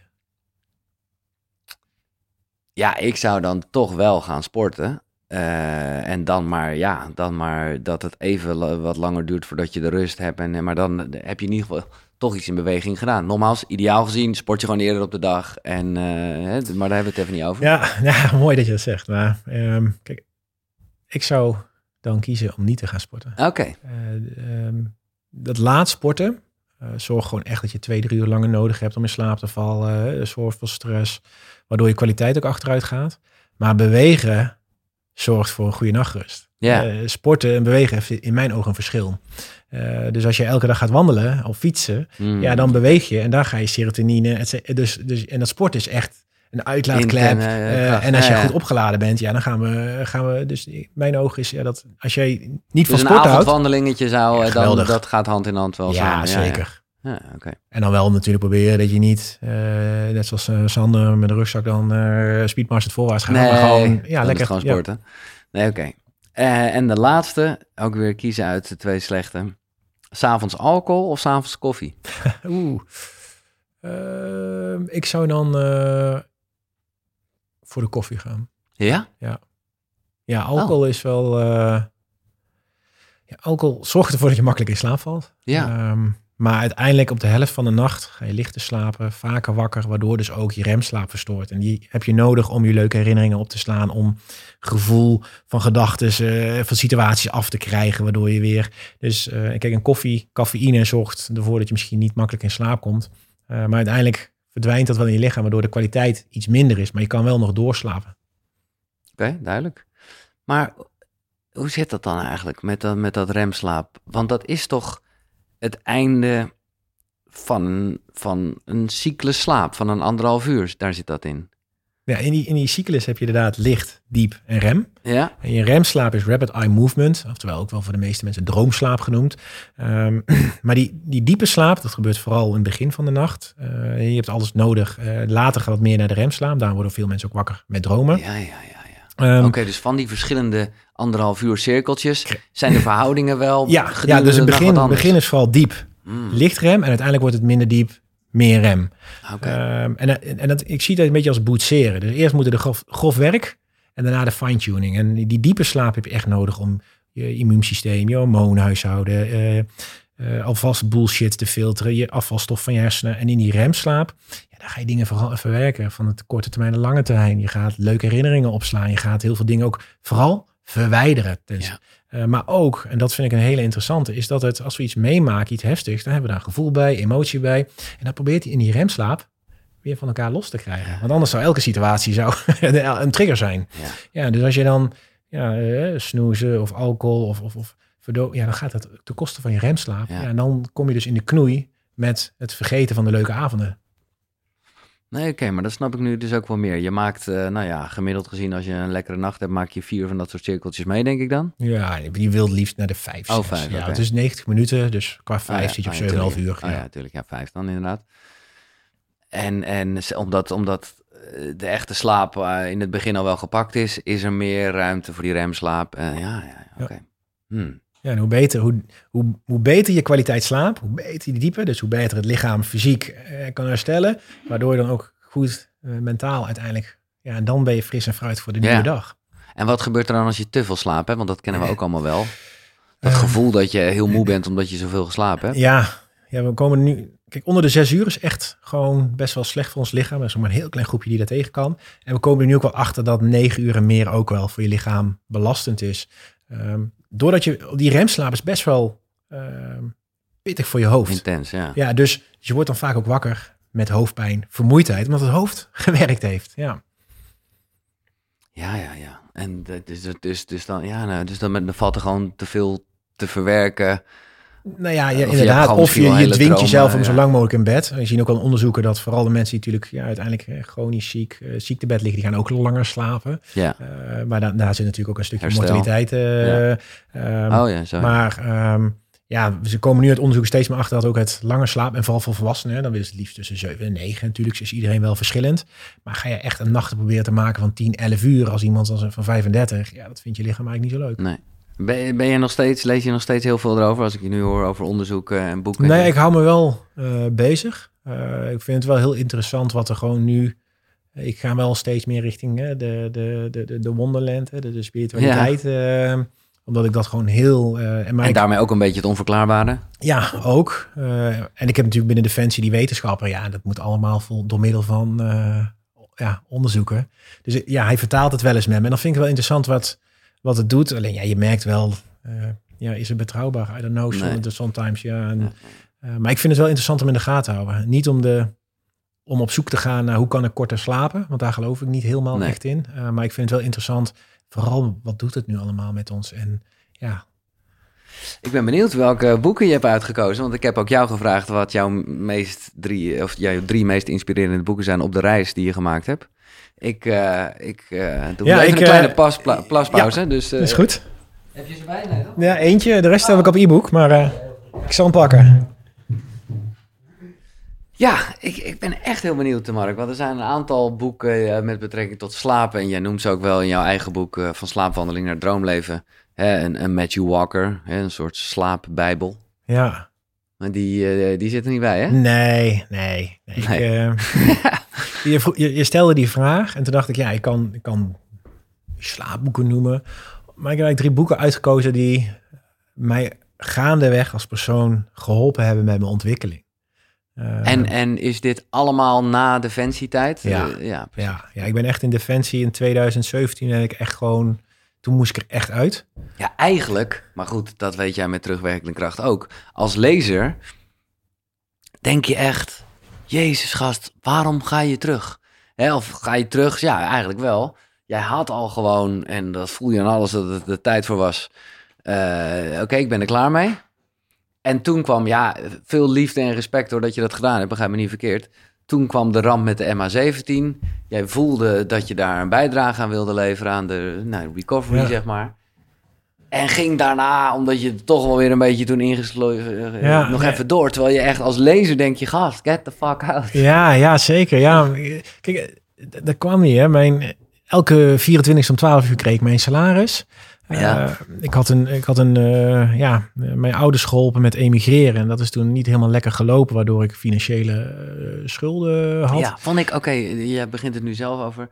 Ja, ik zou dan toch wel gaan sporten. En dan maar dat het even wat langer duurt voordat je de rust hebt. Maar dan heb je in ieder geval toch iets in beweging gedaan. Nogmaals, ideaal gezien sport je gewoon eerder op de dag. Maar daar hebben we het even niet over. Ja, mooi dat je dat zegt. Maar kijk, ik zou dan kiezen om niet te gaan sporten. Oké. Dat laat sporten, zorg gewoon echt dat je 2-3 uur langer nodig hebt om in slaap te vallen. Zorg voor stress, waardoor je kwaliteit ook achteruit gaat. Maar bewegen zorgt voor een goede nachtrust. Sporten en bewegen heeft in mijn ogen een verschil. Dus als je elke dag gaat wandelen of fietsen, dan beweeg je en daar ga je serotonine. Dus, en dat sport is echt een uitlaatklep. En als je goed opgeladen bent, dan gaan we. Dus in mijn ogen is dat als jij niet van sport houdt. Een avondwandelingetje zou, dan dat gaat hand in hand wel samen. Ja, zeker. Ja, okay. En dan wel natuurlijk proberen dat je niet, net zoals Sander met een rugzak dan speedmarch voorwaarts gaat. Nee, maar gewoon, lekker. Gewoon sporten. Nee, oké. En de laatste, ook weer kiezen uit de 2 slechte. 's Avonds alcohol of 's avonds koffie? Ik zou dan voor de koffie gaan. Ja? Ja, alcohol is wel... Ja, alcohol zorgt ervoor dat je makkelijk in slaap valt. Ja. Maar uiteindelijk op de helft van de nacht ga je lichter slapen, vaker wakker, waardoor dus ook je remslaap verstoort. En die heb je nodig om je leuke herinneringen op te slaan, om gevoel van gedachten, van situaties af te krijgen, waardoor je weer... Dus kijk, een cafeïne zorgt ervoor dat je misschien niet makkelijk in slaap komt. Maar uiteindelijk verdwijnt dat wel in je lichaam, waardoor de kwaliteit iets minder is. Maar je kan wel nog doorslapen. Oké, duidelijk. Maar hoe zit dat dan eigenlijk met dat remslaap? Want dat is toch het einde van een cyclus slaap, van 1,5 uur. Daar zit dat in. Ja, in die cyclus heb je inderdaad licht, diep en rem. Ja. En je remslaap is rapid eye movement, oftewel ook wel voor de meeste mensen droomslaap genoemd. Maar die diepe slaap, dat gebeurt vooral in het begin van de nacht. Je hebt alles nodig. Later gaat het meer naar de remslaap. Daar worden veel mensen ook wakker met dromen. Ja. Oké, dus van die verschillende 1,5 uur cirkeltjes zijn de verhoudingen wel ja, dus het begin is vooral diep, licht rem. En uiteindelijk wordt het minder diep, meer rem. Okay. Ik zie dat een beetje als boetseren. Dus eerst moet er de grof werk en daarna de fine-tuning. En die diepe slaap heb je echt nodig om je immuunsysteem, je hormoonhuishouden, alvast bullshit te filteren, je afvalstof van je hersenen. En in die remslaap, daar ga je dingen verwerken van het korte termijn naar lange termijn. Je gaat leuke herinneringen opslaan. Je gaat heel veel dingen ook vooral verwijderen. Dus, maar ook, en dat vind ik een hele interessante, is dat het, als we iets meemaken, iets heftigs, dan hebben we daar gevoel bij, emotie bij. En dan probeert hij in die remslaap weer van elkaar los te krijgen. Want anders zou elke situatie een trigger zijn. Ja, dus als je dan snoezen of alcohol of dan gaat dat ten koste van je remslaap. Ja, en dan kom je dus in de knoei met het vergeten van de leuke avonden. Nee, oké, maar dat snap ik nu dus ook wel meer. Je maakt, gemiddeld gezien, als je een lekkere nacht hebt, maak je 4 van dat soort cirkeltjes mee, denk ik dan? Ja, die wil liefst naar de 5. Oh, 5, ja, het is 90 minuten, dus qua 5 zit je op 7,5 uur. Oh ja, natuurlijk. Ja, 5 dan inderdaad. En omdat de echte slaap in het begin al wel gepakt is er meer ruimte voor die remslaap. Oké. Ja, en hoe beter je kwaliteit slaap, hoe beter die diepe, dus hoe beter het lichaam fysiek kan herstellen, waardoor je dan ook goed mentaal uiteindelijk, en dan ben je fris en fruit voor de nieuwe dag. En wat gebeurt er dan als je te veel slaapt, hè? Want dat kennen we ook allemaal wel. Dat gevoel dat je heel moe bent omdat je zoveel geslapen hebt. Ja, we komen nu, kijk, onder de 6 uur is echt gewoon best wel slecht voor ons lichaam. Er is maar een heel klein groepje die dat tegen kan. En we komen er nu ook wel achter dat 9 uur en meer ook wel voor je lichaam belastend is. Doordat die remslaap is best wel pittig voor je hoofd. Intens, ja. Ja, dus je wordt dan vaak ook wakker met hoofdpijn, vermoeidheid, omdat het hoofd gewerkt heeft. Ja. En dus dan valt er gewoon te veel te verwerken. Nou ja, inderdaad. Of je dwingt jezelf om zo lang mogelijk in bed. Je ziet ook al onderzoeken dat vooral de mensen die natuurlijk uiteindelijk chronisch ziektebed liggen, die gaan ook langer slapen. Ja. Maar daar zit natuurlijk ook een stukje herstel. Mortaliteit. Ze komen nu uit onderzoek steeds meer achter dat ook het langer slaap, en vooral voor volwassenen, dan willen ze het liefst tussen 7 en 9. Natuurlijk is iedereen wel verschillend. Maar ga je echt een nacht proberen te maken van 10, 11 uur als iemand van 35, dat vindt je lichaam eigenlijk niet zo leuk. Nee. Lees je nog steeds heel veel erover als ik je nu hoor over onderzoeken en boeken? Nee, ik hou me wel bezig. Ik vind het wel heel interessant wat er gewoon nu... Ik ga wel steeds meer richting de Wonderland, de spiritualiteit. Ja. Omdat ik dat gewoon heel... en daarmee ook een beetje het onverklaarbare? Ja, ook. En ik heb natuurlijk binnen Defensie die wetenschapper. Ja, dat moet allemaal door middel van onderzoeken. Dus hij vertaalt het wel eens met me. En dan vind ik wel interessant wat het doet. Alleen je merkt wel, is het betrouwbaar? I don't know, sometimes, maar ik vind het wel interessant om in de gaten te houden. Niet om op zoek te gaan naar hoe kan ik korter slapen, want daar geloof ik niet helemaal echt in. Maar ik vind het wel interessant, vooral wat doet het nu allemaal met ons? En ik ben benieuwd welke boeken je hebt uitgekozen, want ik heb ook jou gevraagd wat jouw drie meest inspirerende boeken zijn op de reis die je gemaakt hebt. Ik doe even een kleine plaspauze. Ja, dus, is goed. Heb je ze bij? Nee, toch? Ja, eentje. De rest heb ik op e-book, maar ik zal hem pakken. Ja, ik ben echt heel benieuwd, Mark. Want er zijn een aantal boeken met betrekking tot slapen. En jij noemt ze ook wel in jouw eigen boek van slaapwandeling naar droomleven. Een Matthew Walker, een soort slaapbijbel. Ja. Maar die zit er niet bij, hè? Nee. Je stelde die vraag en toen dacht ik, ik kan slaapboeken noemen. Maar ik heb eigenlijk 3 boeken uitgekozen die mij gaandeweg als persoon geholpen hebben met mijn ontwikkeling. En is dit allemaal na Defensietijd? Ja, ik ben echt in Defensie in 2017 en ik echt gewoon... Toen moest ik er echt uit. Ja, eigenlijk, maar goed, dat weet jij met terugwerkende kracht ook. Als lezer denk je echt... Jezus gast, waarom ga je terug? Of ga je terug? Ja, eigenlijk wel. Jij had al gewoon, en dat voel je aan alles, dat het de tijd voor was. Oké, ik ben er klaar mee. En toen kwam, veel liefde en respect doordat je dat gedaan hebt, begrijp me niet verkeerd. Toen kwam de ramp met de MH17. Jij voelde dat je daar een bijdrage aan wilde leveren aan de recovery, zeg maar. En ging daarna, omdat je toch wel weer een beetje toen ingesloten, nog even door. Terwijl je echt als lezer denk je, gast, get the fuck out. Ja, zeker. Ja, kijk, dat kwam niet, hè. Elke 24 om 12 uur kreeg ik mijn salaris. Ik had mijn ouders geholpen met emigreren. En dat is toen niet helemaal lekker gelopen, waardoor ik financiële schulden had. Ja, vond ik, oké, je begint het nu zelf over.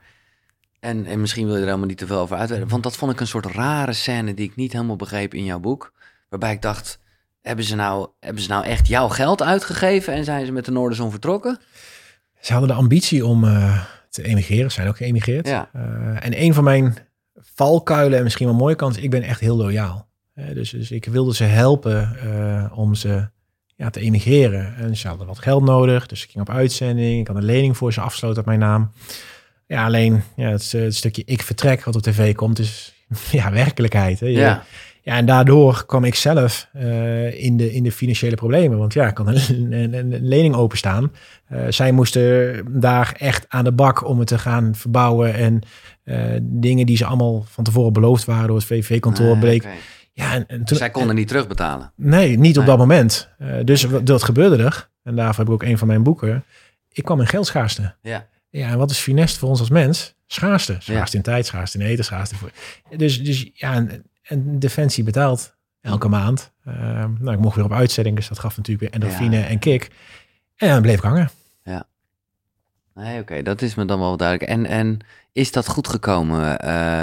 En misschien wil je er helemaal niet te veel over uitweiden. Want dat vond ik een soort rare scène die ik niet helemaal begreep in jouw boek. Waarbij ik dacht, hebben ze nou echt jouw geld uitgegeven en zijn ze met de Noorderzon vertrokken? Ze hadden de ambitie om te emigreren. Ze zijn ook geëmigreerd. Ja. En een van mijn valkuilen en misschien wel mooie kant, ik ben echt heel loyaal. Dus ik wilde ze helpen om ze te emigreren. En ze hadden wat geld nodig, dus ik ging op uitzending. Ik had een lening voor ze afgesloten op mijn naam. Ja, alleen het stukje ik vertrek wat op tv komt is werkelijkheid. Hè. Ja, en daardoor kwam ik zelf in de financiële problemen. Want ik kan een lening openstaan. Zij moesten daar echt aan de bak om het te gaan verbouwen. En dingen die ze allemaal van tevoren beloofd waren door het VVV-kantoor bleek. Okay. Ja, en toen, zij konden niet terugbetalen? Nee, niet op dat moment. Dus dat gebeurde er. En daarvoor heb ik ook een van mijn boeken. Ik kwam in geldschaarste. Ja. Ja, en wat is funest voor ons als mens? Schaarste. Schaarste in tijd, schaarste in eten, schaarste voor... Dus en Defensie betaalt elke maand. Ik mocht weer op uitzending, dus dat gaf natuurlijk weer endorfine en kick. En dan bleef ik hangen. Ja. Nee, oké, dat is me dan wel duidelijk. En is dat goed gekomen?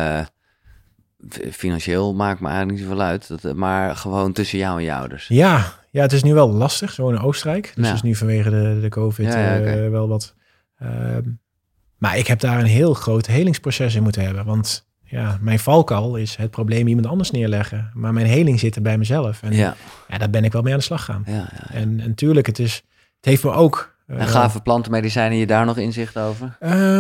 Financieel maakt me eigenlijk niet zoveel uit. Maar gewoon tussen jou en je ouders. Ja, het is nu wel lastig, zo in Oostenrijk. Dus is nu vanwege de COVID wel wat... maar ik heb daar een heel groot helingsproces in moeten hebben. Want mijn valkuil is het probleem iemand anders neerleggen. Maar mijn heling zit er bij mezelf. En daar ben ik wel mee aan de slag gaan. Ja. En natuurlijk, het heeft me ook... en gaven plantenmedicijnen je daar nog inzicht over?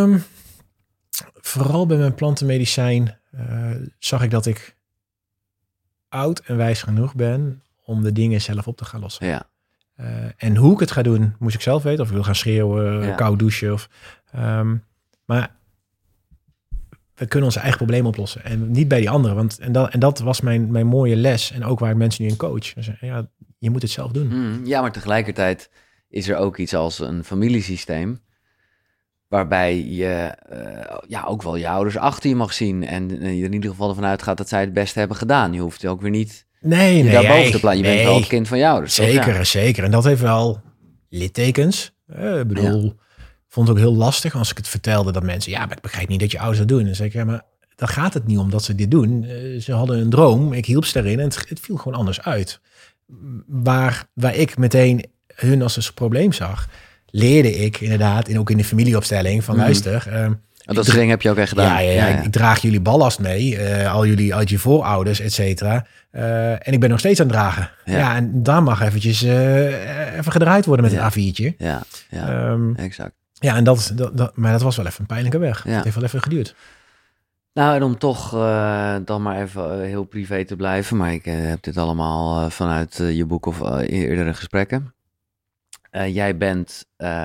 Vooral bij mijn plantenmedicijn zag ik dat ik oud en wijs genoeg ben om de dingen zelf op te gaan lossen. Ja. En hoe ik het ga doen, moest ik zelf weten. Of ik wil gaan schreeuwen, koud douchen. Maar we kunnen onze eigen probleem oplossen. En niet bij die anderen. En dat was mijn mooie les. En ook waar ik mensen nu in coach. Dus, je moet het zelf doen. Ja, maar tegelijkertijd is er ook iets als een familiesysteem. Waarbij je ook wel je ouders achter je mag zien. En je er in ieder geval ervan uitgaat dat zij het beste hebben gedaan. Je hoeft ook weer niet daarboven te plaatsen. Je bent wel het kind van je ouders. Zeker. En dat heeft wel littekens. Ik bedoel, vond het ook heel lastig als ik het vertelde dat mensen... maar ik begrijp niet dat je ouders dat doen. En dan zeg ik, maar dan gaat het niet om dat ze dit doen. Ze hadden een droom, ik hielp ze daarin en het viel gewoon anders uit. Waar ik meteen hun als een probleem zag... leerde ik inderdaad, ook in de familieopstelling van luister... dat soort dingen heb je ook echt gedaan. Ja. Ik draag jullie ballast mee, al je voorouders, et cetera. En ik ben nog steeds aan het dragen. Ja, en daar mag eventjes even gedraaid worden met een A4'tje. Ja, exact. Ja, en maar dat was wel even een pijnlijke weg. Het heeft wel even geduurd. Nou, en om toch dan maar even heel privé te blijven... maar ik heb dit allemaal vanuit je boek of eerdere gesprekken... jij bent,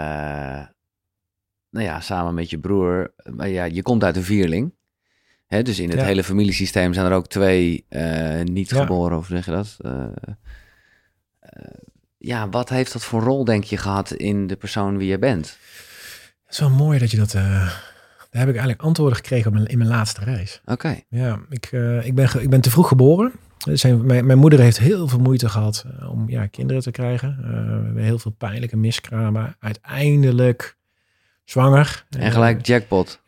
samen met je broer, je komt uit een vierling. Hè, dus in het hele familiesysteem zijn er ook 2 niet geboren, of zeg je dat? Wat heeft dat voor rol, denk je, gehad in de persoon wie je bent? Het is wel mooi dat je dat... daar heb ik eigenlijk antwoorden gekregen in mijn laatste reis. Oké. Ja, ik ben te vroeg geboren. Mijn moeder heeft heel veel moeite gehad om kinderen te krijgen. We hebben heel veel pijnlijke miskramen. Uiteindelijk zwanger. En gelijk jackpot.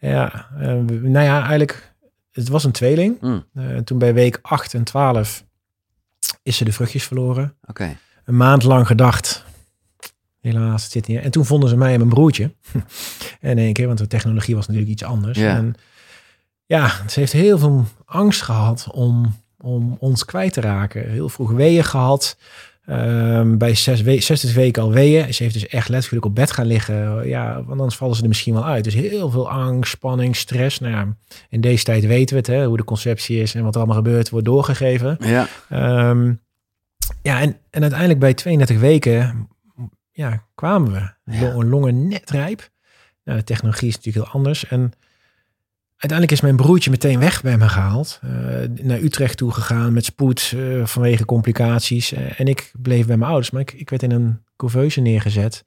Eigenlijk, het was een tweeling. Toen bij week 8 en 12 is ze de vruchtjes verloren. Oké. Een maand lang gedacht, helaas, het zit niet. En toen vonden ze mij en mijn broertje. En in één keer, want de technologie was natuurlijk iets anders. Ja. En ja, ze heeft heel veel angst gehad om ons kwijt te raken. Heel vroeg weeën gehad. Bij 6 weken al weeën. Ze heeft dus echt letterlijk op bed gaan liggen. Ja, want anders vallen ze er misschien wel uit. Dus heel veel angst, spanning, stress. Nou ja, in deze tijd weten we het, hè, hoe de conceptie is en wat er allemaal gebeurt, wordt doorgegeven. Ja. Ja, en uiteindelijk bij 32 weken kwamen we. Ja. Longen net rijp. Nou, de technologie is natuurlijk heel anders. En uiteindelijk is mijn broertje meteen weg bij me gehaald. Naar Utrecht toe gegaan met spoed vanwege complicaties. En ik bleef bij mijn ouders. Maar ik werd in een couveuse neergezet.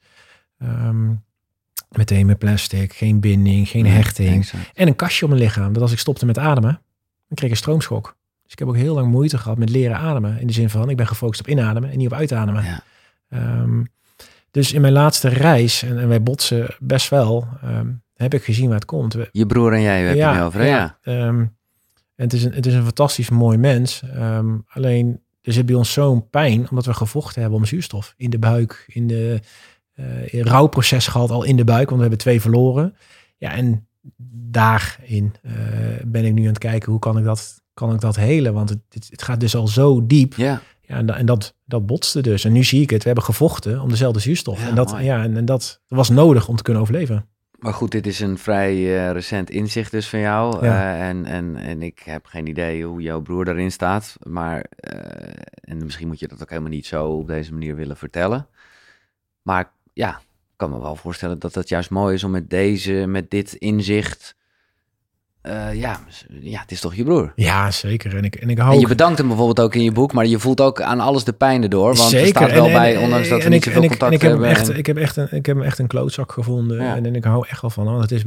Meteen met plastic, geen binding, geen hechting. Exact. En een kastje op mijn lichaam. Dat als ik stopte met ademen, dan kreeg ik een stroomschok. Dus ik heb ook heel lang moeite gehad met leren ademen. In de zin van, ik ben gefocust op inademen en niet op uitademen. Ja. Dus in mijn laatste reis, en wij botsen best wel, heb ik gezien waar het komt. Je broer en jij heb je het over, hè? Ja. En het is een fantastisch mooi mens. Alleen, er zit bij ons zo'n pijn, omdat we gevochten hebben om zuurstof. In de buik, in de rouwproces gehad al in de buik, want we hebben 2 verloren. Ja, en daarin ben ik nu aan het kijken, hoe kan ik dat helen? Want het gaat dus al zo diep. Ja. Ja, en dat botste dus. En nu zie ik het. We hebben gevochten om dezelfde zuurstof. Ja, en dat was nodig om te kunnen overleven. Maar goed, dit is een vrij recent inzicht dus van jou. Ja. En ik heb geen idee hoe jouw broer daarin staat. Maar, en misschien moet je dat ook helemaal niet zo op deze manier willen vertellen. Maar ja, ik kan me wel voorstellen dat het juist mooi is om met dit inzicht... het is toch je broer? Ja, zeker. En ik hou en je bedankt hem bijvoorbeeld ook in je boek, maar je voelt ook aan alles de pijn erdoor. Want zeker. Er staat wel bij, ondanks dat we niet zoveel contact hebben. Ik heb hem echt een klootzak gevonden. Ja. En ik hou echt wel van. Want het is,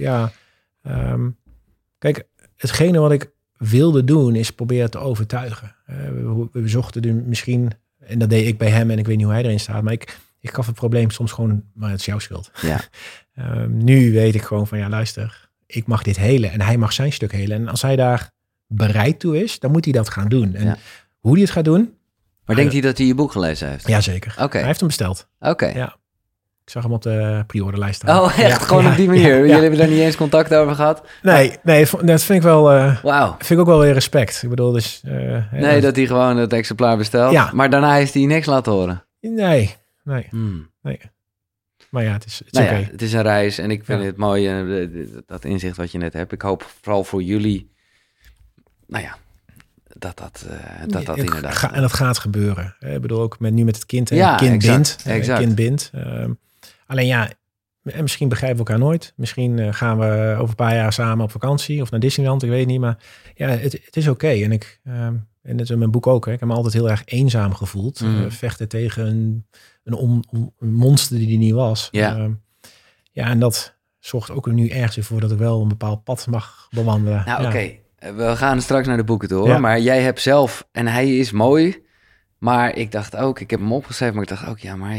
kijk, hetgene wat ik wilde doen is proberen te overtuigen. We zochten er misschien, en dat deed ik bij hem en ik weet niet hoe hij erin staat, maar ik gaf het probleem soms gewoon, maar het is jouw schuld. Ja. Nu weet ik gewoon van, luister, ik mag dit helen en hij mag zijn stuk helen. En als hij daar bereid toe is, dan moet hij dat gaan doen. En hoe hij het gaat doen... Maar denkt hij dat hij je boek gelezen heeft? Jazeker. Okay. Hij heeft hem besteld. Oké. Ja. Ik zag hem op de pre-orderlijst staan. Oh, echt? Gewoon op die manier? Jullie hebben daar niet eens contact over gehad? Nee, dat vind ik wel... Wauw. Vind ik ook wel weer respect. Ik bedoel, dus... dat hij gewoon het exemplaar bestelt. Ja. Maar daarna heeft hij niks laten horen? Nee. Maar ja, het is oké. Ja, het is een reis en ik vind het mooi, dat inzicht wat je net hebt. Ik hoop vooral voor jullie, dat inderdaad... En dat gaat gebeuren. Ik bedoel, ook nu met het kind. Ja, kind exact. bindt. Alleen misschien begrijpen we elkaar nooit. Misschien gaan we over een paar jaar samen op vakantie of naar Disneyland, ik weet niet. Maar ja, het is oké. En en dat is in mijn boek ook. Hè. Ik heb me altijd heel erg eenzaam gevoeld. Vechten tegen een monster die niet was. Ja. En dat zorgt ook nu ergens voor dat ik wel een bepaald pad mag bewandelen. Nou, oké. We gaan straks naar de boeken toe, hoor. Ja. Maar jij hebt zelf, en hij is mooi, maar ik dacht ook, ik heb hem opgeschreven, maar ik dacht ook,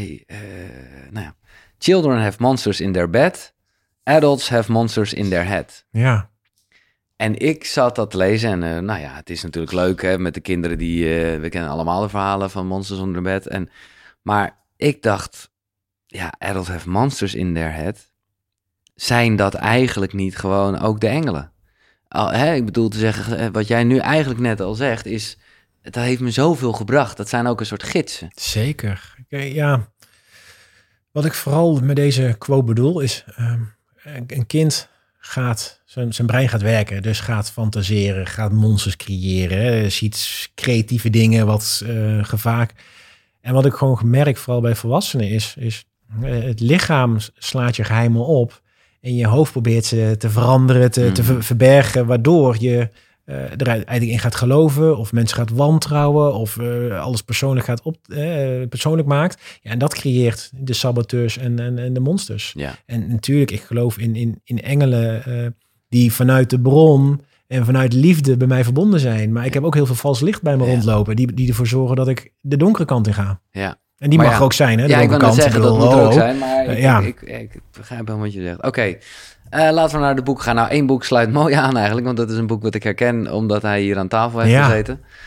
children have monsters in their bed, adults have monsters in their head. Ja. En ik zat dat te lezen en het is natuurlijk leuk, hè, met de kinderen die, we kennen allemaal de verhalen van monsters onder bed. Maar ik dacht, adults have monsters in their head. Zijn dat eigenlijk niet gewoon ook de engelen? Ik bedoel te zeggen, wat jij nu eigenlijk net al zegt, is, dat heeft me zoveel gebracht. Dat zijn ook een soort gidsen. Zeker. Ja. Wat ik vooral met deze quote bedoel is, een kind gaat, zijn brein gaat werken, dus gaat fantaseren, gaat monsters creëren, ziet creatieve dingen, wat gevaar. En wat ik gewoon gemerkt, vooral bij volwassenen, is het lichaam slaat je geheimen op en je hoofd probeert ze te veranderen, te verbergen, waardoor je er eigenlijk in gaat geloven of mensen gaat wantrouwen of alles persoonlijk maakt. Ja, en dat creëert de saboteurs en de monsters. Ja. En natuurlijk, ik geloof in engelen die vanuit de bron en vanuit liefde bij mij verbonden zijn. Maar ik heb ook heel veel vals licht bij me rondlopen die ervoor zorgen dat ik de donkere kant in ga. Ja. En die mag ook zijn, hè? Ja, ik wil net zeggen, dat moet er ook zijn, maar ik begrijp wel wat je zegt. Oké. Laten we naar de boek gaan. Nou, 1 boek sluit mooi aan eigenlijk, want dat is een boek wat ik herken, omdat hij hier aan tafel heeft gezeten.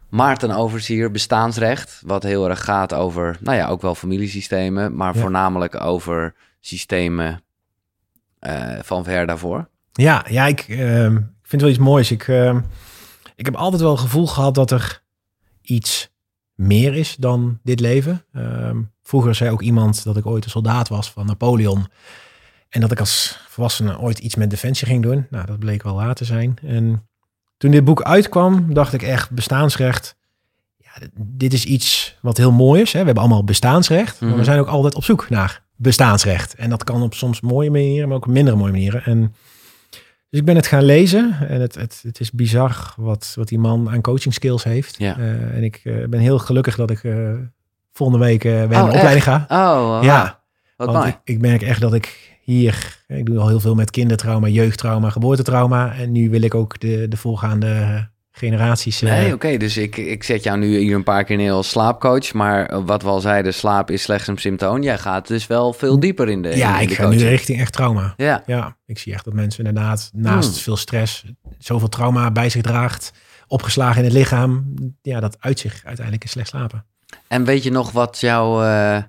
Maarten Overzier, bestaansrecht. Wat heel erg gaat over, ook wel familiesystemen. Maar voornamelijk over systemen van ver daarvoor. Ja, ik vind wel iets moois. Ik heb altijd wel het gevoel gehad dat er iets meer is dan dit leven. Vroeger zei ook iemand dat ik ooit een soldaat was van Napoleon. En dat ik als volwassene ooit iets met defensie ging doen. Nou, dat bleek wel waar te zijn. En toen dit boek uitkwam, dacht ik echt, bestaansrecht. Ja, dit is iets wat heel mooi is. Hè? We hebben allemaal bestaansrecht. Maar we zijn ook altijd op zoek naar bestaansrecht. En dat kan op soms mooie manieren, maar ook op minder mooie manieren. En dus ik ben het gaan lezen. En het is bizar wat die man aan coaching skills heeft. Ja. En ik ben heel gelukkig dat ik volgende week weer naar de opleiding ga. Oh, ja. Wat mooi. Ik merk echt dat ik ik doe al heel veel met kindertrauma, jeugdtrauma, geboortetrauma. En nu wil ik ook de voorgaande generaties... Oké. Dus ik zet jou nu hier een paar keer neer als slaapcoach. Maar wat we al zeiden, slaap is slechts een symptoom. Jij gaat dus wel veel dieper in de ik ga nu richting echt trauma. Ja, ik zie echt dat mensen inderdaad naast veel stress zoveel trauma bij zich draagt. Opgeslagen in het lichaam. Ja, dat uit zich uiteindelijk in slecht slapen. En weet je nog wat jou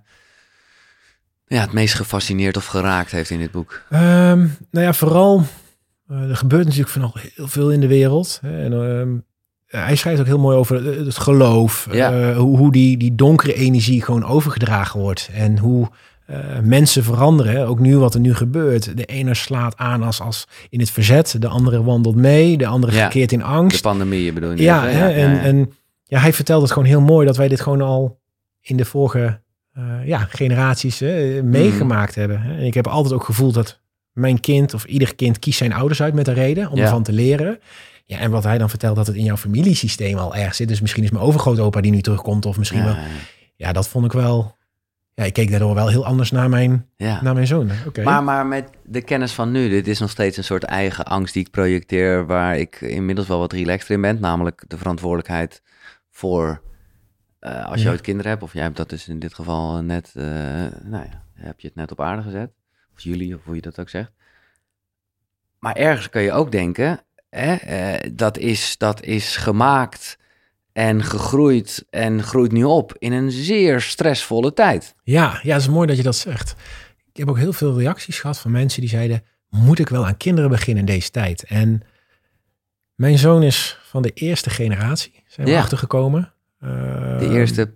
het meest gefascineerd of geraakt heeft in dit boek? Vooral... er gebeurt natuurlijk van al heel veel in de wereld. En hij schrijft ook heel mooi over het geloof. Ja. Hoe die donkere energie gewoon overgedragen wordt. En hoe mensen veranderen. Ook nu wat er nu gebeurt. De ene slaat aan als in het verzet. De andere wandelt mee. De andere verkeert in angst. De pandemie bedoel je? Ja, en hij vertelt het gewoon heel mooi. Dat wij dit gewoon al in de vorige generaties meegemaakt hebben. En ik heb altijd ook gevoeld dat mijn kind of ieder kind kiest zijn ouders uit met een reden om ervan te leren. Ja, en wat hij dan vertelt dat het in jouw familiesysteem al erg zit. Dus misschien is mijn overgrootopa die nu terugkomt of misschien wel. Ja, dat vond ik wel. Ja, ik keek daardoor wel heel anders naar mijn zoon. Okay. Maar met de kennis van nu, dit is nog steeds een soort eigen angst die ik projecteer, waar ik inmiddels wel wat relaxter in ben. Namelijk de verantwoordelijkheid voor als je ooit kinderen hebt, of jij hebt dat dus in dit geval net, heb je het net op aarde gezet. Of jullie, of hoe je dat ook zegt. Maar ergens kun je ook denken, dat is gemaakt en gegroeid en groeit nu op in een zeer stressvolle tijd. Ja, het is mooi dat je dat zegt. Ik heb ook heel veel reacties gehad van mensen die zeiden, moet ik wel aan kinderen beginnen in deze tijd? En mijn zoon is van de eerste generatie, zijn we achtergekomen. De eerste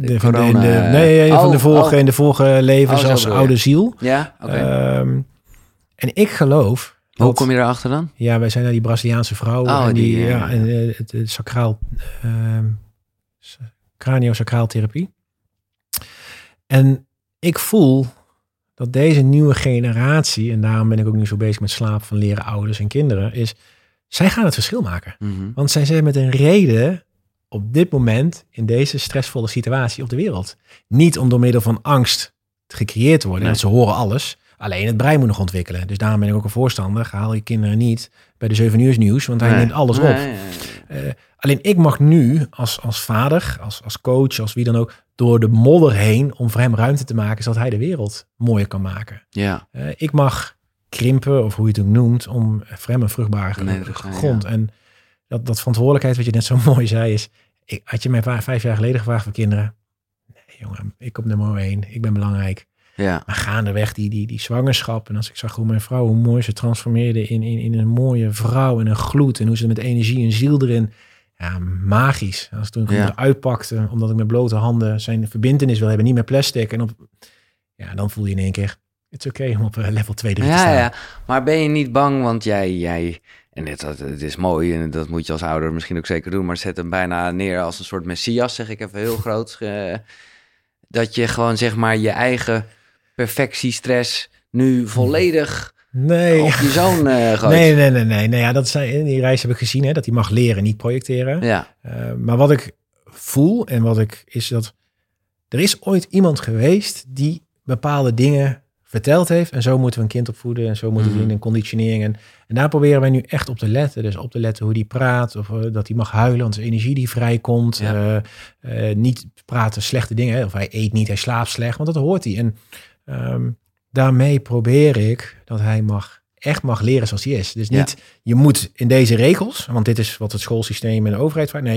in de vorige levens als oude ziel. Ja, oké. En ik geloof... Hoe kom je erachter dan? Ja, wij zijn naar die Braziliaanse vrouw. Het sacraal... craniosacraaltherapie. En ik voel dat deze nieuwe generatie... en daarom ben ik ook nu zo bezig met slaap van leren ouders en kinderen... is zij gaan het verschil maken. Mm-hmm. Want zij zijn met een reden... op dit moment in deze stressvolle situatie op de wereld. Niet om door middel van angst gecreëerd te worden. Nee. Ze horen alles. Alleen het brein moet nog ontwikkelen. Dus daarom ben ik ook een voorstander. Haal je kinderen niet bij de 7 uur nieuws, want hij neemt alles op. Alleen ik mag nu als vader, als coach, als wie dan ook, door de modder heen om voor hem ruimte te maken, zodat hij de wereld mooier kan maken. Ja. Ik mag krimpen, of hoe je het ook noemt, om voor hem een vruchtbare grond. Ja. En dat verantwoordelijkheid, wat je net zo mooi zei, is... Had je mij 5 jaar geleden gevraagd voor kinderen? Nee, jongen, ik op nummer 1. Ik ben belangrijk. Ja. Maar gaandeweg die zwangerschap. En als ik zag hoe mijn vrouw, hoe mooi ze transformeerde in een mooie vrouw en een gloed. En hoe ze met energie en ziel erin... Ja, magisch. Als toen ik hem eruit pakte, omdat ik met blote handen zijn verbintenis wil hebben, niet met plastic. En dan voel je in één keer, het is oké om op level 2, 3 te staan. Ja, maar ben je niet bang, want jij en het is mooi en dat moet je als ouder misschien ook zeker doen, maar zet hem bijna neer als een soort messias, zeg ik even heel groot. Dat je gewoon zeg maar je eigen perfectiestress nu volledig op je zoon gooit. Nee. Ja, dat in die reis heb ik gezien, hè, dat hij mag leren, niet projecteren. Ja. Maar wat ik voel is dat er is ooit iemand geweest die bepaalde dingen verteld heeft. En zo moeten we een kind opvoeden. En zo moeten we in een conditionering. En daar proberen wij nu echt op te letten. Dus op te letten hoe die praat. Of dat hij mag huilen. Want de energie die vrijkomt. Ja. Niet praten slechte dingen. Hè. Of hij eet niet, hij slaapt slecht. Want dat hoort hij. En daarmee probeer ik dat hij echt mag leren zoals hij is. Dus niet, je moet in deze regels. Want dit is wat het schoolsysteem en de overheid vraagt. Nee,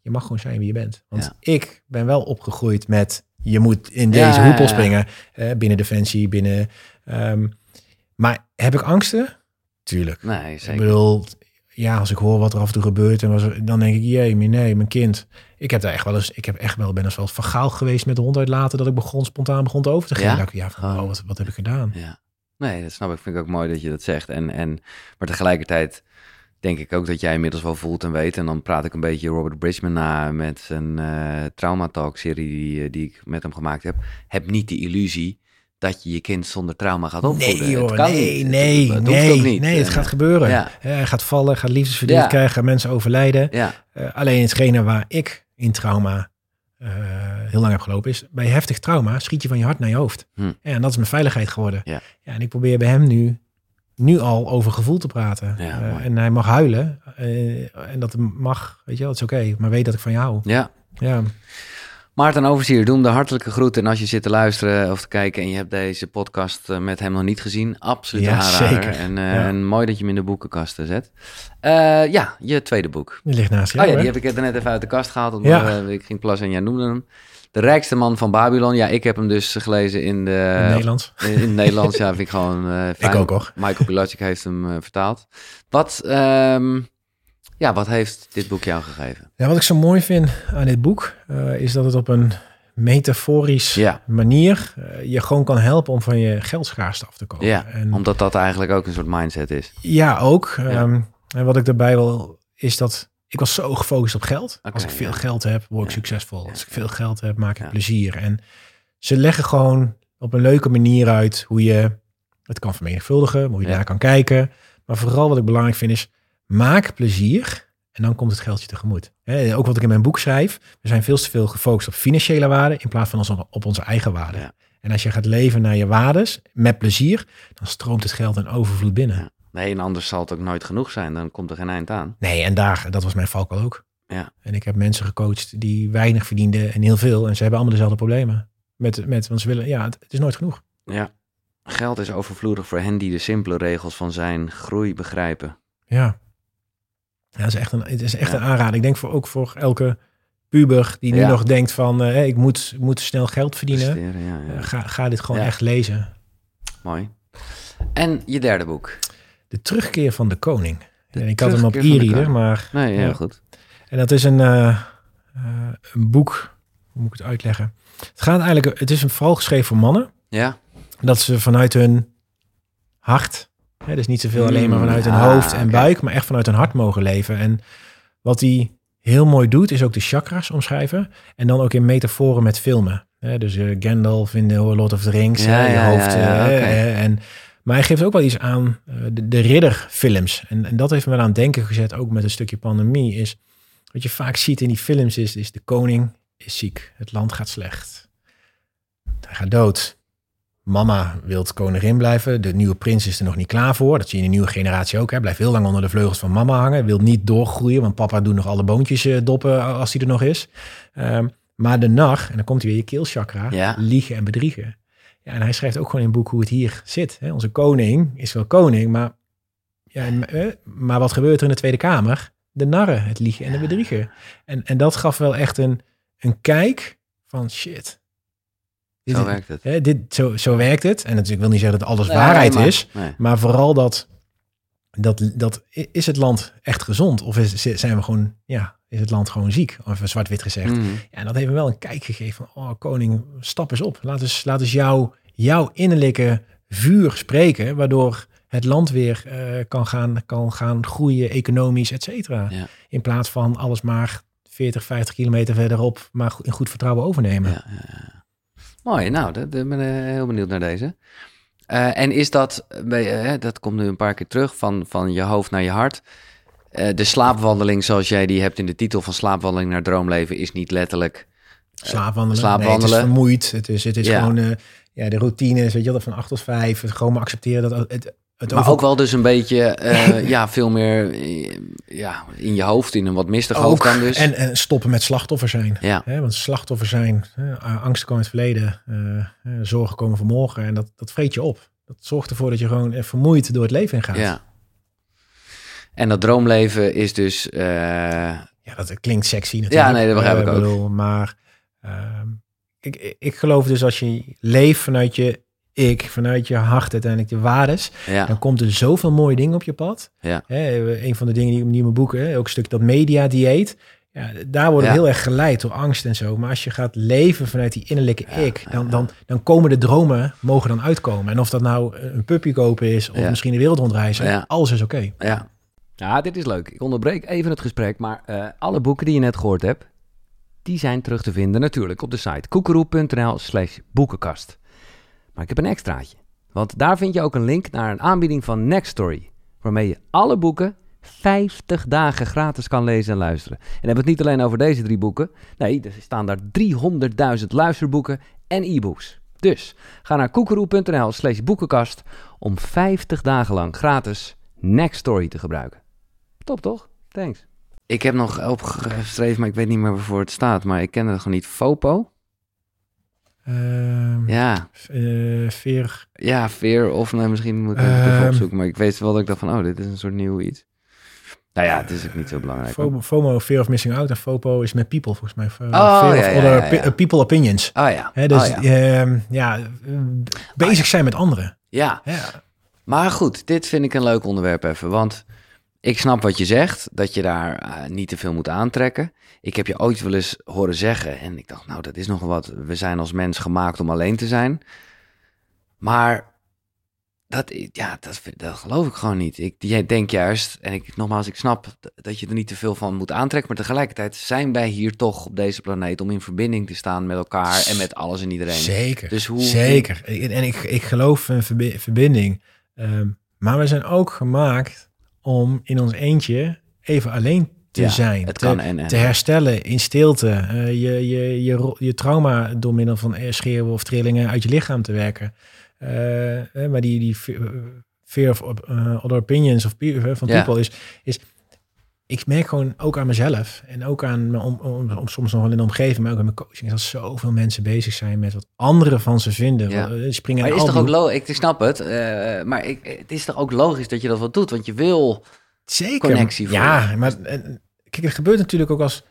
je mag gewoon zijn wie je bent. Want ik ben wel opgegroeid met, je moet in deze hoepel springen. Binnen Defensie, binnen... maar heb ik angsten? Tuurlijk. Nee, zeker. Ik bedoel, als ik hoor wat er af en toe gebeurt, dan denk ik, mijn kind. Ik heb echt wel eens vergaal geweest met de hond uitlaten, dat ik spontaan begon te over te geven. Ja? Wat heb ik gedaan? Ja. Nee, dat snap ik. Vind ik ook mooi dat je dat zegt. Maar tegelijkertijd denk ik ook dat jij inmiddels wel voelt en weet. En dan praat ik een beetje Robert Bridgman na met zijn Trauma Talk serie die ik met hem gemaakt heb. Heb niet de illusie dat je kind zonder trauma gaat opvoeden. Nee, joh, het kan niet. Het hoeft ook niet. Nee, het gaat gebeuren. Ja. Hij gaat vallen, gaat liefdesverdriet krijgen, mensen overlijden. Ja. Alleen hetgene waar ik in trauma heel lang heb gelopen is, bij heftig trauma schiet je van je hart naar je hoofd. En dat is mijn veiligheid geworden. Ja. En ik probeer bij hem nu al over gevoel te praten. Ja, en hij mag huilen. En dat mag, weet je wel, het is oké. Maar weet dat ik van je hou. Ja. Maarten Overzier, doe hem de hartelijke groeten. En als je zit te luisteren of te kijken en je hebt deze podcast met hem nog niet gezien, absoluut aanrader. Zeker. En mooi dat je hem in de boekenkast zet. Je tweede boek. Die ligt naast jou. Die heb ik er net even uit de kast gehaald. Omdat ik ging plassen en jij noemde hem. De rijkste man van Babylon. Ja, ik heb hem dus gelezen in Nederlands. In het Nederlands, vind ik gewoon fijn. Ik ook, hoor. Michael Pilacic heeft hem vertaald. Wat heeft dit boek jou gegeven? Ja, wat ik zo mooi vind aan dit boek is dat het op een metaforisch manier je gewoon kan helpen om van je geldschaarste af te komen. Ja, omdat dat eigenlijk ook een soort mindset is. Ja, ook. En wat ik daarbij wil is dat ik was zo gefocust op geld. Als ik veel geld heb, word ik succesvol. Als ik veel geld heb, maak ik plezier. En ze leggen gewoon op een leuke manier uit hoe je het kan vermenigvuldigen, hoe je daar kan kijken. Maar vooral wat ik belangrijk vind is, maak plezier en dan komt het geldje tegemoet. Ook wat ik in mijn boek schrijf, we zijn veel te veel gefocust op financiële waarden in plaats van op onze eigen waarden. Ja. En als je gaat leven naar je waardes met plezier, dan stroomt het geld in overvloed binnen. Ja. Nee, en anders zal het ook nooit genoeg zijn. Dan komt er geen eind aan. Nee, en dat was mijn valkuil ook. Ja. En ik heb mensen gecoacht die weinig verdienden en heel veel. En ze hebben allemaal dezelfde problemen. Want ze willen, het is nooit genoeg. Ja, geld is overvloedig voor hen die de simpele regels van zijn groei begrijpen. Ja, het is echt een aanrader. Ik denk ook voor elke puber die nu nog denkt van, ik moet snel geld verdienen. Ga dit gewoon echt lezen. Mooi. En je derde boek? De terugkeer van de koning. En ik had hem op e-reader, maar... Nee, heel goed. En dat is een boek, hoe moet ik het uitleggen? Het is vooral geschreven voor mannen. Ja. Dat ze vanuit hun hart, dus niet zoveel alleen maar vanuit hun hoofd en buik, maar echt vanuit hun hart mogen leven. En wat hij heel mooi doet, is ook de chakras omschrijven. En dan ook in metaforen met filmen. Dus Gandalf in de Lord of the Rings, je hoofd. Maar hij geeft ook wel iets aan de ridderfilms. En dat heeft me wel aan het denken gezet, ook met een stukje pandemie, is wat je vaak ziet in die films is de koning is ziek. Het land gaat slecht. Hij gaat dood. Mama wil koningin blijven. De nieuwe prins is er nog niet klaar voor. Dat zie je in de nieuwe generatie ook. Hij blijft heel lang onder de vleugels van mama hangen. Wil niet doorgroeien, want papa doet nog alle boontjes doppen als hij er nog is. Maar de nar, en dan komt hij weer je keelchakra, liegen en bedriegen. Ja, en hij schrijft ook gewoon in het boek hoe het hier zit. Hè? Onze koning is wel koning, maar wat gebeurt er in de Tweede Kamer? De narren, het liegen en de bedriegen. En dat gaf wel echt een kijk van shit. Zo werkt het. Zo werkt het. En natuurlijk wil niet zeggen dat alles waarheid is. Nee. Maar vooral dat is het land echt gezond? Of zijn we gewoon, is het land gewoon ziek? Of zwart-wit gezegd. Mm. Ja, en dat heeft me wel een kijk gegeven van, koning, stap eens op. Laat eens jouw innerlijke vuur spreken, waardoor het land weer kan gaan groeien, economisch, et cetera. Ja. In plaats van alles maar 40, 50 kilometer verderop, maar in goed vertrouwen overnemen. Ja. Mooi, nou, ik ben heel benieuwd naar deze. En is dat komt nu een paar keer terug, van je hoofd naar je hart. De slaapwandeling zoals jij die hebt in de titel van Slaapwandeling naar Droomleven is niet letterlijk slaapwandelen. Nee, het is vermoeid. Het is gewoon de routines, weet je wel, van 8 tot 5. Gewoon maar accepteren dat het maar ook wel dus een beetje veel meer in je hoofd, in een wat mistig hoofd dan dus. En stoppen met slachtoffer zijn. Ja. Want slachtoffer zijn, angst komen in het verleden, zorgen komen voor morgen. En dat vreet je op. Dat zorgt ervoor dat je gewoon vermoeid door het leven in gaat. Ja. En dat droomleven is dus Ja, dat klinkt sexy natuurlijk. Ja, nee, dat begrijp ik ook. Maar ik geloof dus als je leeft vanuit je vanuit je hart, uiteindelijk de waardes, dan komt er zoveel mooie dingen op je pad. Ja. Een van de dingen die in mijn boeken, ook een stukje dat media-dieet, daar worden we heel erg geleid door angst en zo. Maar als je gaat leven vanuit die innerlijke dan komen de dromen, mogen dan uitkomen. En of dat nou een puppy kopen is, of misschien de wereld rondreizen, alles is oké. Ja, dit is leuk. Ik onderbreek even het gesprek, maar alle boeken die je net gehoord hebt, die zijn terug te vinden natuurlijk op de site koekeroe.nl/boekenkast. Maar ik heb een extraatje, want daar vind je ook een link naar een aanbieding van Nextory, waarmee je alle boeken 50 dagen gratis kan lezen en luisteren. En dan hebben we het niet alleen over deze 3 boeken. Nee, er staan daar 300.000 luisterboeken en e-books. Dus ga naar koekeroe.nl/boekenkast om 50 dagen lang gratis Nextory te gebruiken. Top toch? Thanks. Ik heb nog opgeschreven, maar ik weet niet meer waarvoor het staat. Maar ik ken het gewoon niet. Fopo? Veer. Ja, Veer. Of misschien moet ik het even opzoeken. Maar ik weet wel dat ik dacht van, dit is een soort nieuw iets. Nou ja, het is ook niet zo belangrijk. FOMO, Fear of Missing Out. En FOPO is met people, volgens mij. People Opinions. Bezig zijn met anderen. Ja. Maar goed, dit vind ik een leuk onderwerp even. Want ik snap wat je zegt, dat je daar niet te veel moet aantrekken. Ik heb je ooit wel eens horen zeggen, en ik dacht, dat is nog wat. We zijn als mens gemaakt om alleen te zijn. Maar dat geloof ik gewoon niet. Jij denkt juist, en ik snap dat je er niet te veel van moet aantrekken, maar tegelijkertijd zijn wij hier toch op deze planeet om in verbinding te staan met elkaar en met alles en iedereen. Zeker, dus zeker. En ik geloof in verbinding. Maar we zijn ook gemaakt om in ons eentje even alleen te zijn. Te herstellen in stilte. Je trauma door middel van schreeuwen of trillingen uit je lichaam te werken. Maar die fear of other opinions of van people is... Ik merk gewoon ook aan mezelf en ook aan soms nog wel in de omgeving, maar ook in mijn coaching, dat zoveel mensen bezig zijn met wat anderen van ze vinden. Ja. Springen maar is toch ook logisch? Ik snap het, maar het is toch ook logisch dat je dat wel doet, want je wil connectie voelen. Ja, maar kijk, het gebeurt natuurlijk ook als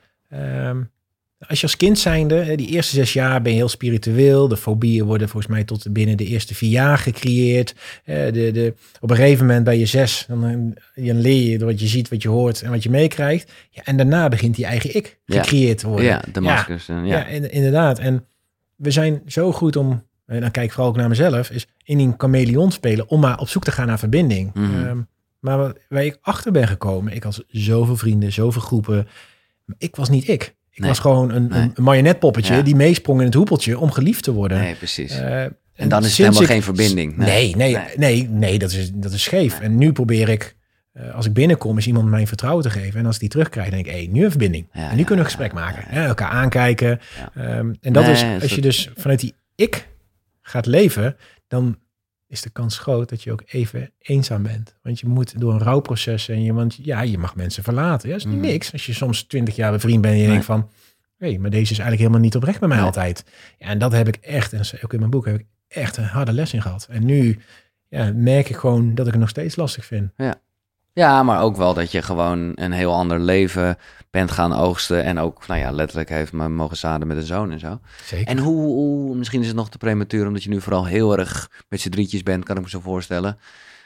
je als kind zijnde, die eerste 6 jaar ben je heel spiritueel. De fobieën worden volgens mij tot binnen de eerste 4 jaar gecreëerd. Op een gegeven moment bij je 6, dan leer je wat je ziet, wat je hoort en wat je meekrijgt. Ja, en daarna begint die eigen ik gecreëerd te worden. Ja, de maskers. Inderdaad. En we zijn zo goed om, en dan kijk ik vooral ook naar mezelf, is in een chameleon spelen om maar op zoek te gaan naar verbinding. Mm-hmm. Maar waar ik achter ben gekomen, ik had zoveel vrienden, zoveel groepen. Maar ik was niet ik. Ik was gewoon een marionetpoppetje die meesprong in het hoepeltje om geliefd te worden. Nee, precies. En dan is het helemaal geen verbinding. Nee, dat is scheef. Ja. En nu probeer ik, als ik binnenkom, is iemand mijn vertrouwen te geven. En als ik die terugkrijg, denk ik, nu een verbinding. Ja, en nu kunnen we een gesprek maken. Ja. Elkaar aankijken. Ja. En dat is, als je dus vanuit die ik gaat leven, dan is de kans groot dat je ook even eenzaam bent. Want je moet door een rouwproces en je mag mensen verlaten. Ja, dat is niet niks. Als je soms 20 jaar bevriend bent en je denkt van, maar deze is eigenlijk helemaal niet oprecht bij mij altijd. Ja, en dat heb ik echt, en ook in mijn boek heb ik echt een harde les in gehad. En nu merk ik gewoon dat ik het nog steeds lastig vind. Ja, maar ook wel dat je gewoon een heel ander leven bent gaan oogsten. En ook, letterlijk heeft me mogen zaden met een zoon en zo. Zeker. En hoe, misschien is het nog te prematuur, omdat je nu vooral heel erg met z'n drietjes bent, kan ik me zo voorstellen.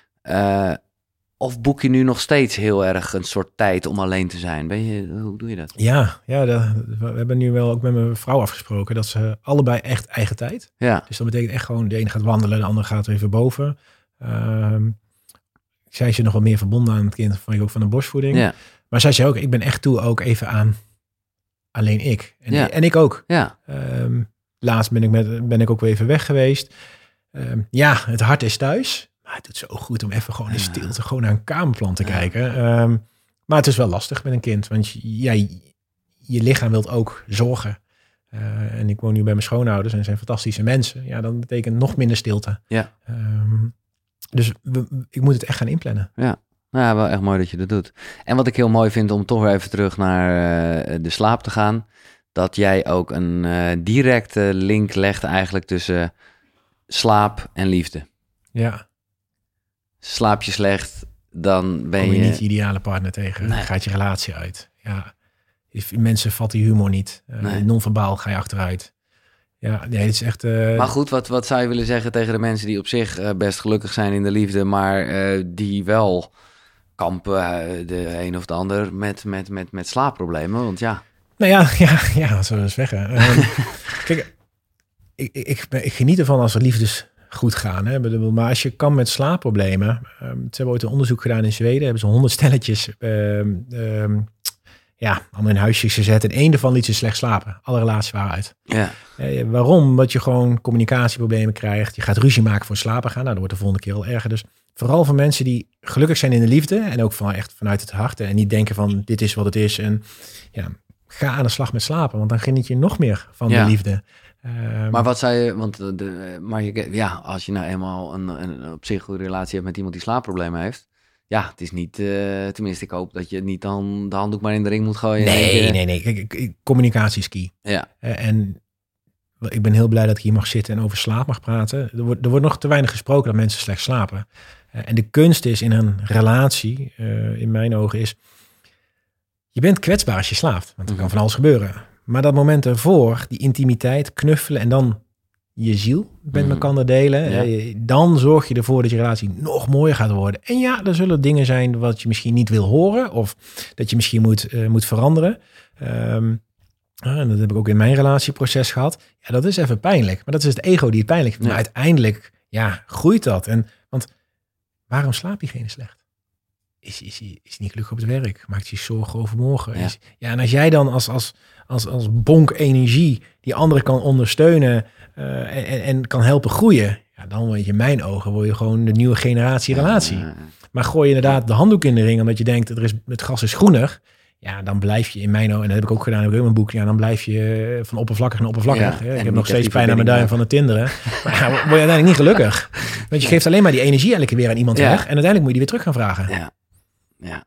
Of boek je nu nog steeds heel erg een soort tijd om alleen te zijn? Hoe doe je dat? Ja, we hebben nu wel ook met mijn vrouw afgesproken dat ze allebei echt eigen tijd. Ja. Dus dat betekent echt gewoon, de ene gaat wandelen, de andere gaat even boven. Zij is nog wat meer verbonden aan het kind, ook van de borstvoeding. Ja. Maar zij zei ook, ik ben echt toe ook even aan alleen ik. En ik ook. Ja. Laatst ben ik ook weer even weg geweest. Het hart is thuis. Maar het doet zo goed om even gewoon in stilte, gewoon naar een kamerplan te kijken. Maar het is wel lastig met een kind. Want je lichaam wilt ook zorgen. En ik woon nu bij mijn schoonouders en zijn fantastische mensen. Ja, dat betekent nog minder stilte. Ja. Dus ik moet het echt gaan inplannen. Ja, wel echt mooi dat je dat doet. En wat ik heel mooi vind om toch weer even terug naar de slaap te gaan, dat jij ook een directe link legt eigenlijk tussen slaap en liefde. Ja. Slaap je slecht, dan ben Kom je niet de ideale partner tegen. Dan gaat je relatie uit. Ja. Mensen vatten die humor niet. Non-verbaal ga je achteruit. Ja, nee, het is echt... Maar goed, wat zou je willen zeggen tegen de mensen die op zich best gelukkig zijn in de liefde, maar die wel kampen, de een of de ander, met slaapproblemen? Want ja... Nou ja, dat zou ik zeggen. Kijk, ik geniet ervan als er liefdes goed gaan. Hè? Maar als je kan met slaapproblemen... ze hebben ooit een onderzoek gedaan in Zweden. Hebben ze 100 stelletjes... allemaal in huisjes gezet. En één daarvan liet ze slecht slapen. Alle relaties waren uit. Ja. Waarom? Omdat je gewoon communicatieproblemen krijgt. Je gaat ruzie maken voor slapen gaan. Nou, dat wordt de volgende keer al erger. Dus vooral voor mensen die gelukkig zijn in de liefde. En ook echt vanuit het hart. En niet denken van dit is wat het is. En ja, ga aan de slag met slapen. Want dan geniet je nog meer van de liefde. Maar wat zou je... Want als je nou eenmaal een op zich goede relatie hebt met iemand die slaapproblemen heeft... Ja, het is niet... tenminste, ik hoop dat je niet dan de handdoek maar in de ring moet gooien. Nee. Kijk, communicatie is key. Ja. En ik ben heel blij dat ik hier mag zitten en over slaap mag praten. Er wordt nog te weinig gesproken dat mensen slecht slapen. En de kunst is in een relatie, in mijn ogen, is... Je bent kwetsbaar als je slaapt. Want er kan van alles gebeuren. Maar dat moment ervoor, die intimiteit, knuffelen en dan je ziel met elkaar delen. Ja. Dan zorg je ervoor dat je relatie nog mooier gaat worden. En ja, er zullen dingen zijn wat je misschien niet wil horen. Of dat je misschien moet veranderen. En dat heb ik ook in mijn relatieproces gehad. Ja, dat is even pijnlijk. Maar dat is het ego die het pijnlijk vindt. Maar uiteindelijk groeit dat. Want waarom slaapt diegene slecht? Is niet gelukkig op het werk? Maakt zich zorgen over morgen? Ja. En als jij dan als bonk energie die anderen kan ondersteunen en kan helpen groeien, dan word je in mijn ogen gewoon de nieuwe generatie relatie. Maar gooi je inderdaad de handdoek in de ring omdat je denkt het gras is groener, dan blijf je in mijn ogen, en dat heb ik ook gedaan, heb ik ook in mijn boek, dan blijf je van oppervlakkig naar oppervlakkig. Ik heb nog steeds pijn aan mijn duim van het tinderen. Maar word je uiteindelijk niet gelukkig. Want je geeft alleen maar die energie elke keer weer aan iemand weg en uiteindelijk moet je die weer terug gaan vragen. Ja.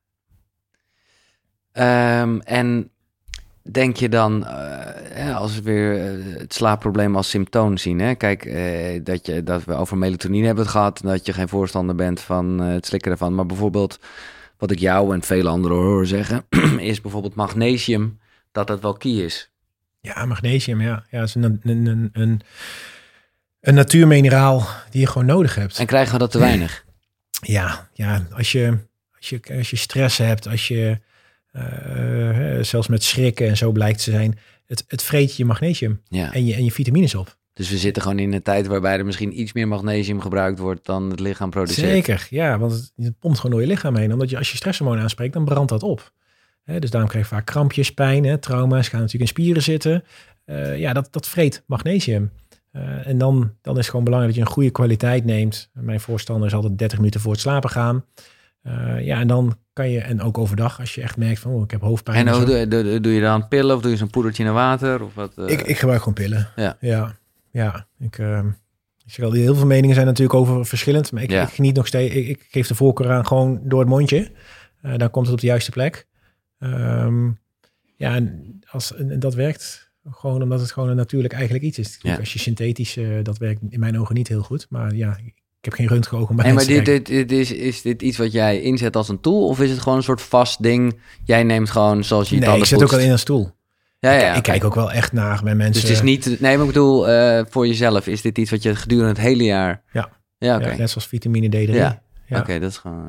En denk je dan, als we weer het slaapprobleem als symptoom zien, hè? Kijk, dat we over melatonine hebben het gehad, dat je geen voorstander bent van het slikken ervan, maar bijvoorbeeld wat ik jou en vele anderen hoor zeggen, is bijvoorbeeld magnesium, dat wel key is. Ja, magnesium, ja is een natuurmineraal die je gewoon nodig hebt. En krijgen we dat te weinig? Ja, als je stress hebt, als je zelfs met schrikken en zo blijkt te zijn, het vreet je magnesium en je vitamines op. Dus we zitten gewoon in een tijd waarbij er misschien iets meer magnesium gebruikt wordt dan het lichaam produceert. Zeker, ja, want het pompt gewoon door je lichaam heen. Omdat als je stresshormoon aanspreekt, dan brandt dat op. Dus daarom krijg je vaak krampjes, pijn, trauma's, gaan natuurlijk in spieren zitten. Dat vreet magnesium. En dan is het gewoon belangrijk dat je een goede kwaliteit neemt. Mijn voorstander is altijd 30 minuten voor het slapen gaan. En dan kan je, en ook overdag, als je echt merkt van, ik heb hoofdpijn. En doe je dan pillen of doe je zo'n poedertje naar water? Of wat, Ik gebruik gewoon pillen. Ja. Ik zeg al, heel veel meningen zijn natuurlijk over verschillend. Maar ik geniet nog steeds, ik geef de voorkeur aan gewoon door het mondje. Dan komt het op de juiste plek. En dat werkt gewoon omdat het gewoon een natuurlijk eigenlijk iets is. Als je synthetisch, dat werkt in mijn ogen niet heel goed. Maar ik heb geen röntgenogen bij. Maar is dit iets wat jij inzet als een tool? Of is het gewoon een soort vast ding? Jij neemt gewoon zoals je het ik zet ook al in als tool. Ik kijk ook wel echt naar bij mensen. Dus het is niet... Nee, maar ik bedoel, voor jezelf. Is dit iets wat je gedurende het hele jaar... Ja, okay. Net zoals vitamine D3. Ja. Oké, dat is gewoon...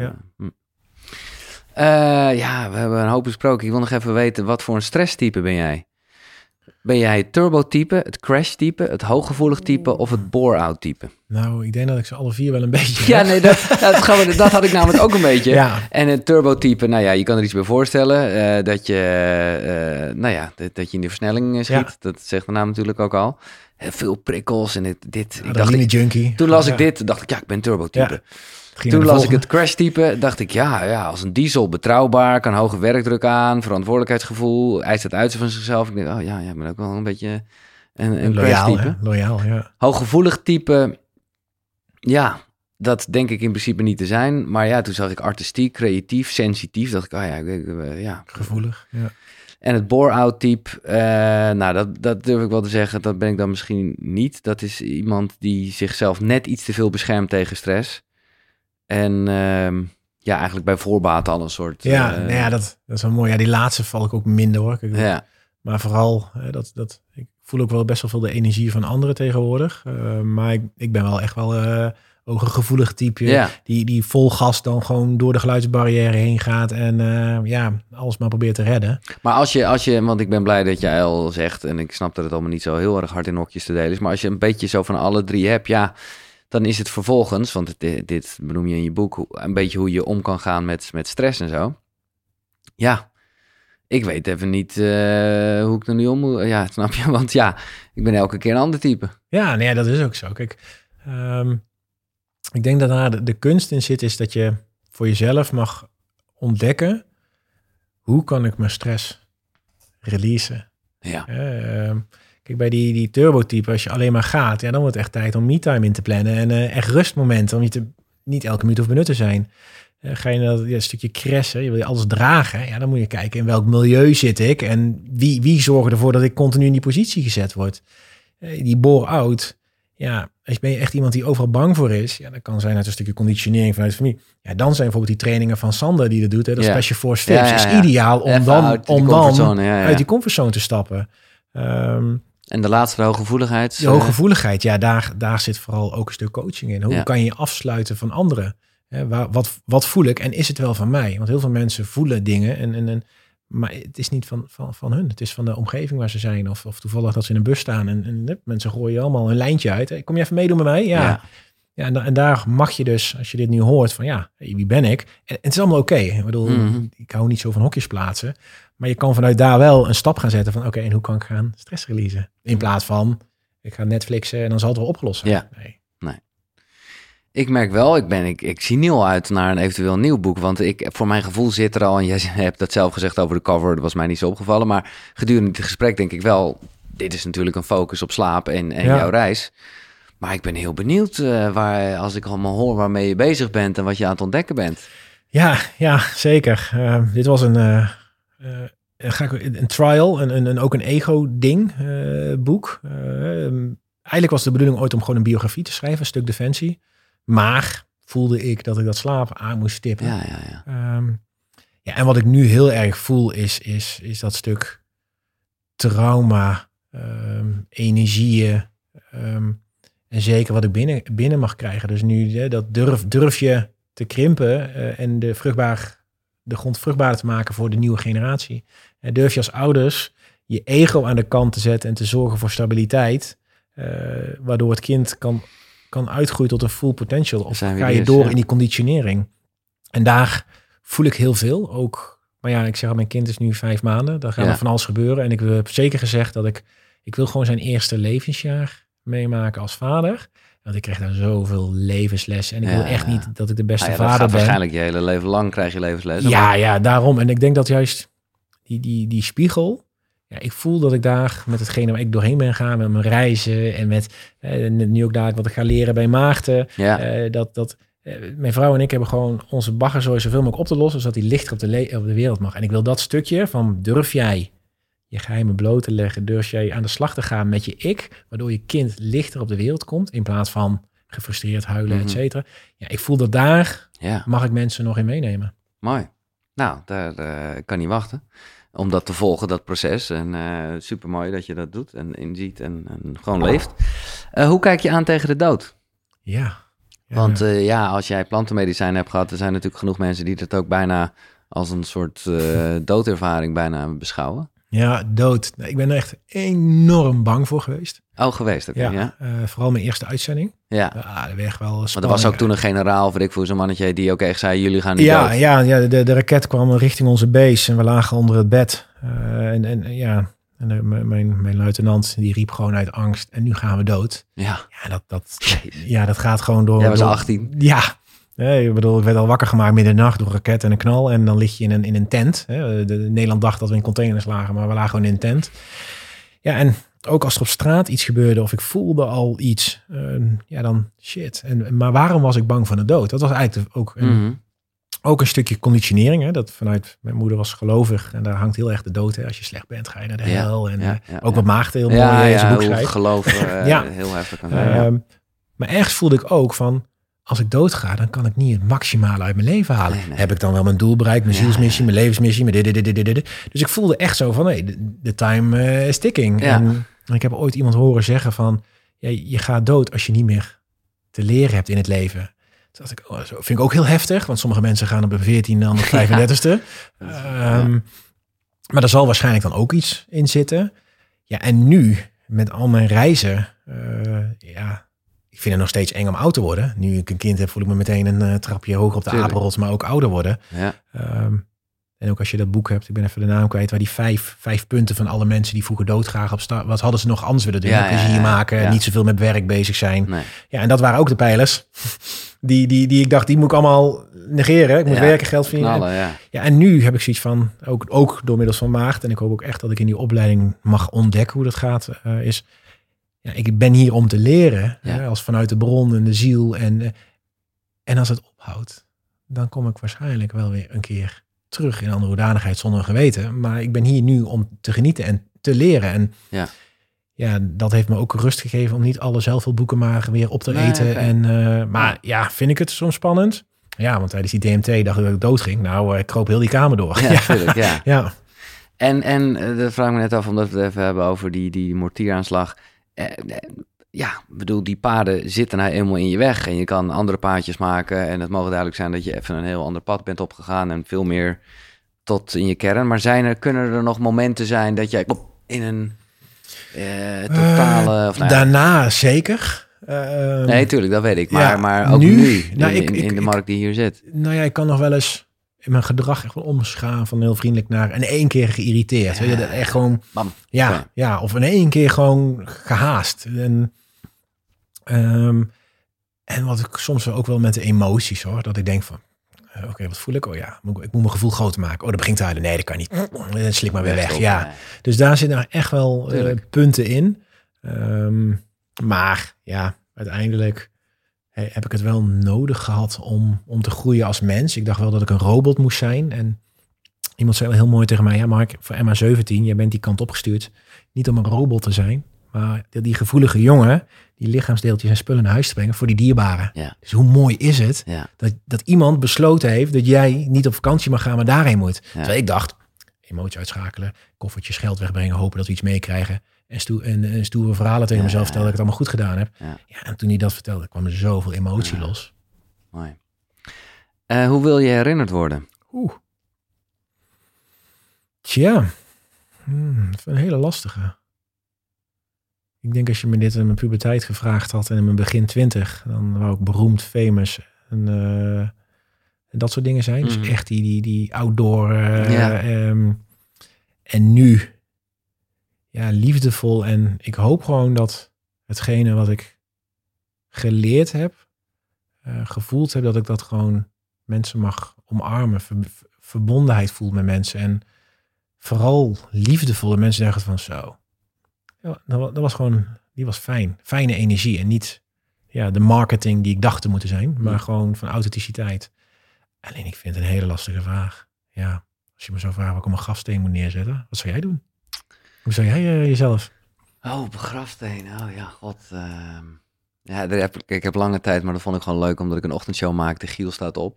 we hebben een hoop besproken. Ik wil nog even weten, wat voor een stresstype ben jij? Ben jij het turbo-type, het crash-type, het hooggevoelig type of het bore-out type? Nou, ik denk dat ik ze alle vier wel een beetje heb. Ja, nee, dat had ik namelijk ook een beetje. Ja. En het turbo-type, je kan er iets bij voorstellen. Dat je in de versnelling schiet. Ja. Dat zegt de naam natuurlijk ook al. Veel prikkels en dit. Junkie. Toen las ik dit, dacht ik, ik ben turbo-type. Ja. Toen las ik het crash-type, dacht ik, als een diesel, betrouwbaar, kan hoge werkdruk aan, verantwoordelijkheidsgevoel, eist het uit van zichzelf. Ik denk, ik ben ook wel een beetje een crash-type. Loyaal, ja. Hooggevoelig type, dat denk ik in principe niet te zijn. Maar toen zag ik artistiek, creatief, sensitief. Dacht ik, gevoelig, ja. En het bore-out type, dat durf ik wel te zeggen, dat ben ik dan misschien niet. Dat is iemand die zichzelf net iets te veel beschermt tegen stress. En eigenlijk bij voorbaat al een soort... dat is wel mooi. Ja, die laatste val ik ook minder hoor. Kijk, maar vooral, ik voel ook wel best wel veel de energie van anderen tegenwoordig. Maar ik ben wel echt wel ook een gevoelig type. Die vol gas dan gewoon door de geluidsbarrière heen gaat. En alles maar probeert te redden. Maar als je, want ik ben blij dat jij al zegt... en ik snap dat het allemaal niet zo heel erg hard in hokjes te delen is... maar als je een beetje zo van alle drie hebt... dan is het vervolgens, want dit benoem je in je boek... een beetje hoe je om kan gaan met stress en zo. Ja, ik weet even niet hoe ik er nu om moet... Ja, snap je? Want ik ben elke keer een ander type. Ja, nee, dat is ook zo. Kijk, ik denk dat daar de kunst in zit... is dat je voor jezelf mag ontdekken... hoe kan ik mijn stress releasen? Ja. Kijk, bij die turbotype, als je alleen maar gaat... dan wordt het echt tijd om me-time in te plannen... en echt rustmomenten, om je niet elke minuut hoeft benut te zijn... ga je dat een stukje crashen, je wil je alles dragen... dan moet je kijken in welk milieu zit ik... en wie zorgt ervoor dat ik continu in die positie gezet word. Die bore-out, ben je echt iemand die overal bang voor is... dat kan zijn uit een stukje conditionering vanuit de familie. Dan zijn bijvoorbeeld die trainingen van Sander die dat doet... dat Special Force Tips is ideaal om dan uit die comfortzone te stappen... En de laatste, de hooggevoeligheid. De hooggevoeligheid, daar zit vooral ook een stuk coaching in. Hoe kan je je afsluiten van anderen? Wat voel ik en is het wel van mij? Want heel veel mensen voelen dingen, maar het is niet van hun. Het is van de omgeving waar ze zijn. Of toevallig dat ze in een bus staan en mensen gooien allemaal een lijntje uit. Kom je even meedoen met mij? Ja, en daar mag je dus, als je dit nu hoort, van wie ben ik? En het is allemaal oké. Ik bedoel, ik hou niet zo van hokjes plaatsen. Maar je kan vanuit daar wel een stap gaan zetten van... en hoe kan ik gaan stress releasen? In plaats van, ik ga Netflixen en dan zal het wel opgelost zijn. Nee. Ik merk wel, ik zie nu al uit naar een eventueel nieuw boek. Want voor mijn gevoel zit er al... en jij hebt dat zelf gezegd over de cover, dat was mij niet zo opgevallen. Maar gedurende het gesprek denk ik wel... dit is natuurlijk een focus op slaap en jouw reis. Maar ik ben heel benieuwd als ik allemaal hoor waarmee je bezig bent... en wat je aan het ontdekken bent. Ja, zeker. Dit was een trial en ook een ego-ding boek. Eigenlijk was de bedoeling ooit om gewoon een biografie te schrijven, een stuk defensie. Maar voelde ik dat ik dat slaap aan moest stippen. Ja. En wat ik nu heel erg voel is dat stuk trauma, energieën en zeker wat ik binnen mag krijgen. Dus nu dat durf je te krimpen en de grond vruchtbaar te maken voor de nieuwe generatie. Durf je als ouders je ego aan de kant te zetten en te zorgen voor stabiliteit, waardoor het kind kan uitgroeien tot een full potential. Of ga je door in die conditionering? En daar voel ik heel veel. Ook, maar ik zeg al, mijn kind is nu 5 maanden. Daar gaat er van alles gebeuren. En ik heb zeker gezegd dat ik wil gewoon zijn eerste levensjaar meemaken als vader. Want ik krijg daar zoveel levenslessen. En ik wil echt niet dat ik de beste vader ben. Waarschijnlijk je hele leven lang krijg je levenslessen. Ja, daarom. En ik denk dat juist die spiegel... ik voel dat ik daar met hetgene waar ik doorheen ben gegaan... met mijn reizen en met nu ook dadelijk wat ik ga leren bij Maarten... mijn vrouw en ik hebben gewoon onze baggerzooi zoveel mogelijk op te lossen... zodat die lichter op de wereld mag. En ik wil dat stukje van durf jij je geheimen bloot te leggen... durf jij aan de slag te gaan met je ik... waardoor je kind lichter op de wereld komt... in plaats van gefrustreerd huilen, et cetera. Ik voel dat daar mag ik mensen nog in meenemen. Mooi. Nou, daar kan niet wachten om dat te volgen, dat proces. En supermooi dat je dat doet en inziet en gewoon leeft. Hoe kijk je aan tegen de dood? Want als jij plantenmedicijn hebt gehad... er zijn natuurlijk genoeg mensen die dat ook bijna... als een soort doodervaring bijna beschouwen. Ja, dood. Ik ben er echt enorm bang voor geweest. Oh, geweest ook. Vooral mijn eerste uitzending. Ja. De weg wel spanning. Maar er was ook toen een generaal, voor ik voor zo'n mannetje... die ook echt zei, jullie gaan niet dood. Ja, de raket kwam richting onze base... en we lagen onder het bed. Mijn luitenant die riep gewoon uit angst... en nu gaan we dood. Dat gaat gewoon door... Jij was 18. Ja. Ik bedoel, ik werd al wakker gemaakt midden in de nacht door een raket en een knal. En dan lig je in een tent. Nederland dacht dat we in containers lagen, maar we lagen gewoon in een tent. Ja, en ook als er op straat iets gebeurde of ik voelde al iets, dan shit. Maar waarom was ik bang van de dood? Dat was eigenlijk ook een stukje conditionering. Hè? Dat vanuit mijn moeder was gelovig en daar hangt heel erg de dood. Hè? Als je slecht bent, ga je naar de hel. En ook wat Maarten heel mooi in zijn boek schrijft. Geloof heel heftig. Maar ergens voelde ik ook van, als ik doodga, dan kan ik niet het maximale uit mijn leven halen. Nee. Heb ik dan wel mijn doel bereikt, mijn zielsmissie, mijn levensmissie, mijn dit. Dus ik voelde echt zo van, de time is ticking. Ja. En ik heb ooit iemand horen zeggen van, je gaat dood als je niet meer te leren hebt in het leven. Dat vind ik ook heel heftig, want sommige mensen gaan op een 14e, dan op 35e. Maar daar zal waarschijnlijk dan ook iets in zitten. Ja, en nu, met al mijn reizen, ik vind het nog steeds eng om oud te worden. Nu ik een kind heb, voel ik me meteen een trapje hoog op de apenrots, maar ook ouder worden. Ja. En ook als je dat boek hebt, ik ben even de naam kwijt, waar die vijf punten van alle mensen die vroeger doodgraag op start, wat hadden ze nog anders willen doen? Plezier maken, niet zoveel met werk bezig zijn. Nee. Ja, en dat waren ook de pijlers die ik dacht, die moet ik allemaal negeren. Ik moet werken, geld verdienen. Knallen, en nu heb ik zoiets van, ook door middels van Maagd, en ik hoop ook echt dat ik in die opleiding mag ontdekken hoe dat gaat, is, ik ben hier om te leren, als vanuit de bron en de ziel. En als het ophoudt, dan kom ik waarschijnlijk wel weer een keer terug in andere hoedanigheid zonder een geweten. Maar ik ben hier nu om te genieten en te leren. En dat heeft me ook rust gegeven om niet alle zelfhulpboeken maar weer op te eten. Okay. Maar vind ik het soms spannend? Ja, want tijdens die DMT dacht ik dat ik dood ging. Nou, ik kroop heel die kamer door. Ja, natuurlijk, ja. En dat vraag ik me net af, omdat we het even hebben over die mortieraanslag. Die paden zitten nou eenmaal in je weg. En je kan andere paadjes maken. En het mogen duidelijk zijn dat je even een heel ander pad bent opgegaan. En veel meer tot in je kern. Maar kunnen er nog momenten zijn dat jij in een totale... daarna zeker. Nee, tuurlijk, dat weet ik. Maar ook nu in de markt die hier zit. Nou ja, ik kan nog wel eens in mijn gedrag echt wel omschaan van heel vriendelijk naar en één keer geïrriteerd. Weet je, dat echt gewoon... Bam. Of in één keer gewoon gehaast. En wat ik soms ook wel met de emoties hoor, dat ik denk van, oké, wat voel ik? Oh ja, ik moet mijn gevoel groter maken. Oh, dat begint te huilen. Nee, dat kan niet. Dan slik maar weer weg. Ja. Dus daar zitten nou echt wel punten in. Maar ja, uiteindelijk heb ik het wel nodig gehad om te groeien als mens. Ik dacht wel dat ik een robot moest zijn. En iemand zei wel heel mooi tegen mij, ja Mark, voor MA17, jij bent die kant opgestuurd. Niet om een robot te zijn, maar die gevoelige jongen, die lichaamsdeeltjes en spullen naar huis te brengen voor die dierbaren. Ja. Dus hoe mooi is het dat iemand besloten heeft dat jij niet op vakantie mag gaan, maar daarheen moet. Ja. Terwijl ik dacht, emotie uitschakelen, koffertjes geld wegbrengen, hopen dat we iets meekrijgen. En stoere verhalen tegen mezelf vertellen dat ik het allemaal goed gedaan heb. Ja, en toen hij dat vertelde, kwam er zoveel emotie los. Mooi. Hoe wil je herinnerd worden? Tja, dat is een hele lastige. Ik denk als je me dit in mijn puberteit gevraagd had en in mijn begin 20, dan wou ik beroemd, famous en dat soort dingen zijn. Dus echt die outdoor. En nu, liefdevol. En ik hoop gewoon dat hetgene wat ik geleerd heb, gevoeld heb, dat ik dat gewoon mensen mag omarmen. Verbondenheid voel met mensen. En vooral liefdevolle mensen zeggen van zo. Ja, dat was gewoon, die was fijn. Fijne energie en niet de marketing die ik dacht te moeten zijn, maar gewoon van authenticiteit. Alleen ik vind het een hele lastige vraag. Ja, als je me zou vragen waar ik op een grafsteen moet neerzetten, wat zou jij doen? Hoe zou jij jezelf? Oh, op een grafsteen. Oh ja, god. Ik heb lange tijd, maar dat vond ik gewoon leuk, omdat ik een ochtendshow maakte. Giel staat op.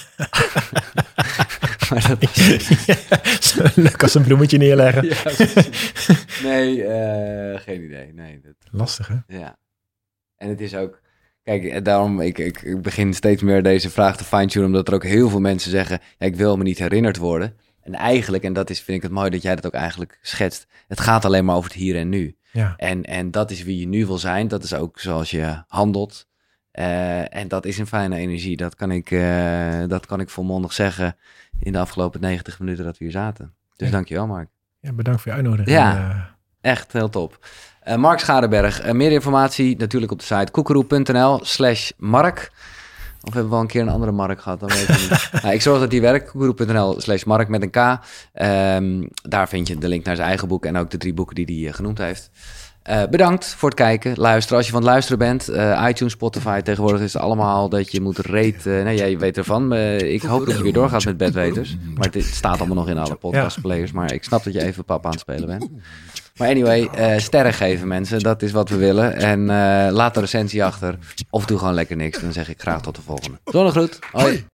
Maar dat is... leuk als een bloemetje neerleggen. Nee, geen idee. Nee, lastig, hè? Ja. En het is ook... Kijk, daarom, ik begin steeds meer deze vraag te fine-tunen, omdat er ook heel veel mensen zeggen, ik wil me niet herinnerd worden. En eigenlijk, en dat is, vind ik het mooi dat jij dat ook eigenlijk schetst, het gaat alleen maar over het hier en nu. Ja. En dat is wie je nu wil zijn, dat is ook zoals je handelt. En dat is een fijne energie, dat kan ik volmondig zeggen in de afgelopen 90 minuten dat we hier zaten. Dus dankjewel, Mark. Ja, bedankt voor je uitnodiging. Ja, echt heel top. Mark Schadeberg, meer informatie natuurlijk op de site koekeroe.nl/Mark. Of hebben we al een keer een andere Mark gehad, dan weet ik niet. Nou, ik zorg dat die werkt, koekeroe.nl/Mark met een K. Daar vind je de link naar zijn eigen boek en ook de 3 boeken die hij genoemd heeft. Bedankt voor het kijken, luisteren. Als je van het luisteren bent, iTunes, Spotify, tegenwoordig is het allemaal dat je moet rate. Nee, jij weet ervan. Ik hoop dat je weer doorgaat met Bedweters. Maar het staat allemaal nog in alle podcastplayers. Maar ik snap dat je even papa aan het spelen bent. Maar anyway, sterren geven mensen, dat is wat we willen. En laat een recensie achter. Of doe gewoon lekker niks. Dan zeg ik graag tot de volgende. Zonnegroet. Hoi.